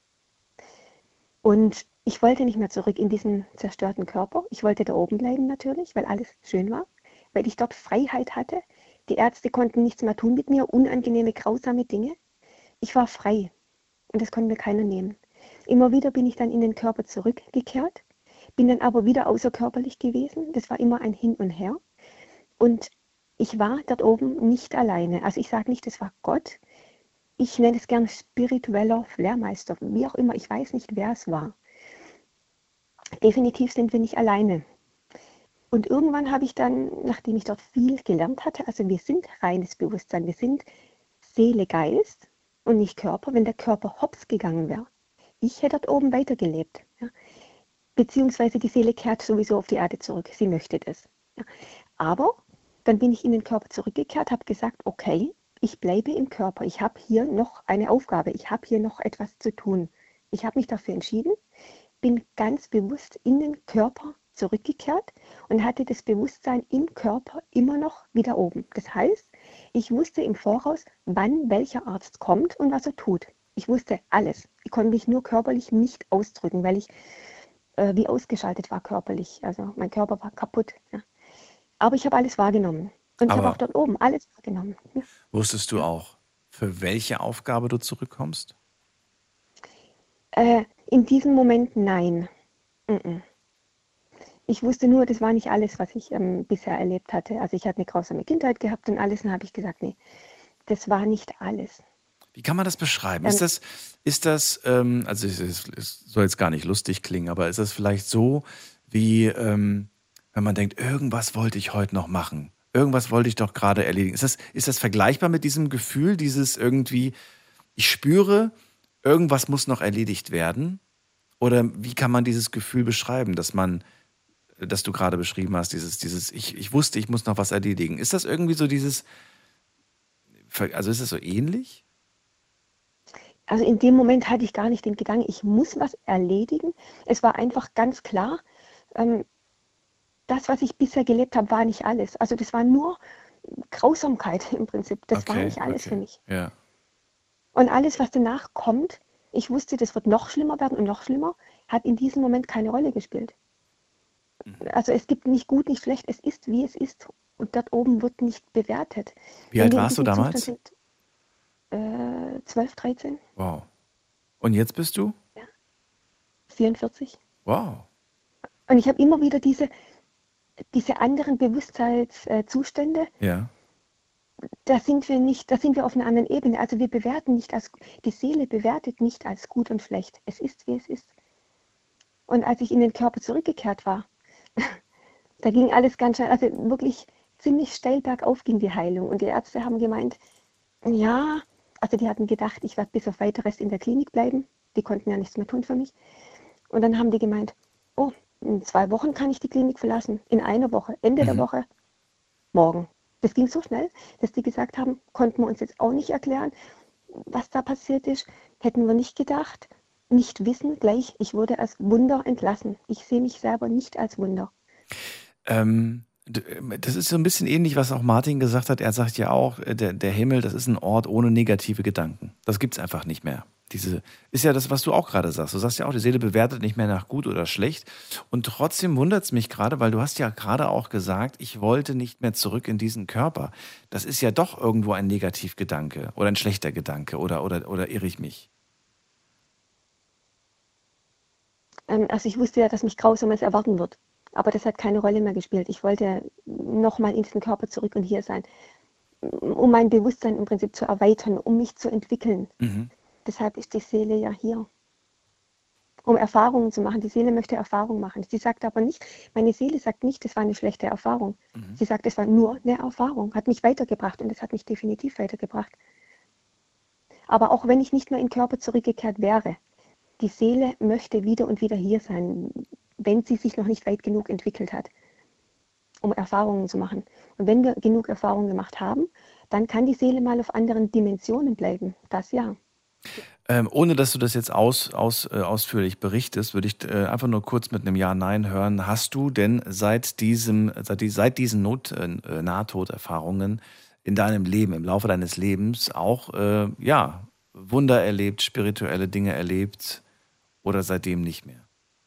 Und ich wollte nicht mehr zurück in diesen zerstörten Körper. Ich wollte da oben bleiben natürlich, weil alles schön war, weil ich dort Freiheit hatte. Die Ärzte konnten nichts mehr tun mit mir, unangenehme, grausame Dinge. Ich war frei und das konnte mir keiner nehmen. Immer wieder bin ich dann in den Körper zurückgekehrt, bin dann aber wieder außerkörperlich gewesen. Das war immer ein Hin und Her. Und ich war dort oben nicht alleine. Also ich sage nicht, das war Gott. Ich nenne es gern spiritueller Lehrmeister, wie auch immer. Ich weiß nicht, wer es war. Definitiv sind wir nicht alleine. Und irgendwann habe ich dann, nachdem ich dort viel gelernt hatte, also wir sind reines Bewusstsein, wir sind Seele, Geist und nicht Körper. Wenn der Körper hops gegangen wäre, ich hätte dort oben weitergelebt. Ja. Beziehungsweise die Seele kehrt sowieso auf die Erde zurück, sie möchte das. Ja. Aber dann bin ich in den Körper zurückgekehrt, habe gesagt, okay, ich bleibe im Körper, ich habe hier noch eine Aufgabe, ich habe hier noch etwas zu tun. Ich habe mich dafür entschieden, bin ganz bewusst in den Körper zurückgekehrt und hatte das Bewusstsein im Körper immer noch wieder oben. Das heißt, ich wusste im Voraus, wann welcher Arzt kommt und was er tut. Ich wusste alles. Ich konnte mich nur körperlich nicht ausdrücken, weil ich äh, wie ausgeschaltet war körperlich. Also mein Körper war kaputt. Ja. Aber ich habe alles wahrgenommen. Und ich habe Aber auch dort oben alles wahrgenommen. Ja. wusstest du auch, für welche Aufgabe du zurückkommst? Äh, in diesem Moment nein. Mm-mm. Ich wusste nur, das war nicht alles, was ich ähm, bisher erlebt hatte. Also ich hatte eine grausame Kindheit gehabt und alles, und habe ich gesagt, nee, das war nicht alles. Wie kann man das beschreiben? Ähm, Ist das, ist das ähm, also es, es, es soll jetzt gar nicht lustig klingen, aber ist das vielleicht so, wie ähm, wenn man denkt, irgendwas wollte ich heute noch machen, irgendwas wollte ich doch gerade erledigen. Ist das, ist das vergleichbar mit diesem Gefühl, dieses irgendwie, ich spüre, irgendwas muss noch erledigt werden? Oder wie kann man dieses Gefühl beschreiben, dass man, das du gerade beschrieben hast, dieses, dieses, ich, ich wusste, ich muss noch was erledigen. Ist das irgendwie so dieses, also ist es so ähnlich? Also in dem Moment hatte ich gar nicht den Gedanken, ich muss was erledigen. Es war einfach ganz klar, ähm, das, was ich bisher gelebt habe, war nicht alles. Also das war nur Grausamkeit im Prinzip. Das war Okay, nicht alles okay. für mich. Ja. Und alles, was danach kommt, ich wusste, das wird noch schlimmer werden und noch schlimmer, hat in diesem Moment keine Rolle gespielt. Also es gibt nicht gut, nicht schlecht, es ist, wie es ist. Und dort oben wird nicht bewertet. Wie Wenn alt wir in warst du diesem damals? Zustand sind, äh, zwölf, dreizehn, Wow. Und jetzt bist du? vierundvierzig. Wow. Und ich habe immer wieder diese, diese anderen Bewusstseinszustände, Ja. da sind wir nicht, da sind wir auf einer anderen Ebene. Also wir bewerten nicht als, die Seele bewertet nicht als gut und schlecht. Es ist, wie es ist. Und als ich in den Körper zurückgekehrt war, da ging alles ganz schnell, also wirklich ziemlich steil bergauf ging die Heilung. Und die Ärzte haben gemeint, ja, also die hatten gedacht, ich werde bis auf Weiteres in der Klinik bleiben. Die konnten ja nichts mehr tun für mich. Und dann haben die gemeint, oh, in zwei Wochen kann ich die Klinik verlassen. In einer Woche, Ende der Mhm. Woche, morgen. Das ging so schnell, dass die gesagt haben, konnten wir uns jetzt auch nicht erklären, was da passiert ist. Hätten wir nicht gedacht, nicht wissen, gleich, ich wurde als Wunder entlassen. Ich sehe mich selber nicht als Wunder. Ähm, d- das ist so ein bisschen ähnlich, was auch Martin gesagt hat. Er sagt ja auch, äh, der, der Himmel, das ist ein Ort ohne negative Gedanken. Das gibt's einfach nicht mehr. Diese ist ja das, was du auch gerade sagst. Du sagst ja auch, die Seele bewertet nicht mehr nach gut oder schlecht. Und trotzdem wundert's mich gerade, weil du hast ja gerade auch gesagt, ich wollte nicht mehr zurück in diesen Körper. Das ist ja doch irgendwo ein Negativgedanke oder ein schlechter Gedanke, oder, oder, oder irre ich mich? Ähm, also ich wusste ja, dass mich Grausames erwarten wird. Aber das hat keine Rolle mehr gespielt. Ich wollte nochmal in diesen Körper zurück und hier sein, um mein Bewusstsein im Prinzip zu erweitern, um mich zu entwickeln. Mhm. Deshalb ist die Seele ja hier, um Erfahrungen zu machen. Die Seele möchte Erfahrungen machen. Sie sagt aber nicht, meine Seele sagt nicht, das war eine schlechte Erfahrung. Mhm. Sie sagt, es war nur eine Erfahrung, hat mich weitergebracht und es hat mich definitiv weitergebracht. Aber auch wenn ich nicht mehr in den Körper zurückgekehrt wäre, die Seele möchte wieder und wieder hier sein, wenn sie sich noch nicht weit genug entwickelt hat, um Erfahrungen zu machen. Und wenn wir genug Erfahrungen gemacht haben, dann kann die Seele mal auf anderen Dimensionen bleiben. Das ja. Ähm, ohne dass du das jetzt aus, aus, äh, ausführlich berichtest, würde ich äh, einfach nur kurz mit einem Ja-Nein hören. Hast du denn seit diesem, seit, die, seit diesen Not, äh, Nahtoderfahrungen in deinem Leben, im Laufe deines Lebens auch äh, ja, Wunder erlebt, spirituelle Dinge erlebt oder seitdem nicht mehr?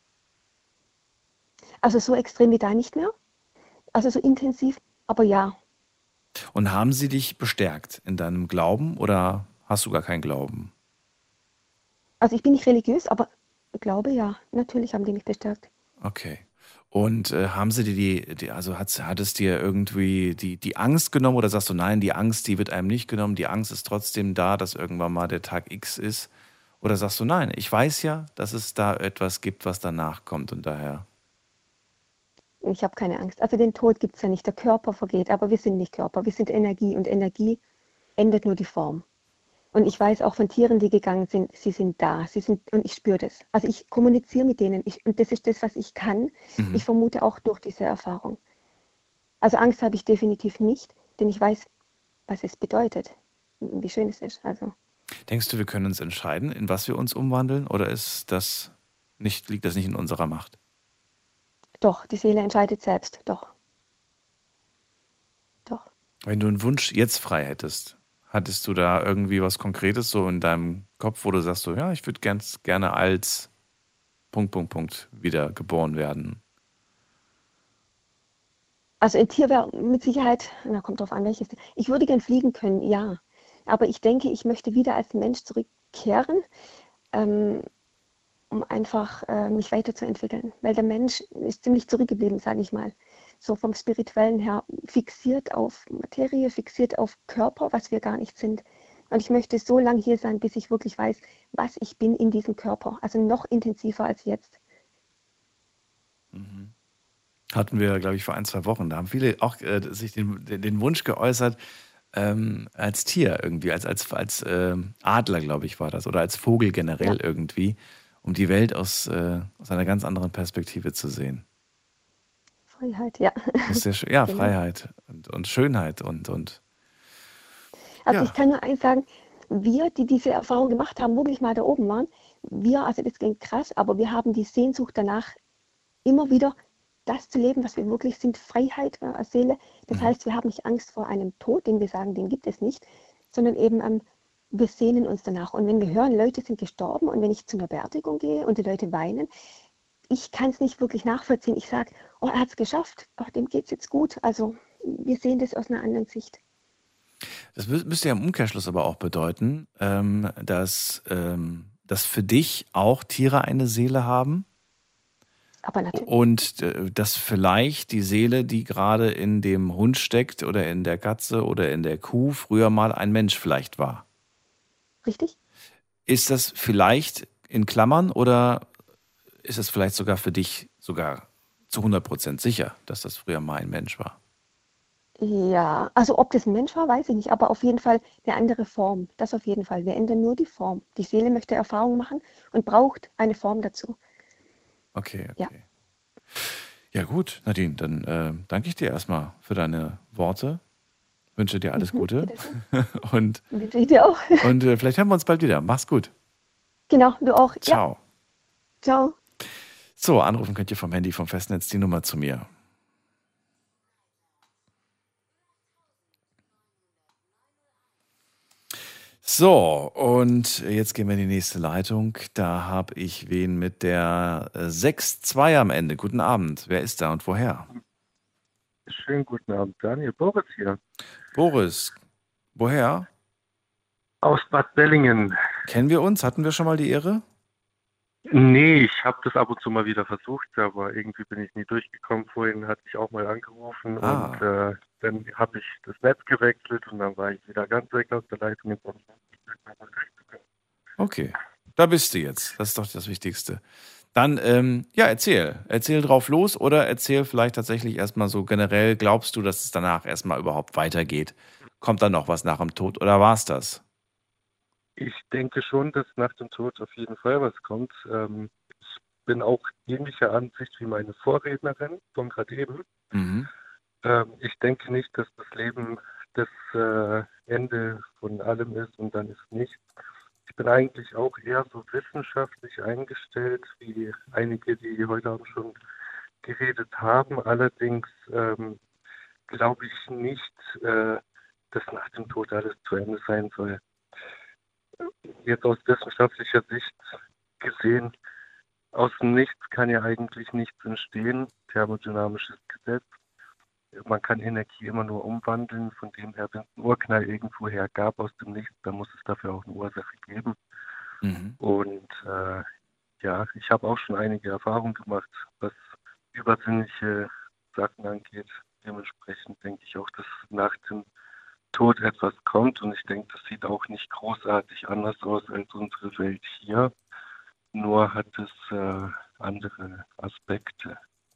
Also so extrem wie da nicht mehr, also so intensiv, aber ja. Und haben sie dich bestärkt in deinem Glauben oder hast du gar keinen Glauben? Also ich bin nicht religiös, aber ich glaube ja, natürlich haben die mich bestärkt. Okay. Und äh, haben sie dir die, die also hat, hat es dir irgendwie die, die Angst genommen oder sagst du, nein, die Angst, die wird einem nicht genommen, die Angst ist trotzdem da, dass irgendwann mal der Tag X ist? Oder sagst du, nein, ich weiß ja, dass es da etwas gibt, was danach kommt und daher. Ich habe keine Angst. Also den Tod gibt es ja nicht, der Körper vergeht, aber wir sind nicht Körper, wir sind Energie und Energie ändert nur die Form. Und ich weiß auch von Tieren, die gegangen sind, sie sind da, sie sind, und ich spüre das. Also ich kommuniziere mit denen ich, und das ist das, was ich kann. Mhm. Ich vermute auch durch diese Erfahrung. Also Angst habe ich definitiv nicht, denn ich weiß, was es bedeutet, wie schön es ist. Also Denkst du, wir können uns entscheiden, in was wir uns umwandeln, oder ist das nicht, liegt das nicht in unserer Macht? doch, die Seele entscheidet selbst, doch. Doch. Wenn du einen Wunsch jetzt frei hättest, hattest du da irgendwie was Konkretes so in deinem Kopf, wo du sagst so, ja, ich würde ganz gerne als Punkt, Punkt, Punkt wieder geboren werden? Also ein Tier wäre mit Sicherheit, na kommt drauf an, welches. Ich würde gern fliegen können, ja. Aber ich denke, ich möchte wieder als Mensch zurückkehren, ähm, um einfach äh, mich weiterzuentwickeln. Weil der Mensch ist ziemlich zurückgeblieben, sage ich mal. So vom Spirituellen her fixiert auf Materie, fixiert auf Körper, was wir gar nicht sind. Und ich möchte so lange hier sein, bis ich wirklich weiß, was ich bin in diesem Körper. Also noch intensiver als jetzt. Mhm. Hatten wir, glaube ich, vor ein, zwei Wochen. Da haben viele auch äh, sich den, den, den Wunsch geäußert, ähm, als Tier irgendwie, als, als, als ähm, Adler, glaube ich, war das, oder als Vogel generell Ja. irgendwie, um die Welt aus, äh, aus einer ganz anderen Perspektive zu sehen. Freiheit, ja. Das ist ja, sch- ja Genau. Freiheit und, und Schönheit und, und Also ja. ich kann nur eins sagen, wir, die diese Erfahrung gemacht haben, wirklich mal da oben waren, wir, also das klingt krass, aber wir haben die Sehnsucht danach, immer wieder das zu leben, was wir wirklich sind, Freiheit äh, als Seele. Das Mhm. heißt, wir haben nicht Angst vor einem Tod, den wir sagen, den gibt es nicht, sondern eben ähm, wir sehnen uns danach. Und wenn wir hören, Leute sind gestorben und wenn ich zu einer Beerdigung gehe und die Leute weinen, ich kann es nicht wirklich nachvollziehen. Ich sage, oh, er hat es geschafft, oh, dem geht es jetzt gut. Also wir sehen das aus einer anderen Sicht. Das mü- müsste ja im Umkehrschluss aber auch bedeuten, ähm, dass, ähm, dass für dich auch Tiere eine Seele haben Aber natürlich, und äh, dass vielleicht die Seele, die gerade in dem Hund steckt oder in der Katze oder in der Kuh, früher mal ein Mensch vielleicht war. richtig? Ist das vielleicht in Klammern oder ist es vielleicht sogar für dich sogar zu hundert Prozent sicher, dass das früher mal ein Mensch war? Ja, also ob das ein Mensch war, weiß ich nicht, aber auf jeden Fall eine andere Form. Das auf jeden Fall. Wir ändern nur die Form. Die Seele möchte Erfahrung machen und braucht eine Form dazu. Okay, Ja. okay. Ja gut, Nadine, dann äh, danke ich dir erstmal für deine Worte. Wünsche dir alles Mhm, Gute. bitteschön. Und, Wünsche ich dir auch. und äh, vielleicht hören wir uns bald wieder. Mach's gut. Genau, du auch. Ja, Ciao. ciao. So, anrufen könnt ihr vom Handy, vom Festnetz die Nummer zu mir. So, und jetzt gehen wir in die nächste Leitung. Da habe ich wen mit der äh, sechs zwei am Ende. Guten Abend. Wer ist da und woher? Schönen guten Abend, Daniel. Boris hier. Boris. Woher? Aus Bad Bellingen. Kennen wir uns? Hatten wir schon mal die Ehre? Nee, ich habe das ab und zu mal wieder versucht, aber irgendwie bin ich nie durchgekommen. Vorhin hatte ich auch mal angerufen Ah. und äh, dann habe ich das Netz gewechselt und dann war ich wieder ganz weg aus der Leitung. Jetzt habe ich nicht mehr durchgekommen. Okay, da bist du jetzt. Das ist doch das Wichtigste. Dann, ähm, ja, erzähl. Erzähl drauf los oder erzähl vielleicht tatsächlich erstmal so generell, glaubst du, dass es danach erstmal überhaupt weitergeht? Kommt dann noch was nach dem Tod oder war's das? Ich denke schon, dass nach dem Tod auf jeden Fall was kommt. Ähm, ich bin auch ähnlicher Ansicht wie meine Vorrednerin von gerade eben. Mhm. Ähm, ich denke nicht, dass das Leben das äh, Ende von allem ist und dann ist nichts. Ich bin eigentlich auch eher so wissenschaftlich eingestellt, wie einige, die heute Abend schon geredet haben. Allerdings ähm, glaube ich nicht, äh, dass nach dem Tod alles zu Ende sein soll. Jetzt aus wissenschaftlicher Sicht gesehen, aus dem Nichts kann ja eigentlich nichts entstehen. Thermodynamisches Gesetz. Man kann Energie immer nur umwandeln. Von dem her, wenn es einen Urknall irgendwo her gab aus dem Nichts, dann muss es dafür auch eine Ursache geben. Mhm. Und äh, ja, ich habe auch schon einige Erfahrungen gemacht, was übersinnliche Sachen angeht. Dementsprechend denke ich auch, dass nach dem Tod etwas kommt und ich denke, das sieht auch nicht großartig anders aus als unsere Welt hier. Nur hat es äh, andere Aspekte.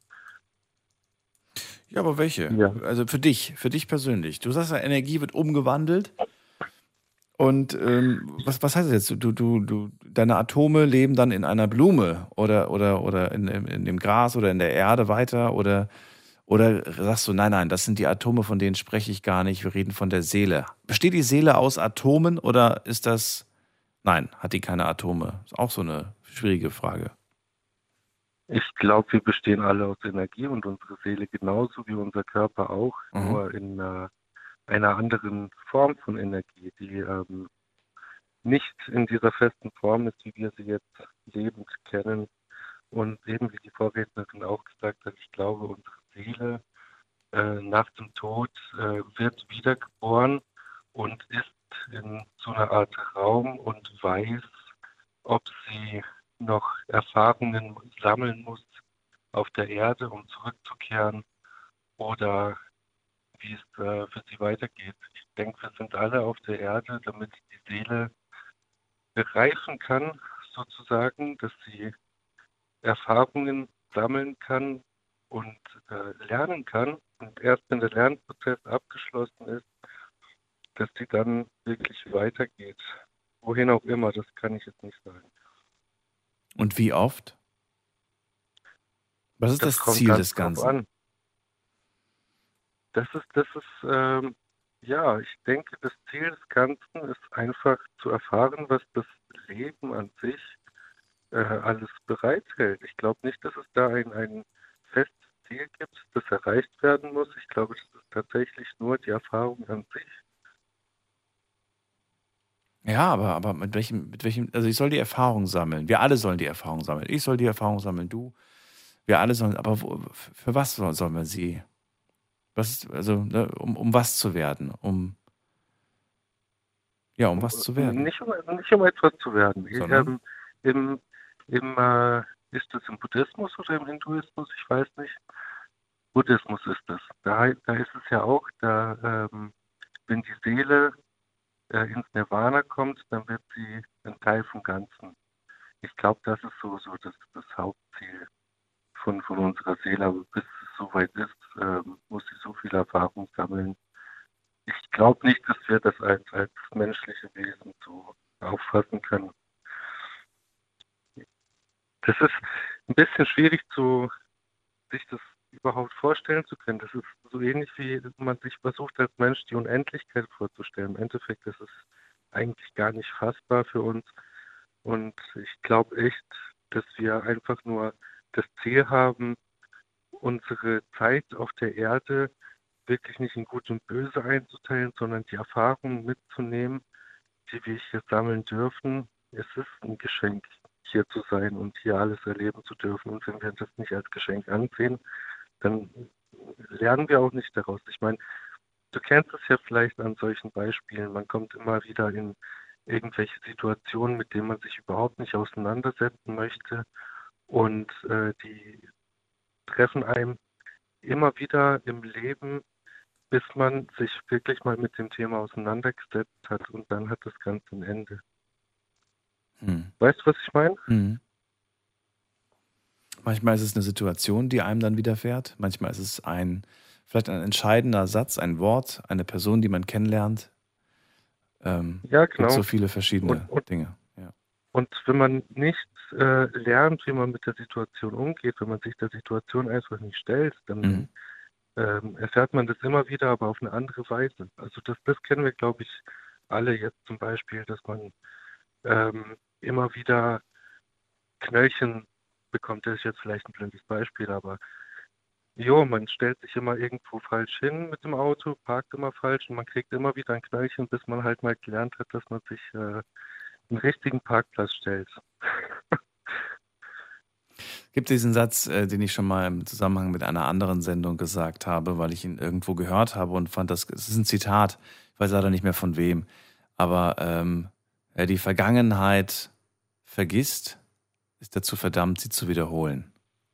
Ja, aber welche? Ja. Also für dich, für dich persönlich. Du sagst ja, Energie wird umgewandelt. Und ähm, was, was heißt das jetzt? Du, du, du, deine Atome leben dann in einer Blume oder, oder, oder in, in, in dem Gras oder in der Erde weiter oder, oder sagst du, nein, nein, das sind die Atome, von denen spreche ich gar nicht, wir reden von der Seele. Besteht die Seele aus Atomen oder ist das, nein, hat die keine Atome? Ist auch so eine schwierige Frage. Ich glaube, wir bestehen alle aus Energie und unsere Seele genauso wie unser Körper auch, Mhm. nur in äh, einer anderen Form von Energie, die ähm, nicht in dieser festen Form ist, wie wir sie jetzt lebend kennen. Und eben wie die Vorrednerin auch gesagt hat, ich glaube, unsere Seele äh, nach dem Tod äh, wird wiedergeboren und ist in so einer Art Raum und weiß, ob sie noch Erfahrungen sammeln muss auf der Erde, um zurückzukehren oder wie es äh, für sie weitergeht. Ich denke, wir sind alle auf der Erde, damit die Seele reifen kann, sozusagen, dass sie Erfahrungen sammeln kann und äh, lernen kann. Und erst wenn der Lernprozess abgeschlossen ist, dass sie dann wirklich weitergeht. Wohin auch immer, das kann ich jetzt nicht sagen. Und wie oft? Was ist das, kommt Ziel ganz des drauf Ganzen? an. Das ist, das ist, ähm, ja, ich denke, das Ziel des Ganzen ist einfach zu erfahren, was das Leben an sich äh, alles bereithält. Ich glaube nicht, dass es da ein, ein festes Ziel gibt, das erreicht werden muss. Ich glaube, das ist tatsächlich nur die Erfahrung an sich. Ja, aber, aber mit welchem, mit welchem, also ich soll die Erfahrung sammeln. Wir alle sollen die Erfahrung sammeln. Ich soll die Erfahrung sammeln, du. Wir alle sollen, aber wo, für was soll- sollen wir sie? Was ist, also, ne, um, um was zu werden? Um, ja, um was zu werden. Nicht um, nicht um etwas zu werden. Sondern? Ähm, Im, im äh, ist es im Buddhismus oder im Hinduismus? Ich weiß nicht. Buddhismus ist es. Da, da ist es ja auch, da, ähm, wenn die Seele äh, ins Nirvana kommt, dann wird sie ein Teil vom Ganzen. Ich glaube, das ist so, so das, das Hauptziel von, von unserer Seele. Aber bis es soweit ist, ähm, muss sie so viel Erfahrung sammeln, glaube nicht, dass wir das als, als menschliche Wesen so auffassen können. Das ist ein bisschen schwierig, zu, sich das überhaupt vorstellen zu können. Das ist so ähnlich, wie man sich versucht, als Mensch die Unendlichkeit vorzustellen. Im Endeffekt ist es eigentlich gar nicht fassbar für uns. Und ich glaube echt, dass wir einfach nur das Ziel haben, unsere Zeit auf der Erde wirklich nicht in Gut und Böse einzuteilen, sondern die Erfahrungen mitzunehmen, die wir hier sammeln dürfen. Es ist ein Geschenk, hier zu sein und hier alles erleben zu dürfen. Und wenn wir das nicht als Geschenk ansehen, dann lernen wir auch nicht daraus. Ich meine, du kennst es ja vielleicht an solchen Beispielen. Man kommt immer wieder in irgendwelche Situationen, mit denen man sich überhaupt nicht auseinandersetzen möchte. Und äh, die treffen einem immer wieder im Leben, bis man sich wirklich mal mit dem Thema auseinandergesetzt hat. Und dann hat das Ganze ein Ende. Hm. Weißt du, was ich meine? Hm. Manchmal ist es eine Situation, die einem dann widerfährt. Manchmal ist es ein, vielleicht ein entscheidender Satz, ein Wort, eine Person, die man kennenlernt. Ähm, Ja, gibt genau. so viele verschiedene Und, und, Dinge. Ja. und wenn man nicht äh, lernt, wie man mit der Situation umgeht, wenn man sich der Situation einfach nicht stellt, dann Mhm. ähm, erfährt man das immer wieder, aber auf eine andere Weise. Also das, das kennen wir, glaube ich, alle jetzt zum Beispiel, dass man ähm, immer wieder Knöllchen bekommt. Das ist jetzt vielleicht ein blödes Beispiel, aber jo, man stellt sich immer irgendwo falsch hin mit dem Auto, parkt immer falsch und man kriegt immer wieder ein Knöllchen, bis man halt mal gelernt hat, dass man sich äh, einen richtigen Parkplatz stellt. Es gibt diesen Satz, äh, den ich schon mal im Zusammenhang mit einer anderen Sendung gesagt habe, weil ich ihn irgendwo gehört habe und fand, das, es ist ein Zitat, ich weiß leider nicht mehr von wem, aber ähm, wer die Vergangenheit vergisst, ist dazu verdammt, sie zu wiederholen.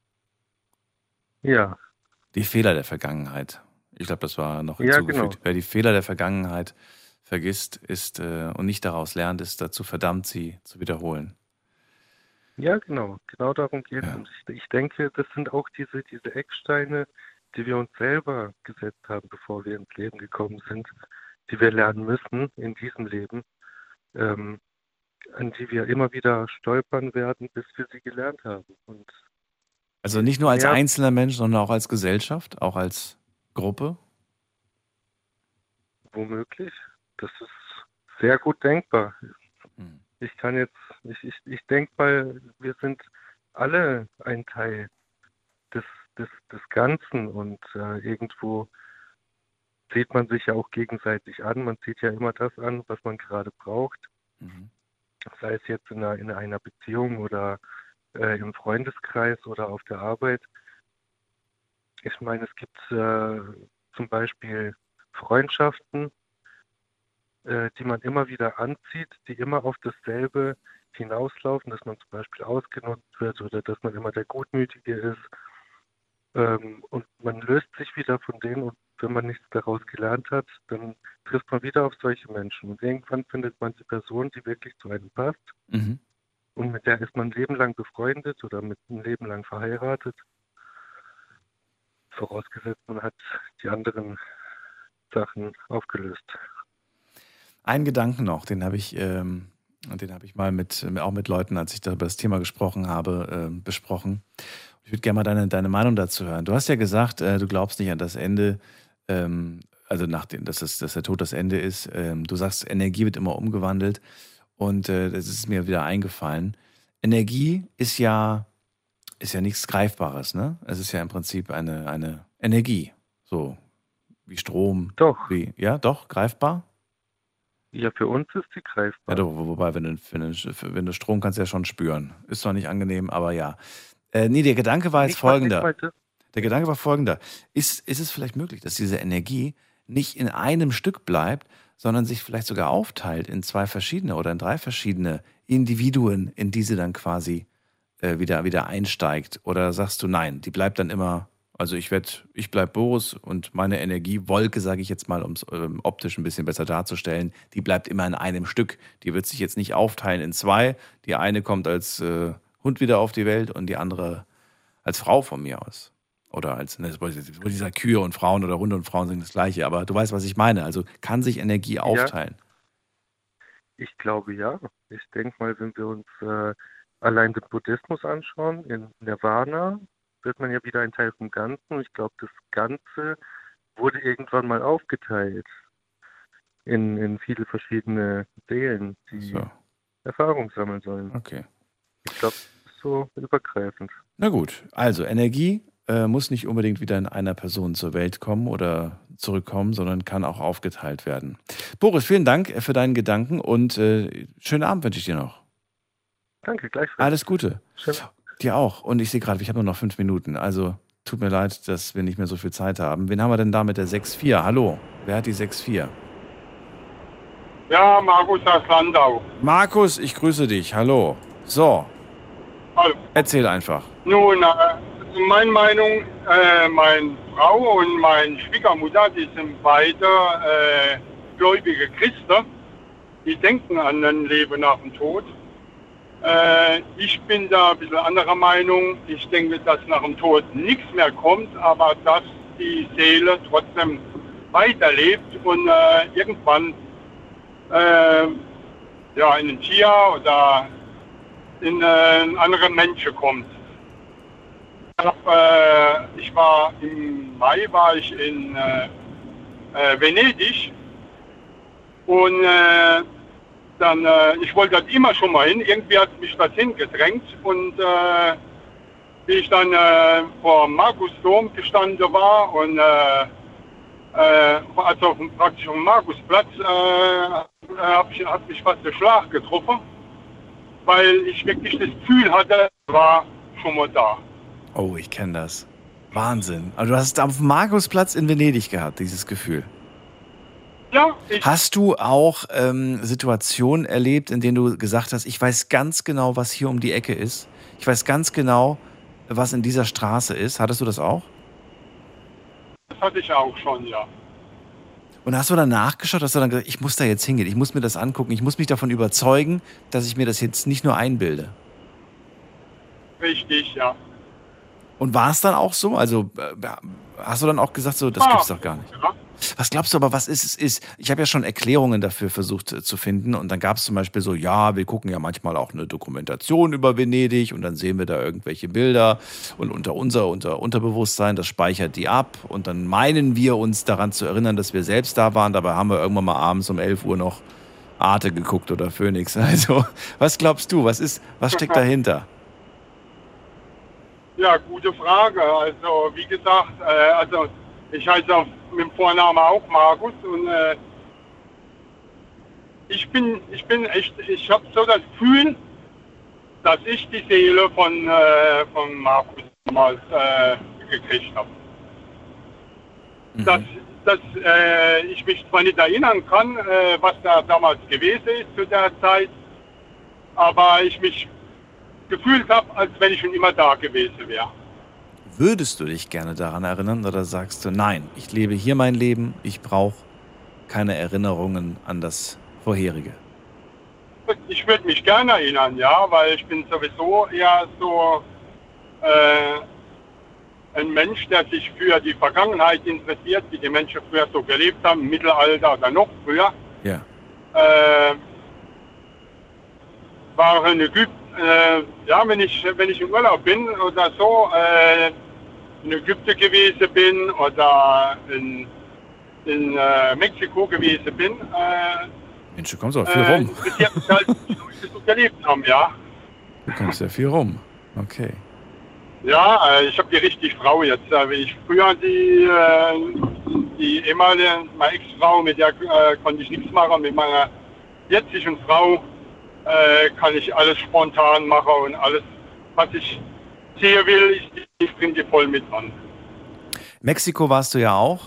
Ja. Die Fehler der Vergangenheit. Ich glaube, das war noch Ja, hinzugefügt. genau. Wer die Fehler der Vergangenheit vergisst ist äh, und nicht daraus lernt, ist dazu verdammt, sie zu wiederholen. Ja, genau. Genau darum geht es. Ja. Und ich, ich denke, das sind auch diese, diese Ecksteine, die wir uns selber gesetzt haben, bevor wir ins Leben gekommen sind, die wir lernen müssen in diesem Leben, ähm, an die wir immer wieder stolpern werden, bis wir sie gelernt haben. Und Also nicht nur als ja, einzelner Mensch, sondern auch als Gesellschaft, auch als Gruppe. womöglich. Das ist sehr gut denkbar. Hm. Ich kann jetzt, ich, ich, ich denke mal, wir sind alle ein Teil des, des, des Ganzen und äh, irgendwo sieht man sich ja auch gegenseitig an. Man zieht ja immer das an, was man gerade braucht. Mhm. Sei es jetzt in einer, in einer Beziehung oder äh, im Freundeskreis oder auf der Arbeit. Ich meine, es gibt äh, zum Beispiel Freundschaften, äh, die man immer wieder anzieht, die immer auf dasselbe hinauslaufen, dass man zum Beispiel ausgenutzt wird oder dass man immer der Gutmütige ist. Ähm, und man löst sich wieder von denen und wenn man nichts daraus gelernt hat, dann trifft man wieder auf solche Menschen. Und irgendwann findet man die Person, die wirklich zu einem passt. Mhm. Und mit der ist man ein Leben lang befreundet oder mit ein Leben lang verheiratet. Vorausgesetzt, man hat die anderen Sachen aufgelöst. Einen Gedanken noch, den habe ich, ähm, den habe ich mal mit, auch mit Leuten, als ich da über das Thema gesprochen habe, äh, besprochen. Ich würde gerne mal deine, deine Meinung dazu hören. Du hast ja gesagt, äh, du glaubst nicht an das Ende, ähm, also nachdem, dass, es, dass der Tod das Ende ist. Ähm, du sagst, Energie wird immer umgewandelt und äh, das ist mir wieder eingefallen. Energie ist ja, ist ja nichts Greifbares, ne? Es ist ja im Prinzip eine, eine Energie, so wie Strom. Doch. Wie, ja, doch, greifbar? Ja, für uns ist sie Ja, greifbar. doch, wo- wobei, wenn du, wenn, du, wenn du Strom kannst du ja schon spüren. Ist zwar nicht angenehm, aber ja. Äh, nee, der Gedanke war jetzt Nicht mal, nicht folgender. mal das. Der Gedanke war folgender. Ist, ist es vielleicht möglich, dass diese Energie nicht in einem Stück bleibt, sondern sich vielleicht sogar aufteilt in zwei verschiedene oder in drei verschiedene Individuen, in die sie dann quasi äh, wieder, wieder einsteigt? Oder sagst du, nein, die bleibt dann immer, also ich werd, ich bleib Boris und meine Energiewolke, sage ich jetzt mal, um es ähm, optisch ein bisschen besser darzustellen, die bleibt immer in einem Stück. Die wird sich jetzt nicht aufteilen in zwei. Die eine kommt als äh, Hund wieder auf die Welt und die andere als Frau von mir aus. Oder als ne, dieser Kühe und Frauen oder Hunde und Frauen sind das Gleiche. Aber du weißt, was ich meine. Also kann sich Energie aufteilen. Ja, ich glaube ja. Ich denke mal, wenn wir uns äh, allein den Buddhismus anschauen, in Nirvana, wird man ja wieder ein Teil vom Ganzen. Ich glaube, das Ganze wurde irgendwann mal aufgeteilt in, in viele verschiedene Seelen, die so Erfahrung sammeln sollen. Okay. Ich glaube, das ist so übergreifend. Na gut, also Energie äh, muss nicht unbedingt wieder in einer Person zur Welt kommen oder zurückkommen, sondern kann auch aufgeteilt werden. Boris, vielen Dank für deinen Gedanken und äh, schönen Abend wünsche ich dir noch. Danke, gleichfalls. Alles Gute. Schön. Dir auch. Und ich sehe gerade, ich habe nur noch fünf Minuten. Also tut mir leid, dass wir nicht mehr so viel Zeit haben. Wen haben wir denn da mit der sechs vier? Hallo, wer hat die sechs vier? Ja, Markus aus Landau. Markus, ich grüße dich. Hallo. So. Hallo. Erzähl einfach. Nun, äh, meine Meinung, äh, meine Frau und meine Schwiegermutter, die sind beide äh, gläubige Christen. Die denken an ein Leben nach dem Tod. Äh, ich bin da ein bisschen anderer Meinung. Ich denke, dass nach dem Tod nichts mehr kommt, aber dass die Seele trotzdem weiterlebt und äh, irgendwann äh, ja, in ein Tier oder in äh, einen anderen Menschen kommt. Ich, hab, äh, ich war im Mai war ich in äh, äh, Venedig und äh, dann, äh, ich wollte dort immer schon mal hin, irgendwie hat mich das hingedrängt und äh, wie ich dann äh, vor dem Markusdom gestanden war und äh, äh, also praktisch auf dem Markusplatz, äh, hab ich, hat mich fast der Schlag getroffen, weil ich wirklich das Gefühl hatte, war schon mal da. Oh, ich kenne das. Wahnsinn. Aber du hast es auf dem Markusplatz in Venedig gehabt, dieses Gefühl. Ja, ich Hast du auch ähm, Situationen erlebt, in denen du gesagt hast, ich weiß ganz genau, was hier um die Ecke ist? Ich weiß ganz genau, was in dieser Straße ist. Hattest du das auch? Das hatte ich auch schon, ja. Und hast du dann nachgeschaut, hast du dann gesagt, ich muss da jetzt hingehen, ich muss mir das angucken, ich muss mich davon überzeugen, dass ich mir das jetzt nicht nur einbilde? Richtig, ja. Und war es dann auch so? Also äh, hast du dann auch gesagt, so, das Ja. gibt's doch gar nicht? Ja. Was glaubst du aber, was ist es ist? Ich habe ja schon Erklärungen dafür versucht äh, zu finden und dann gab es zum Beispiel so, ja, wir gucken ja manchmal auch eine Dokumentation über Venedig und dann sehen wir da irgendwelche Bilder und unter unser unter Unterbewusstsein, das speichert die ab und dann meinen wir uns daran zu erinnern, dass wir selbst da waren, dabei haben wir irgendwann mal abends um elf Uhr noch Arte geguckt oder Phoenix. Also, was glaubst du, was ist, was steckt dahinter? Ja, gute Frage. Also wie gesagt, äh, also ich heiße auf, mit dem Vornamen auch Markus und äh, ich bin, ich bin echt, ich habe so das Gefühl, dass ich die Seele von, äh, von Markus damals äh, gekriegt habe. Mhm. Dass, dass äh, ich mich zwar nicht erinnern kann, äh, was da damals gewesen ist zu der Zeit, aber ich mich gefühlt habe, als wenn ich schon immer da gewesen wäre. Würdest du dich gerne daran erinnern oder sagst du, nein, ich lebe hier mein Leben, ich brauche keine Erinnerungen an das Vorherige? Ich würde mich gerne erinnern, ja, weil ich bin sowieso eher so äh, ein Mensch, der sich für die Vergangenheit interessiert, wie die Menschen früher so gelebt haben, im Mittelalter oder noch früher. Ja. Äh, war in Ägypten, äh, ja, wenn ich, wenn ich im Urlaub bin oder so, äh, in Ägypten gewesen bin oder in, in äh, Mexiko gewesen bin, äh, Mensch, du kommst auch viel äh, rum. interessiert mich halt, wie die Leute so gelebt haben, ja. Du kommst ja viel rum. Okay. Ja, äh, ich habe die richtig Frau jetzt. Äh, wie ich früher die, äh, die ehemalige, meine Ex-Frau, mit der äh, konnte ich nichts machen. Mit meiner jetzigen Frau äh, kann ich alles spontan machen und alles, was ich sehen will, ich, ich bringe die voll mit an. Mexiko warst du ja auch?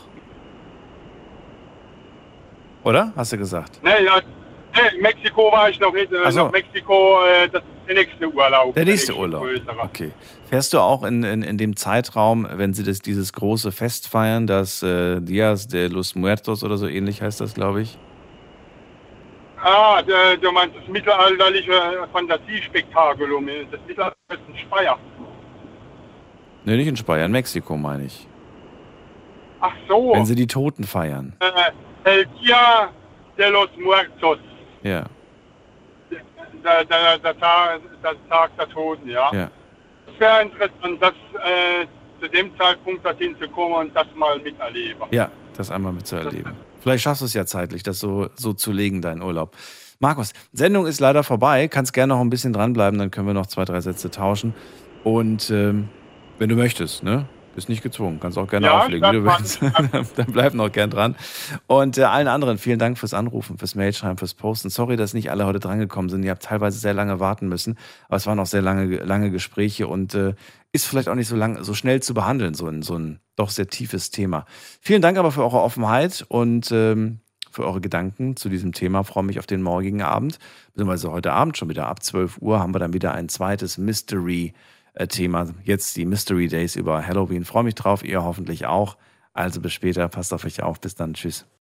Oder? Hast du gesagt? Ne, ja, ne, Mexiko war ich noch nicht. Äh, Ach so. Noch Mexiko, äh, das ist der nächste Urlaub. Der nächste nächste Urlaub. größere. Okay. Fährst du auch in, in, in dem Zeitraum, wenn sie das, dieses große Fest feiern, das äh, Dias de los Muertos oder so ähnlich heißt das, glaube ich? Ah, der, du meinst das mittelalterliche Fantasiespektakel, das Mittelalter ist in Speyer. Nee, nicht in Speyer, in Mexiko meine ich. Ach so. Wenn sie die Toten feiern. Äh, El Dia de los Muertos. Ja. Der, der, der, Tag, der Tag der Toten, ja. Ja. Das wäre interessant, das, äh, zu dem Zeitpunkt dorthin zu kommen und das mal miterleben. Ja, das einmal mitzuerleben. Vielleicht schaffst du es ja zeitlich, das so, so zu legen, deinen Urlaub. Markus, Sendung ist leider vorbei. Kannst gerne noch ein bisschen dranbleiben, dann können wir noch zwei, drei Sätze tauschen. Und ähm, wenn du möchtest, ne? Bist nicht gezwungen. Kannst auch gerne Ja, auflegen, wie du das willst. Dann bleib noch gern dran. Und äh, allen anderen, vielen Dank fürs Anrufen, fürs Mailschreiben, fürs Posten. Sorry, dass nicht alle heute drangekommen sind. Ihr habt teilweise sehr lange warten müssen. Aber es waren auch sehr lange, lange Gespräche und äh, ist vielleicht auch nicht so lang, so schnell zu behandeln, so ein, so ein doch sehr tiefes Thema. Vielen Dank aber für eure Offenheit und ähm, für eure Gedanken zu diesem Thema. Ich freue mich auf den morgigen Abend. Beziehungsweise heute Abend schon wieder ab zwölf Uhr haben wir dann wieder ein zweites Mystery Thema. Jetzt die Mystery Days über Halloween. Freue mich drauf, ihr hoffentlich auch. Also bis später, passt auf euch auf. Bis dann, tschüss.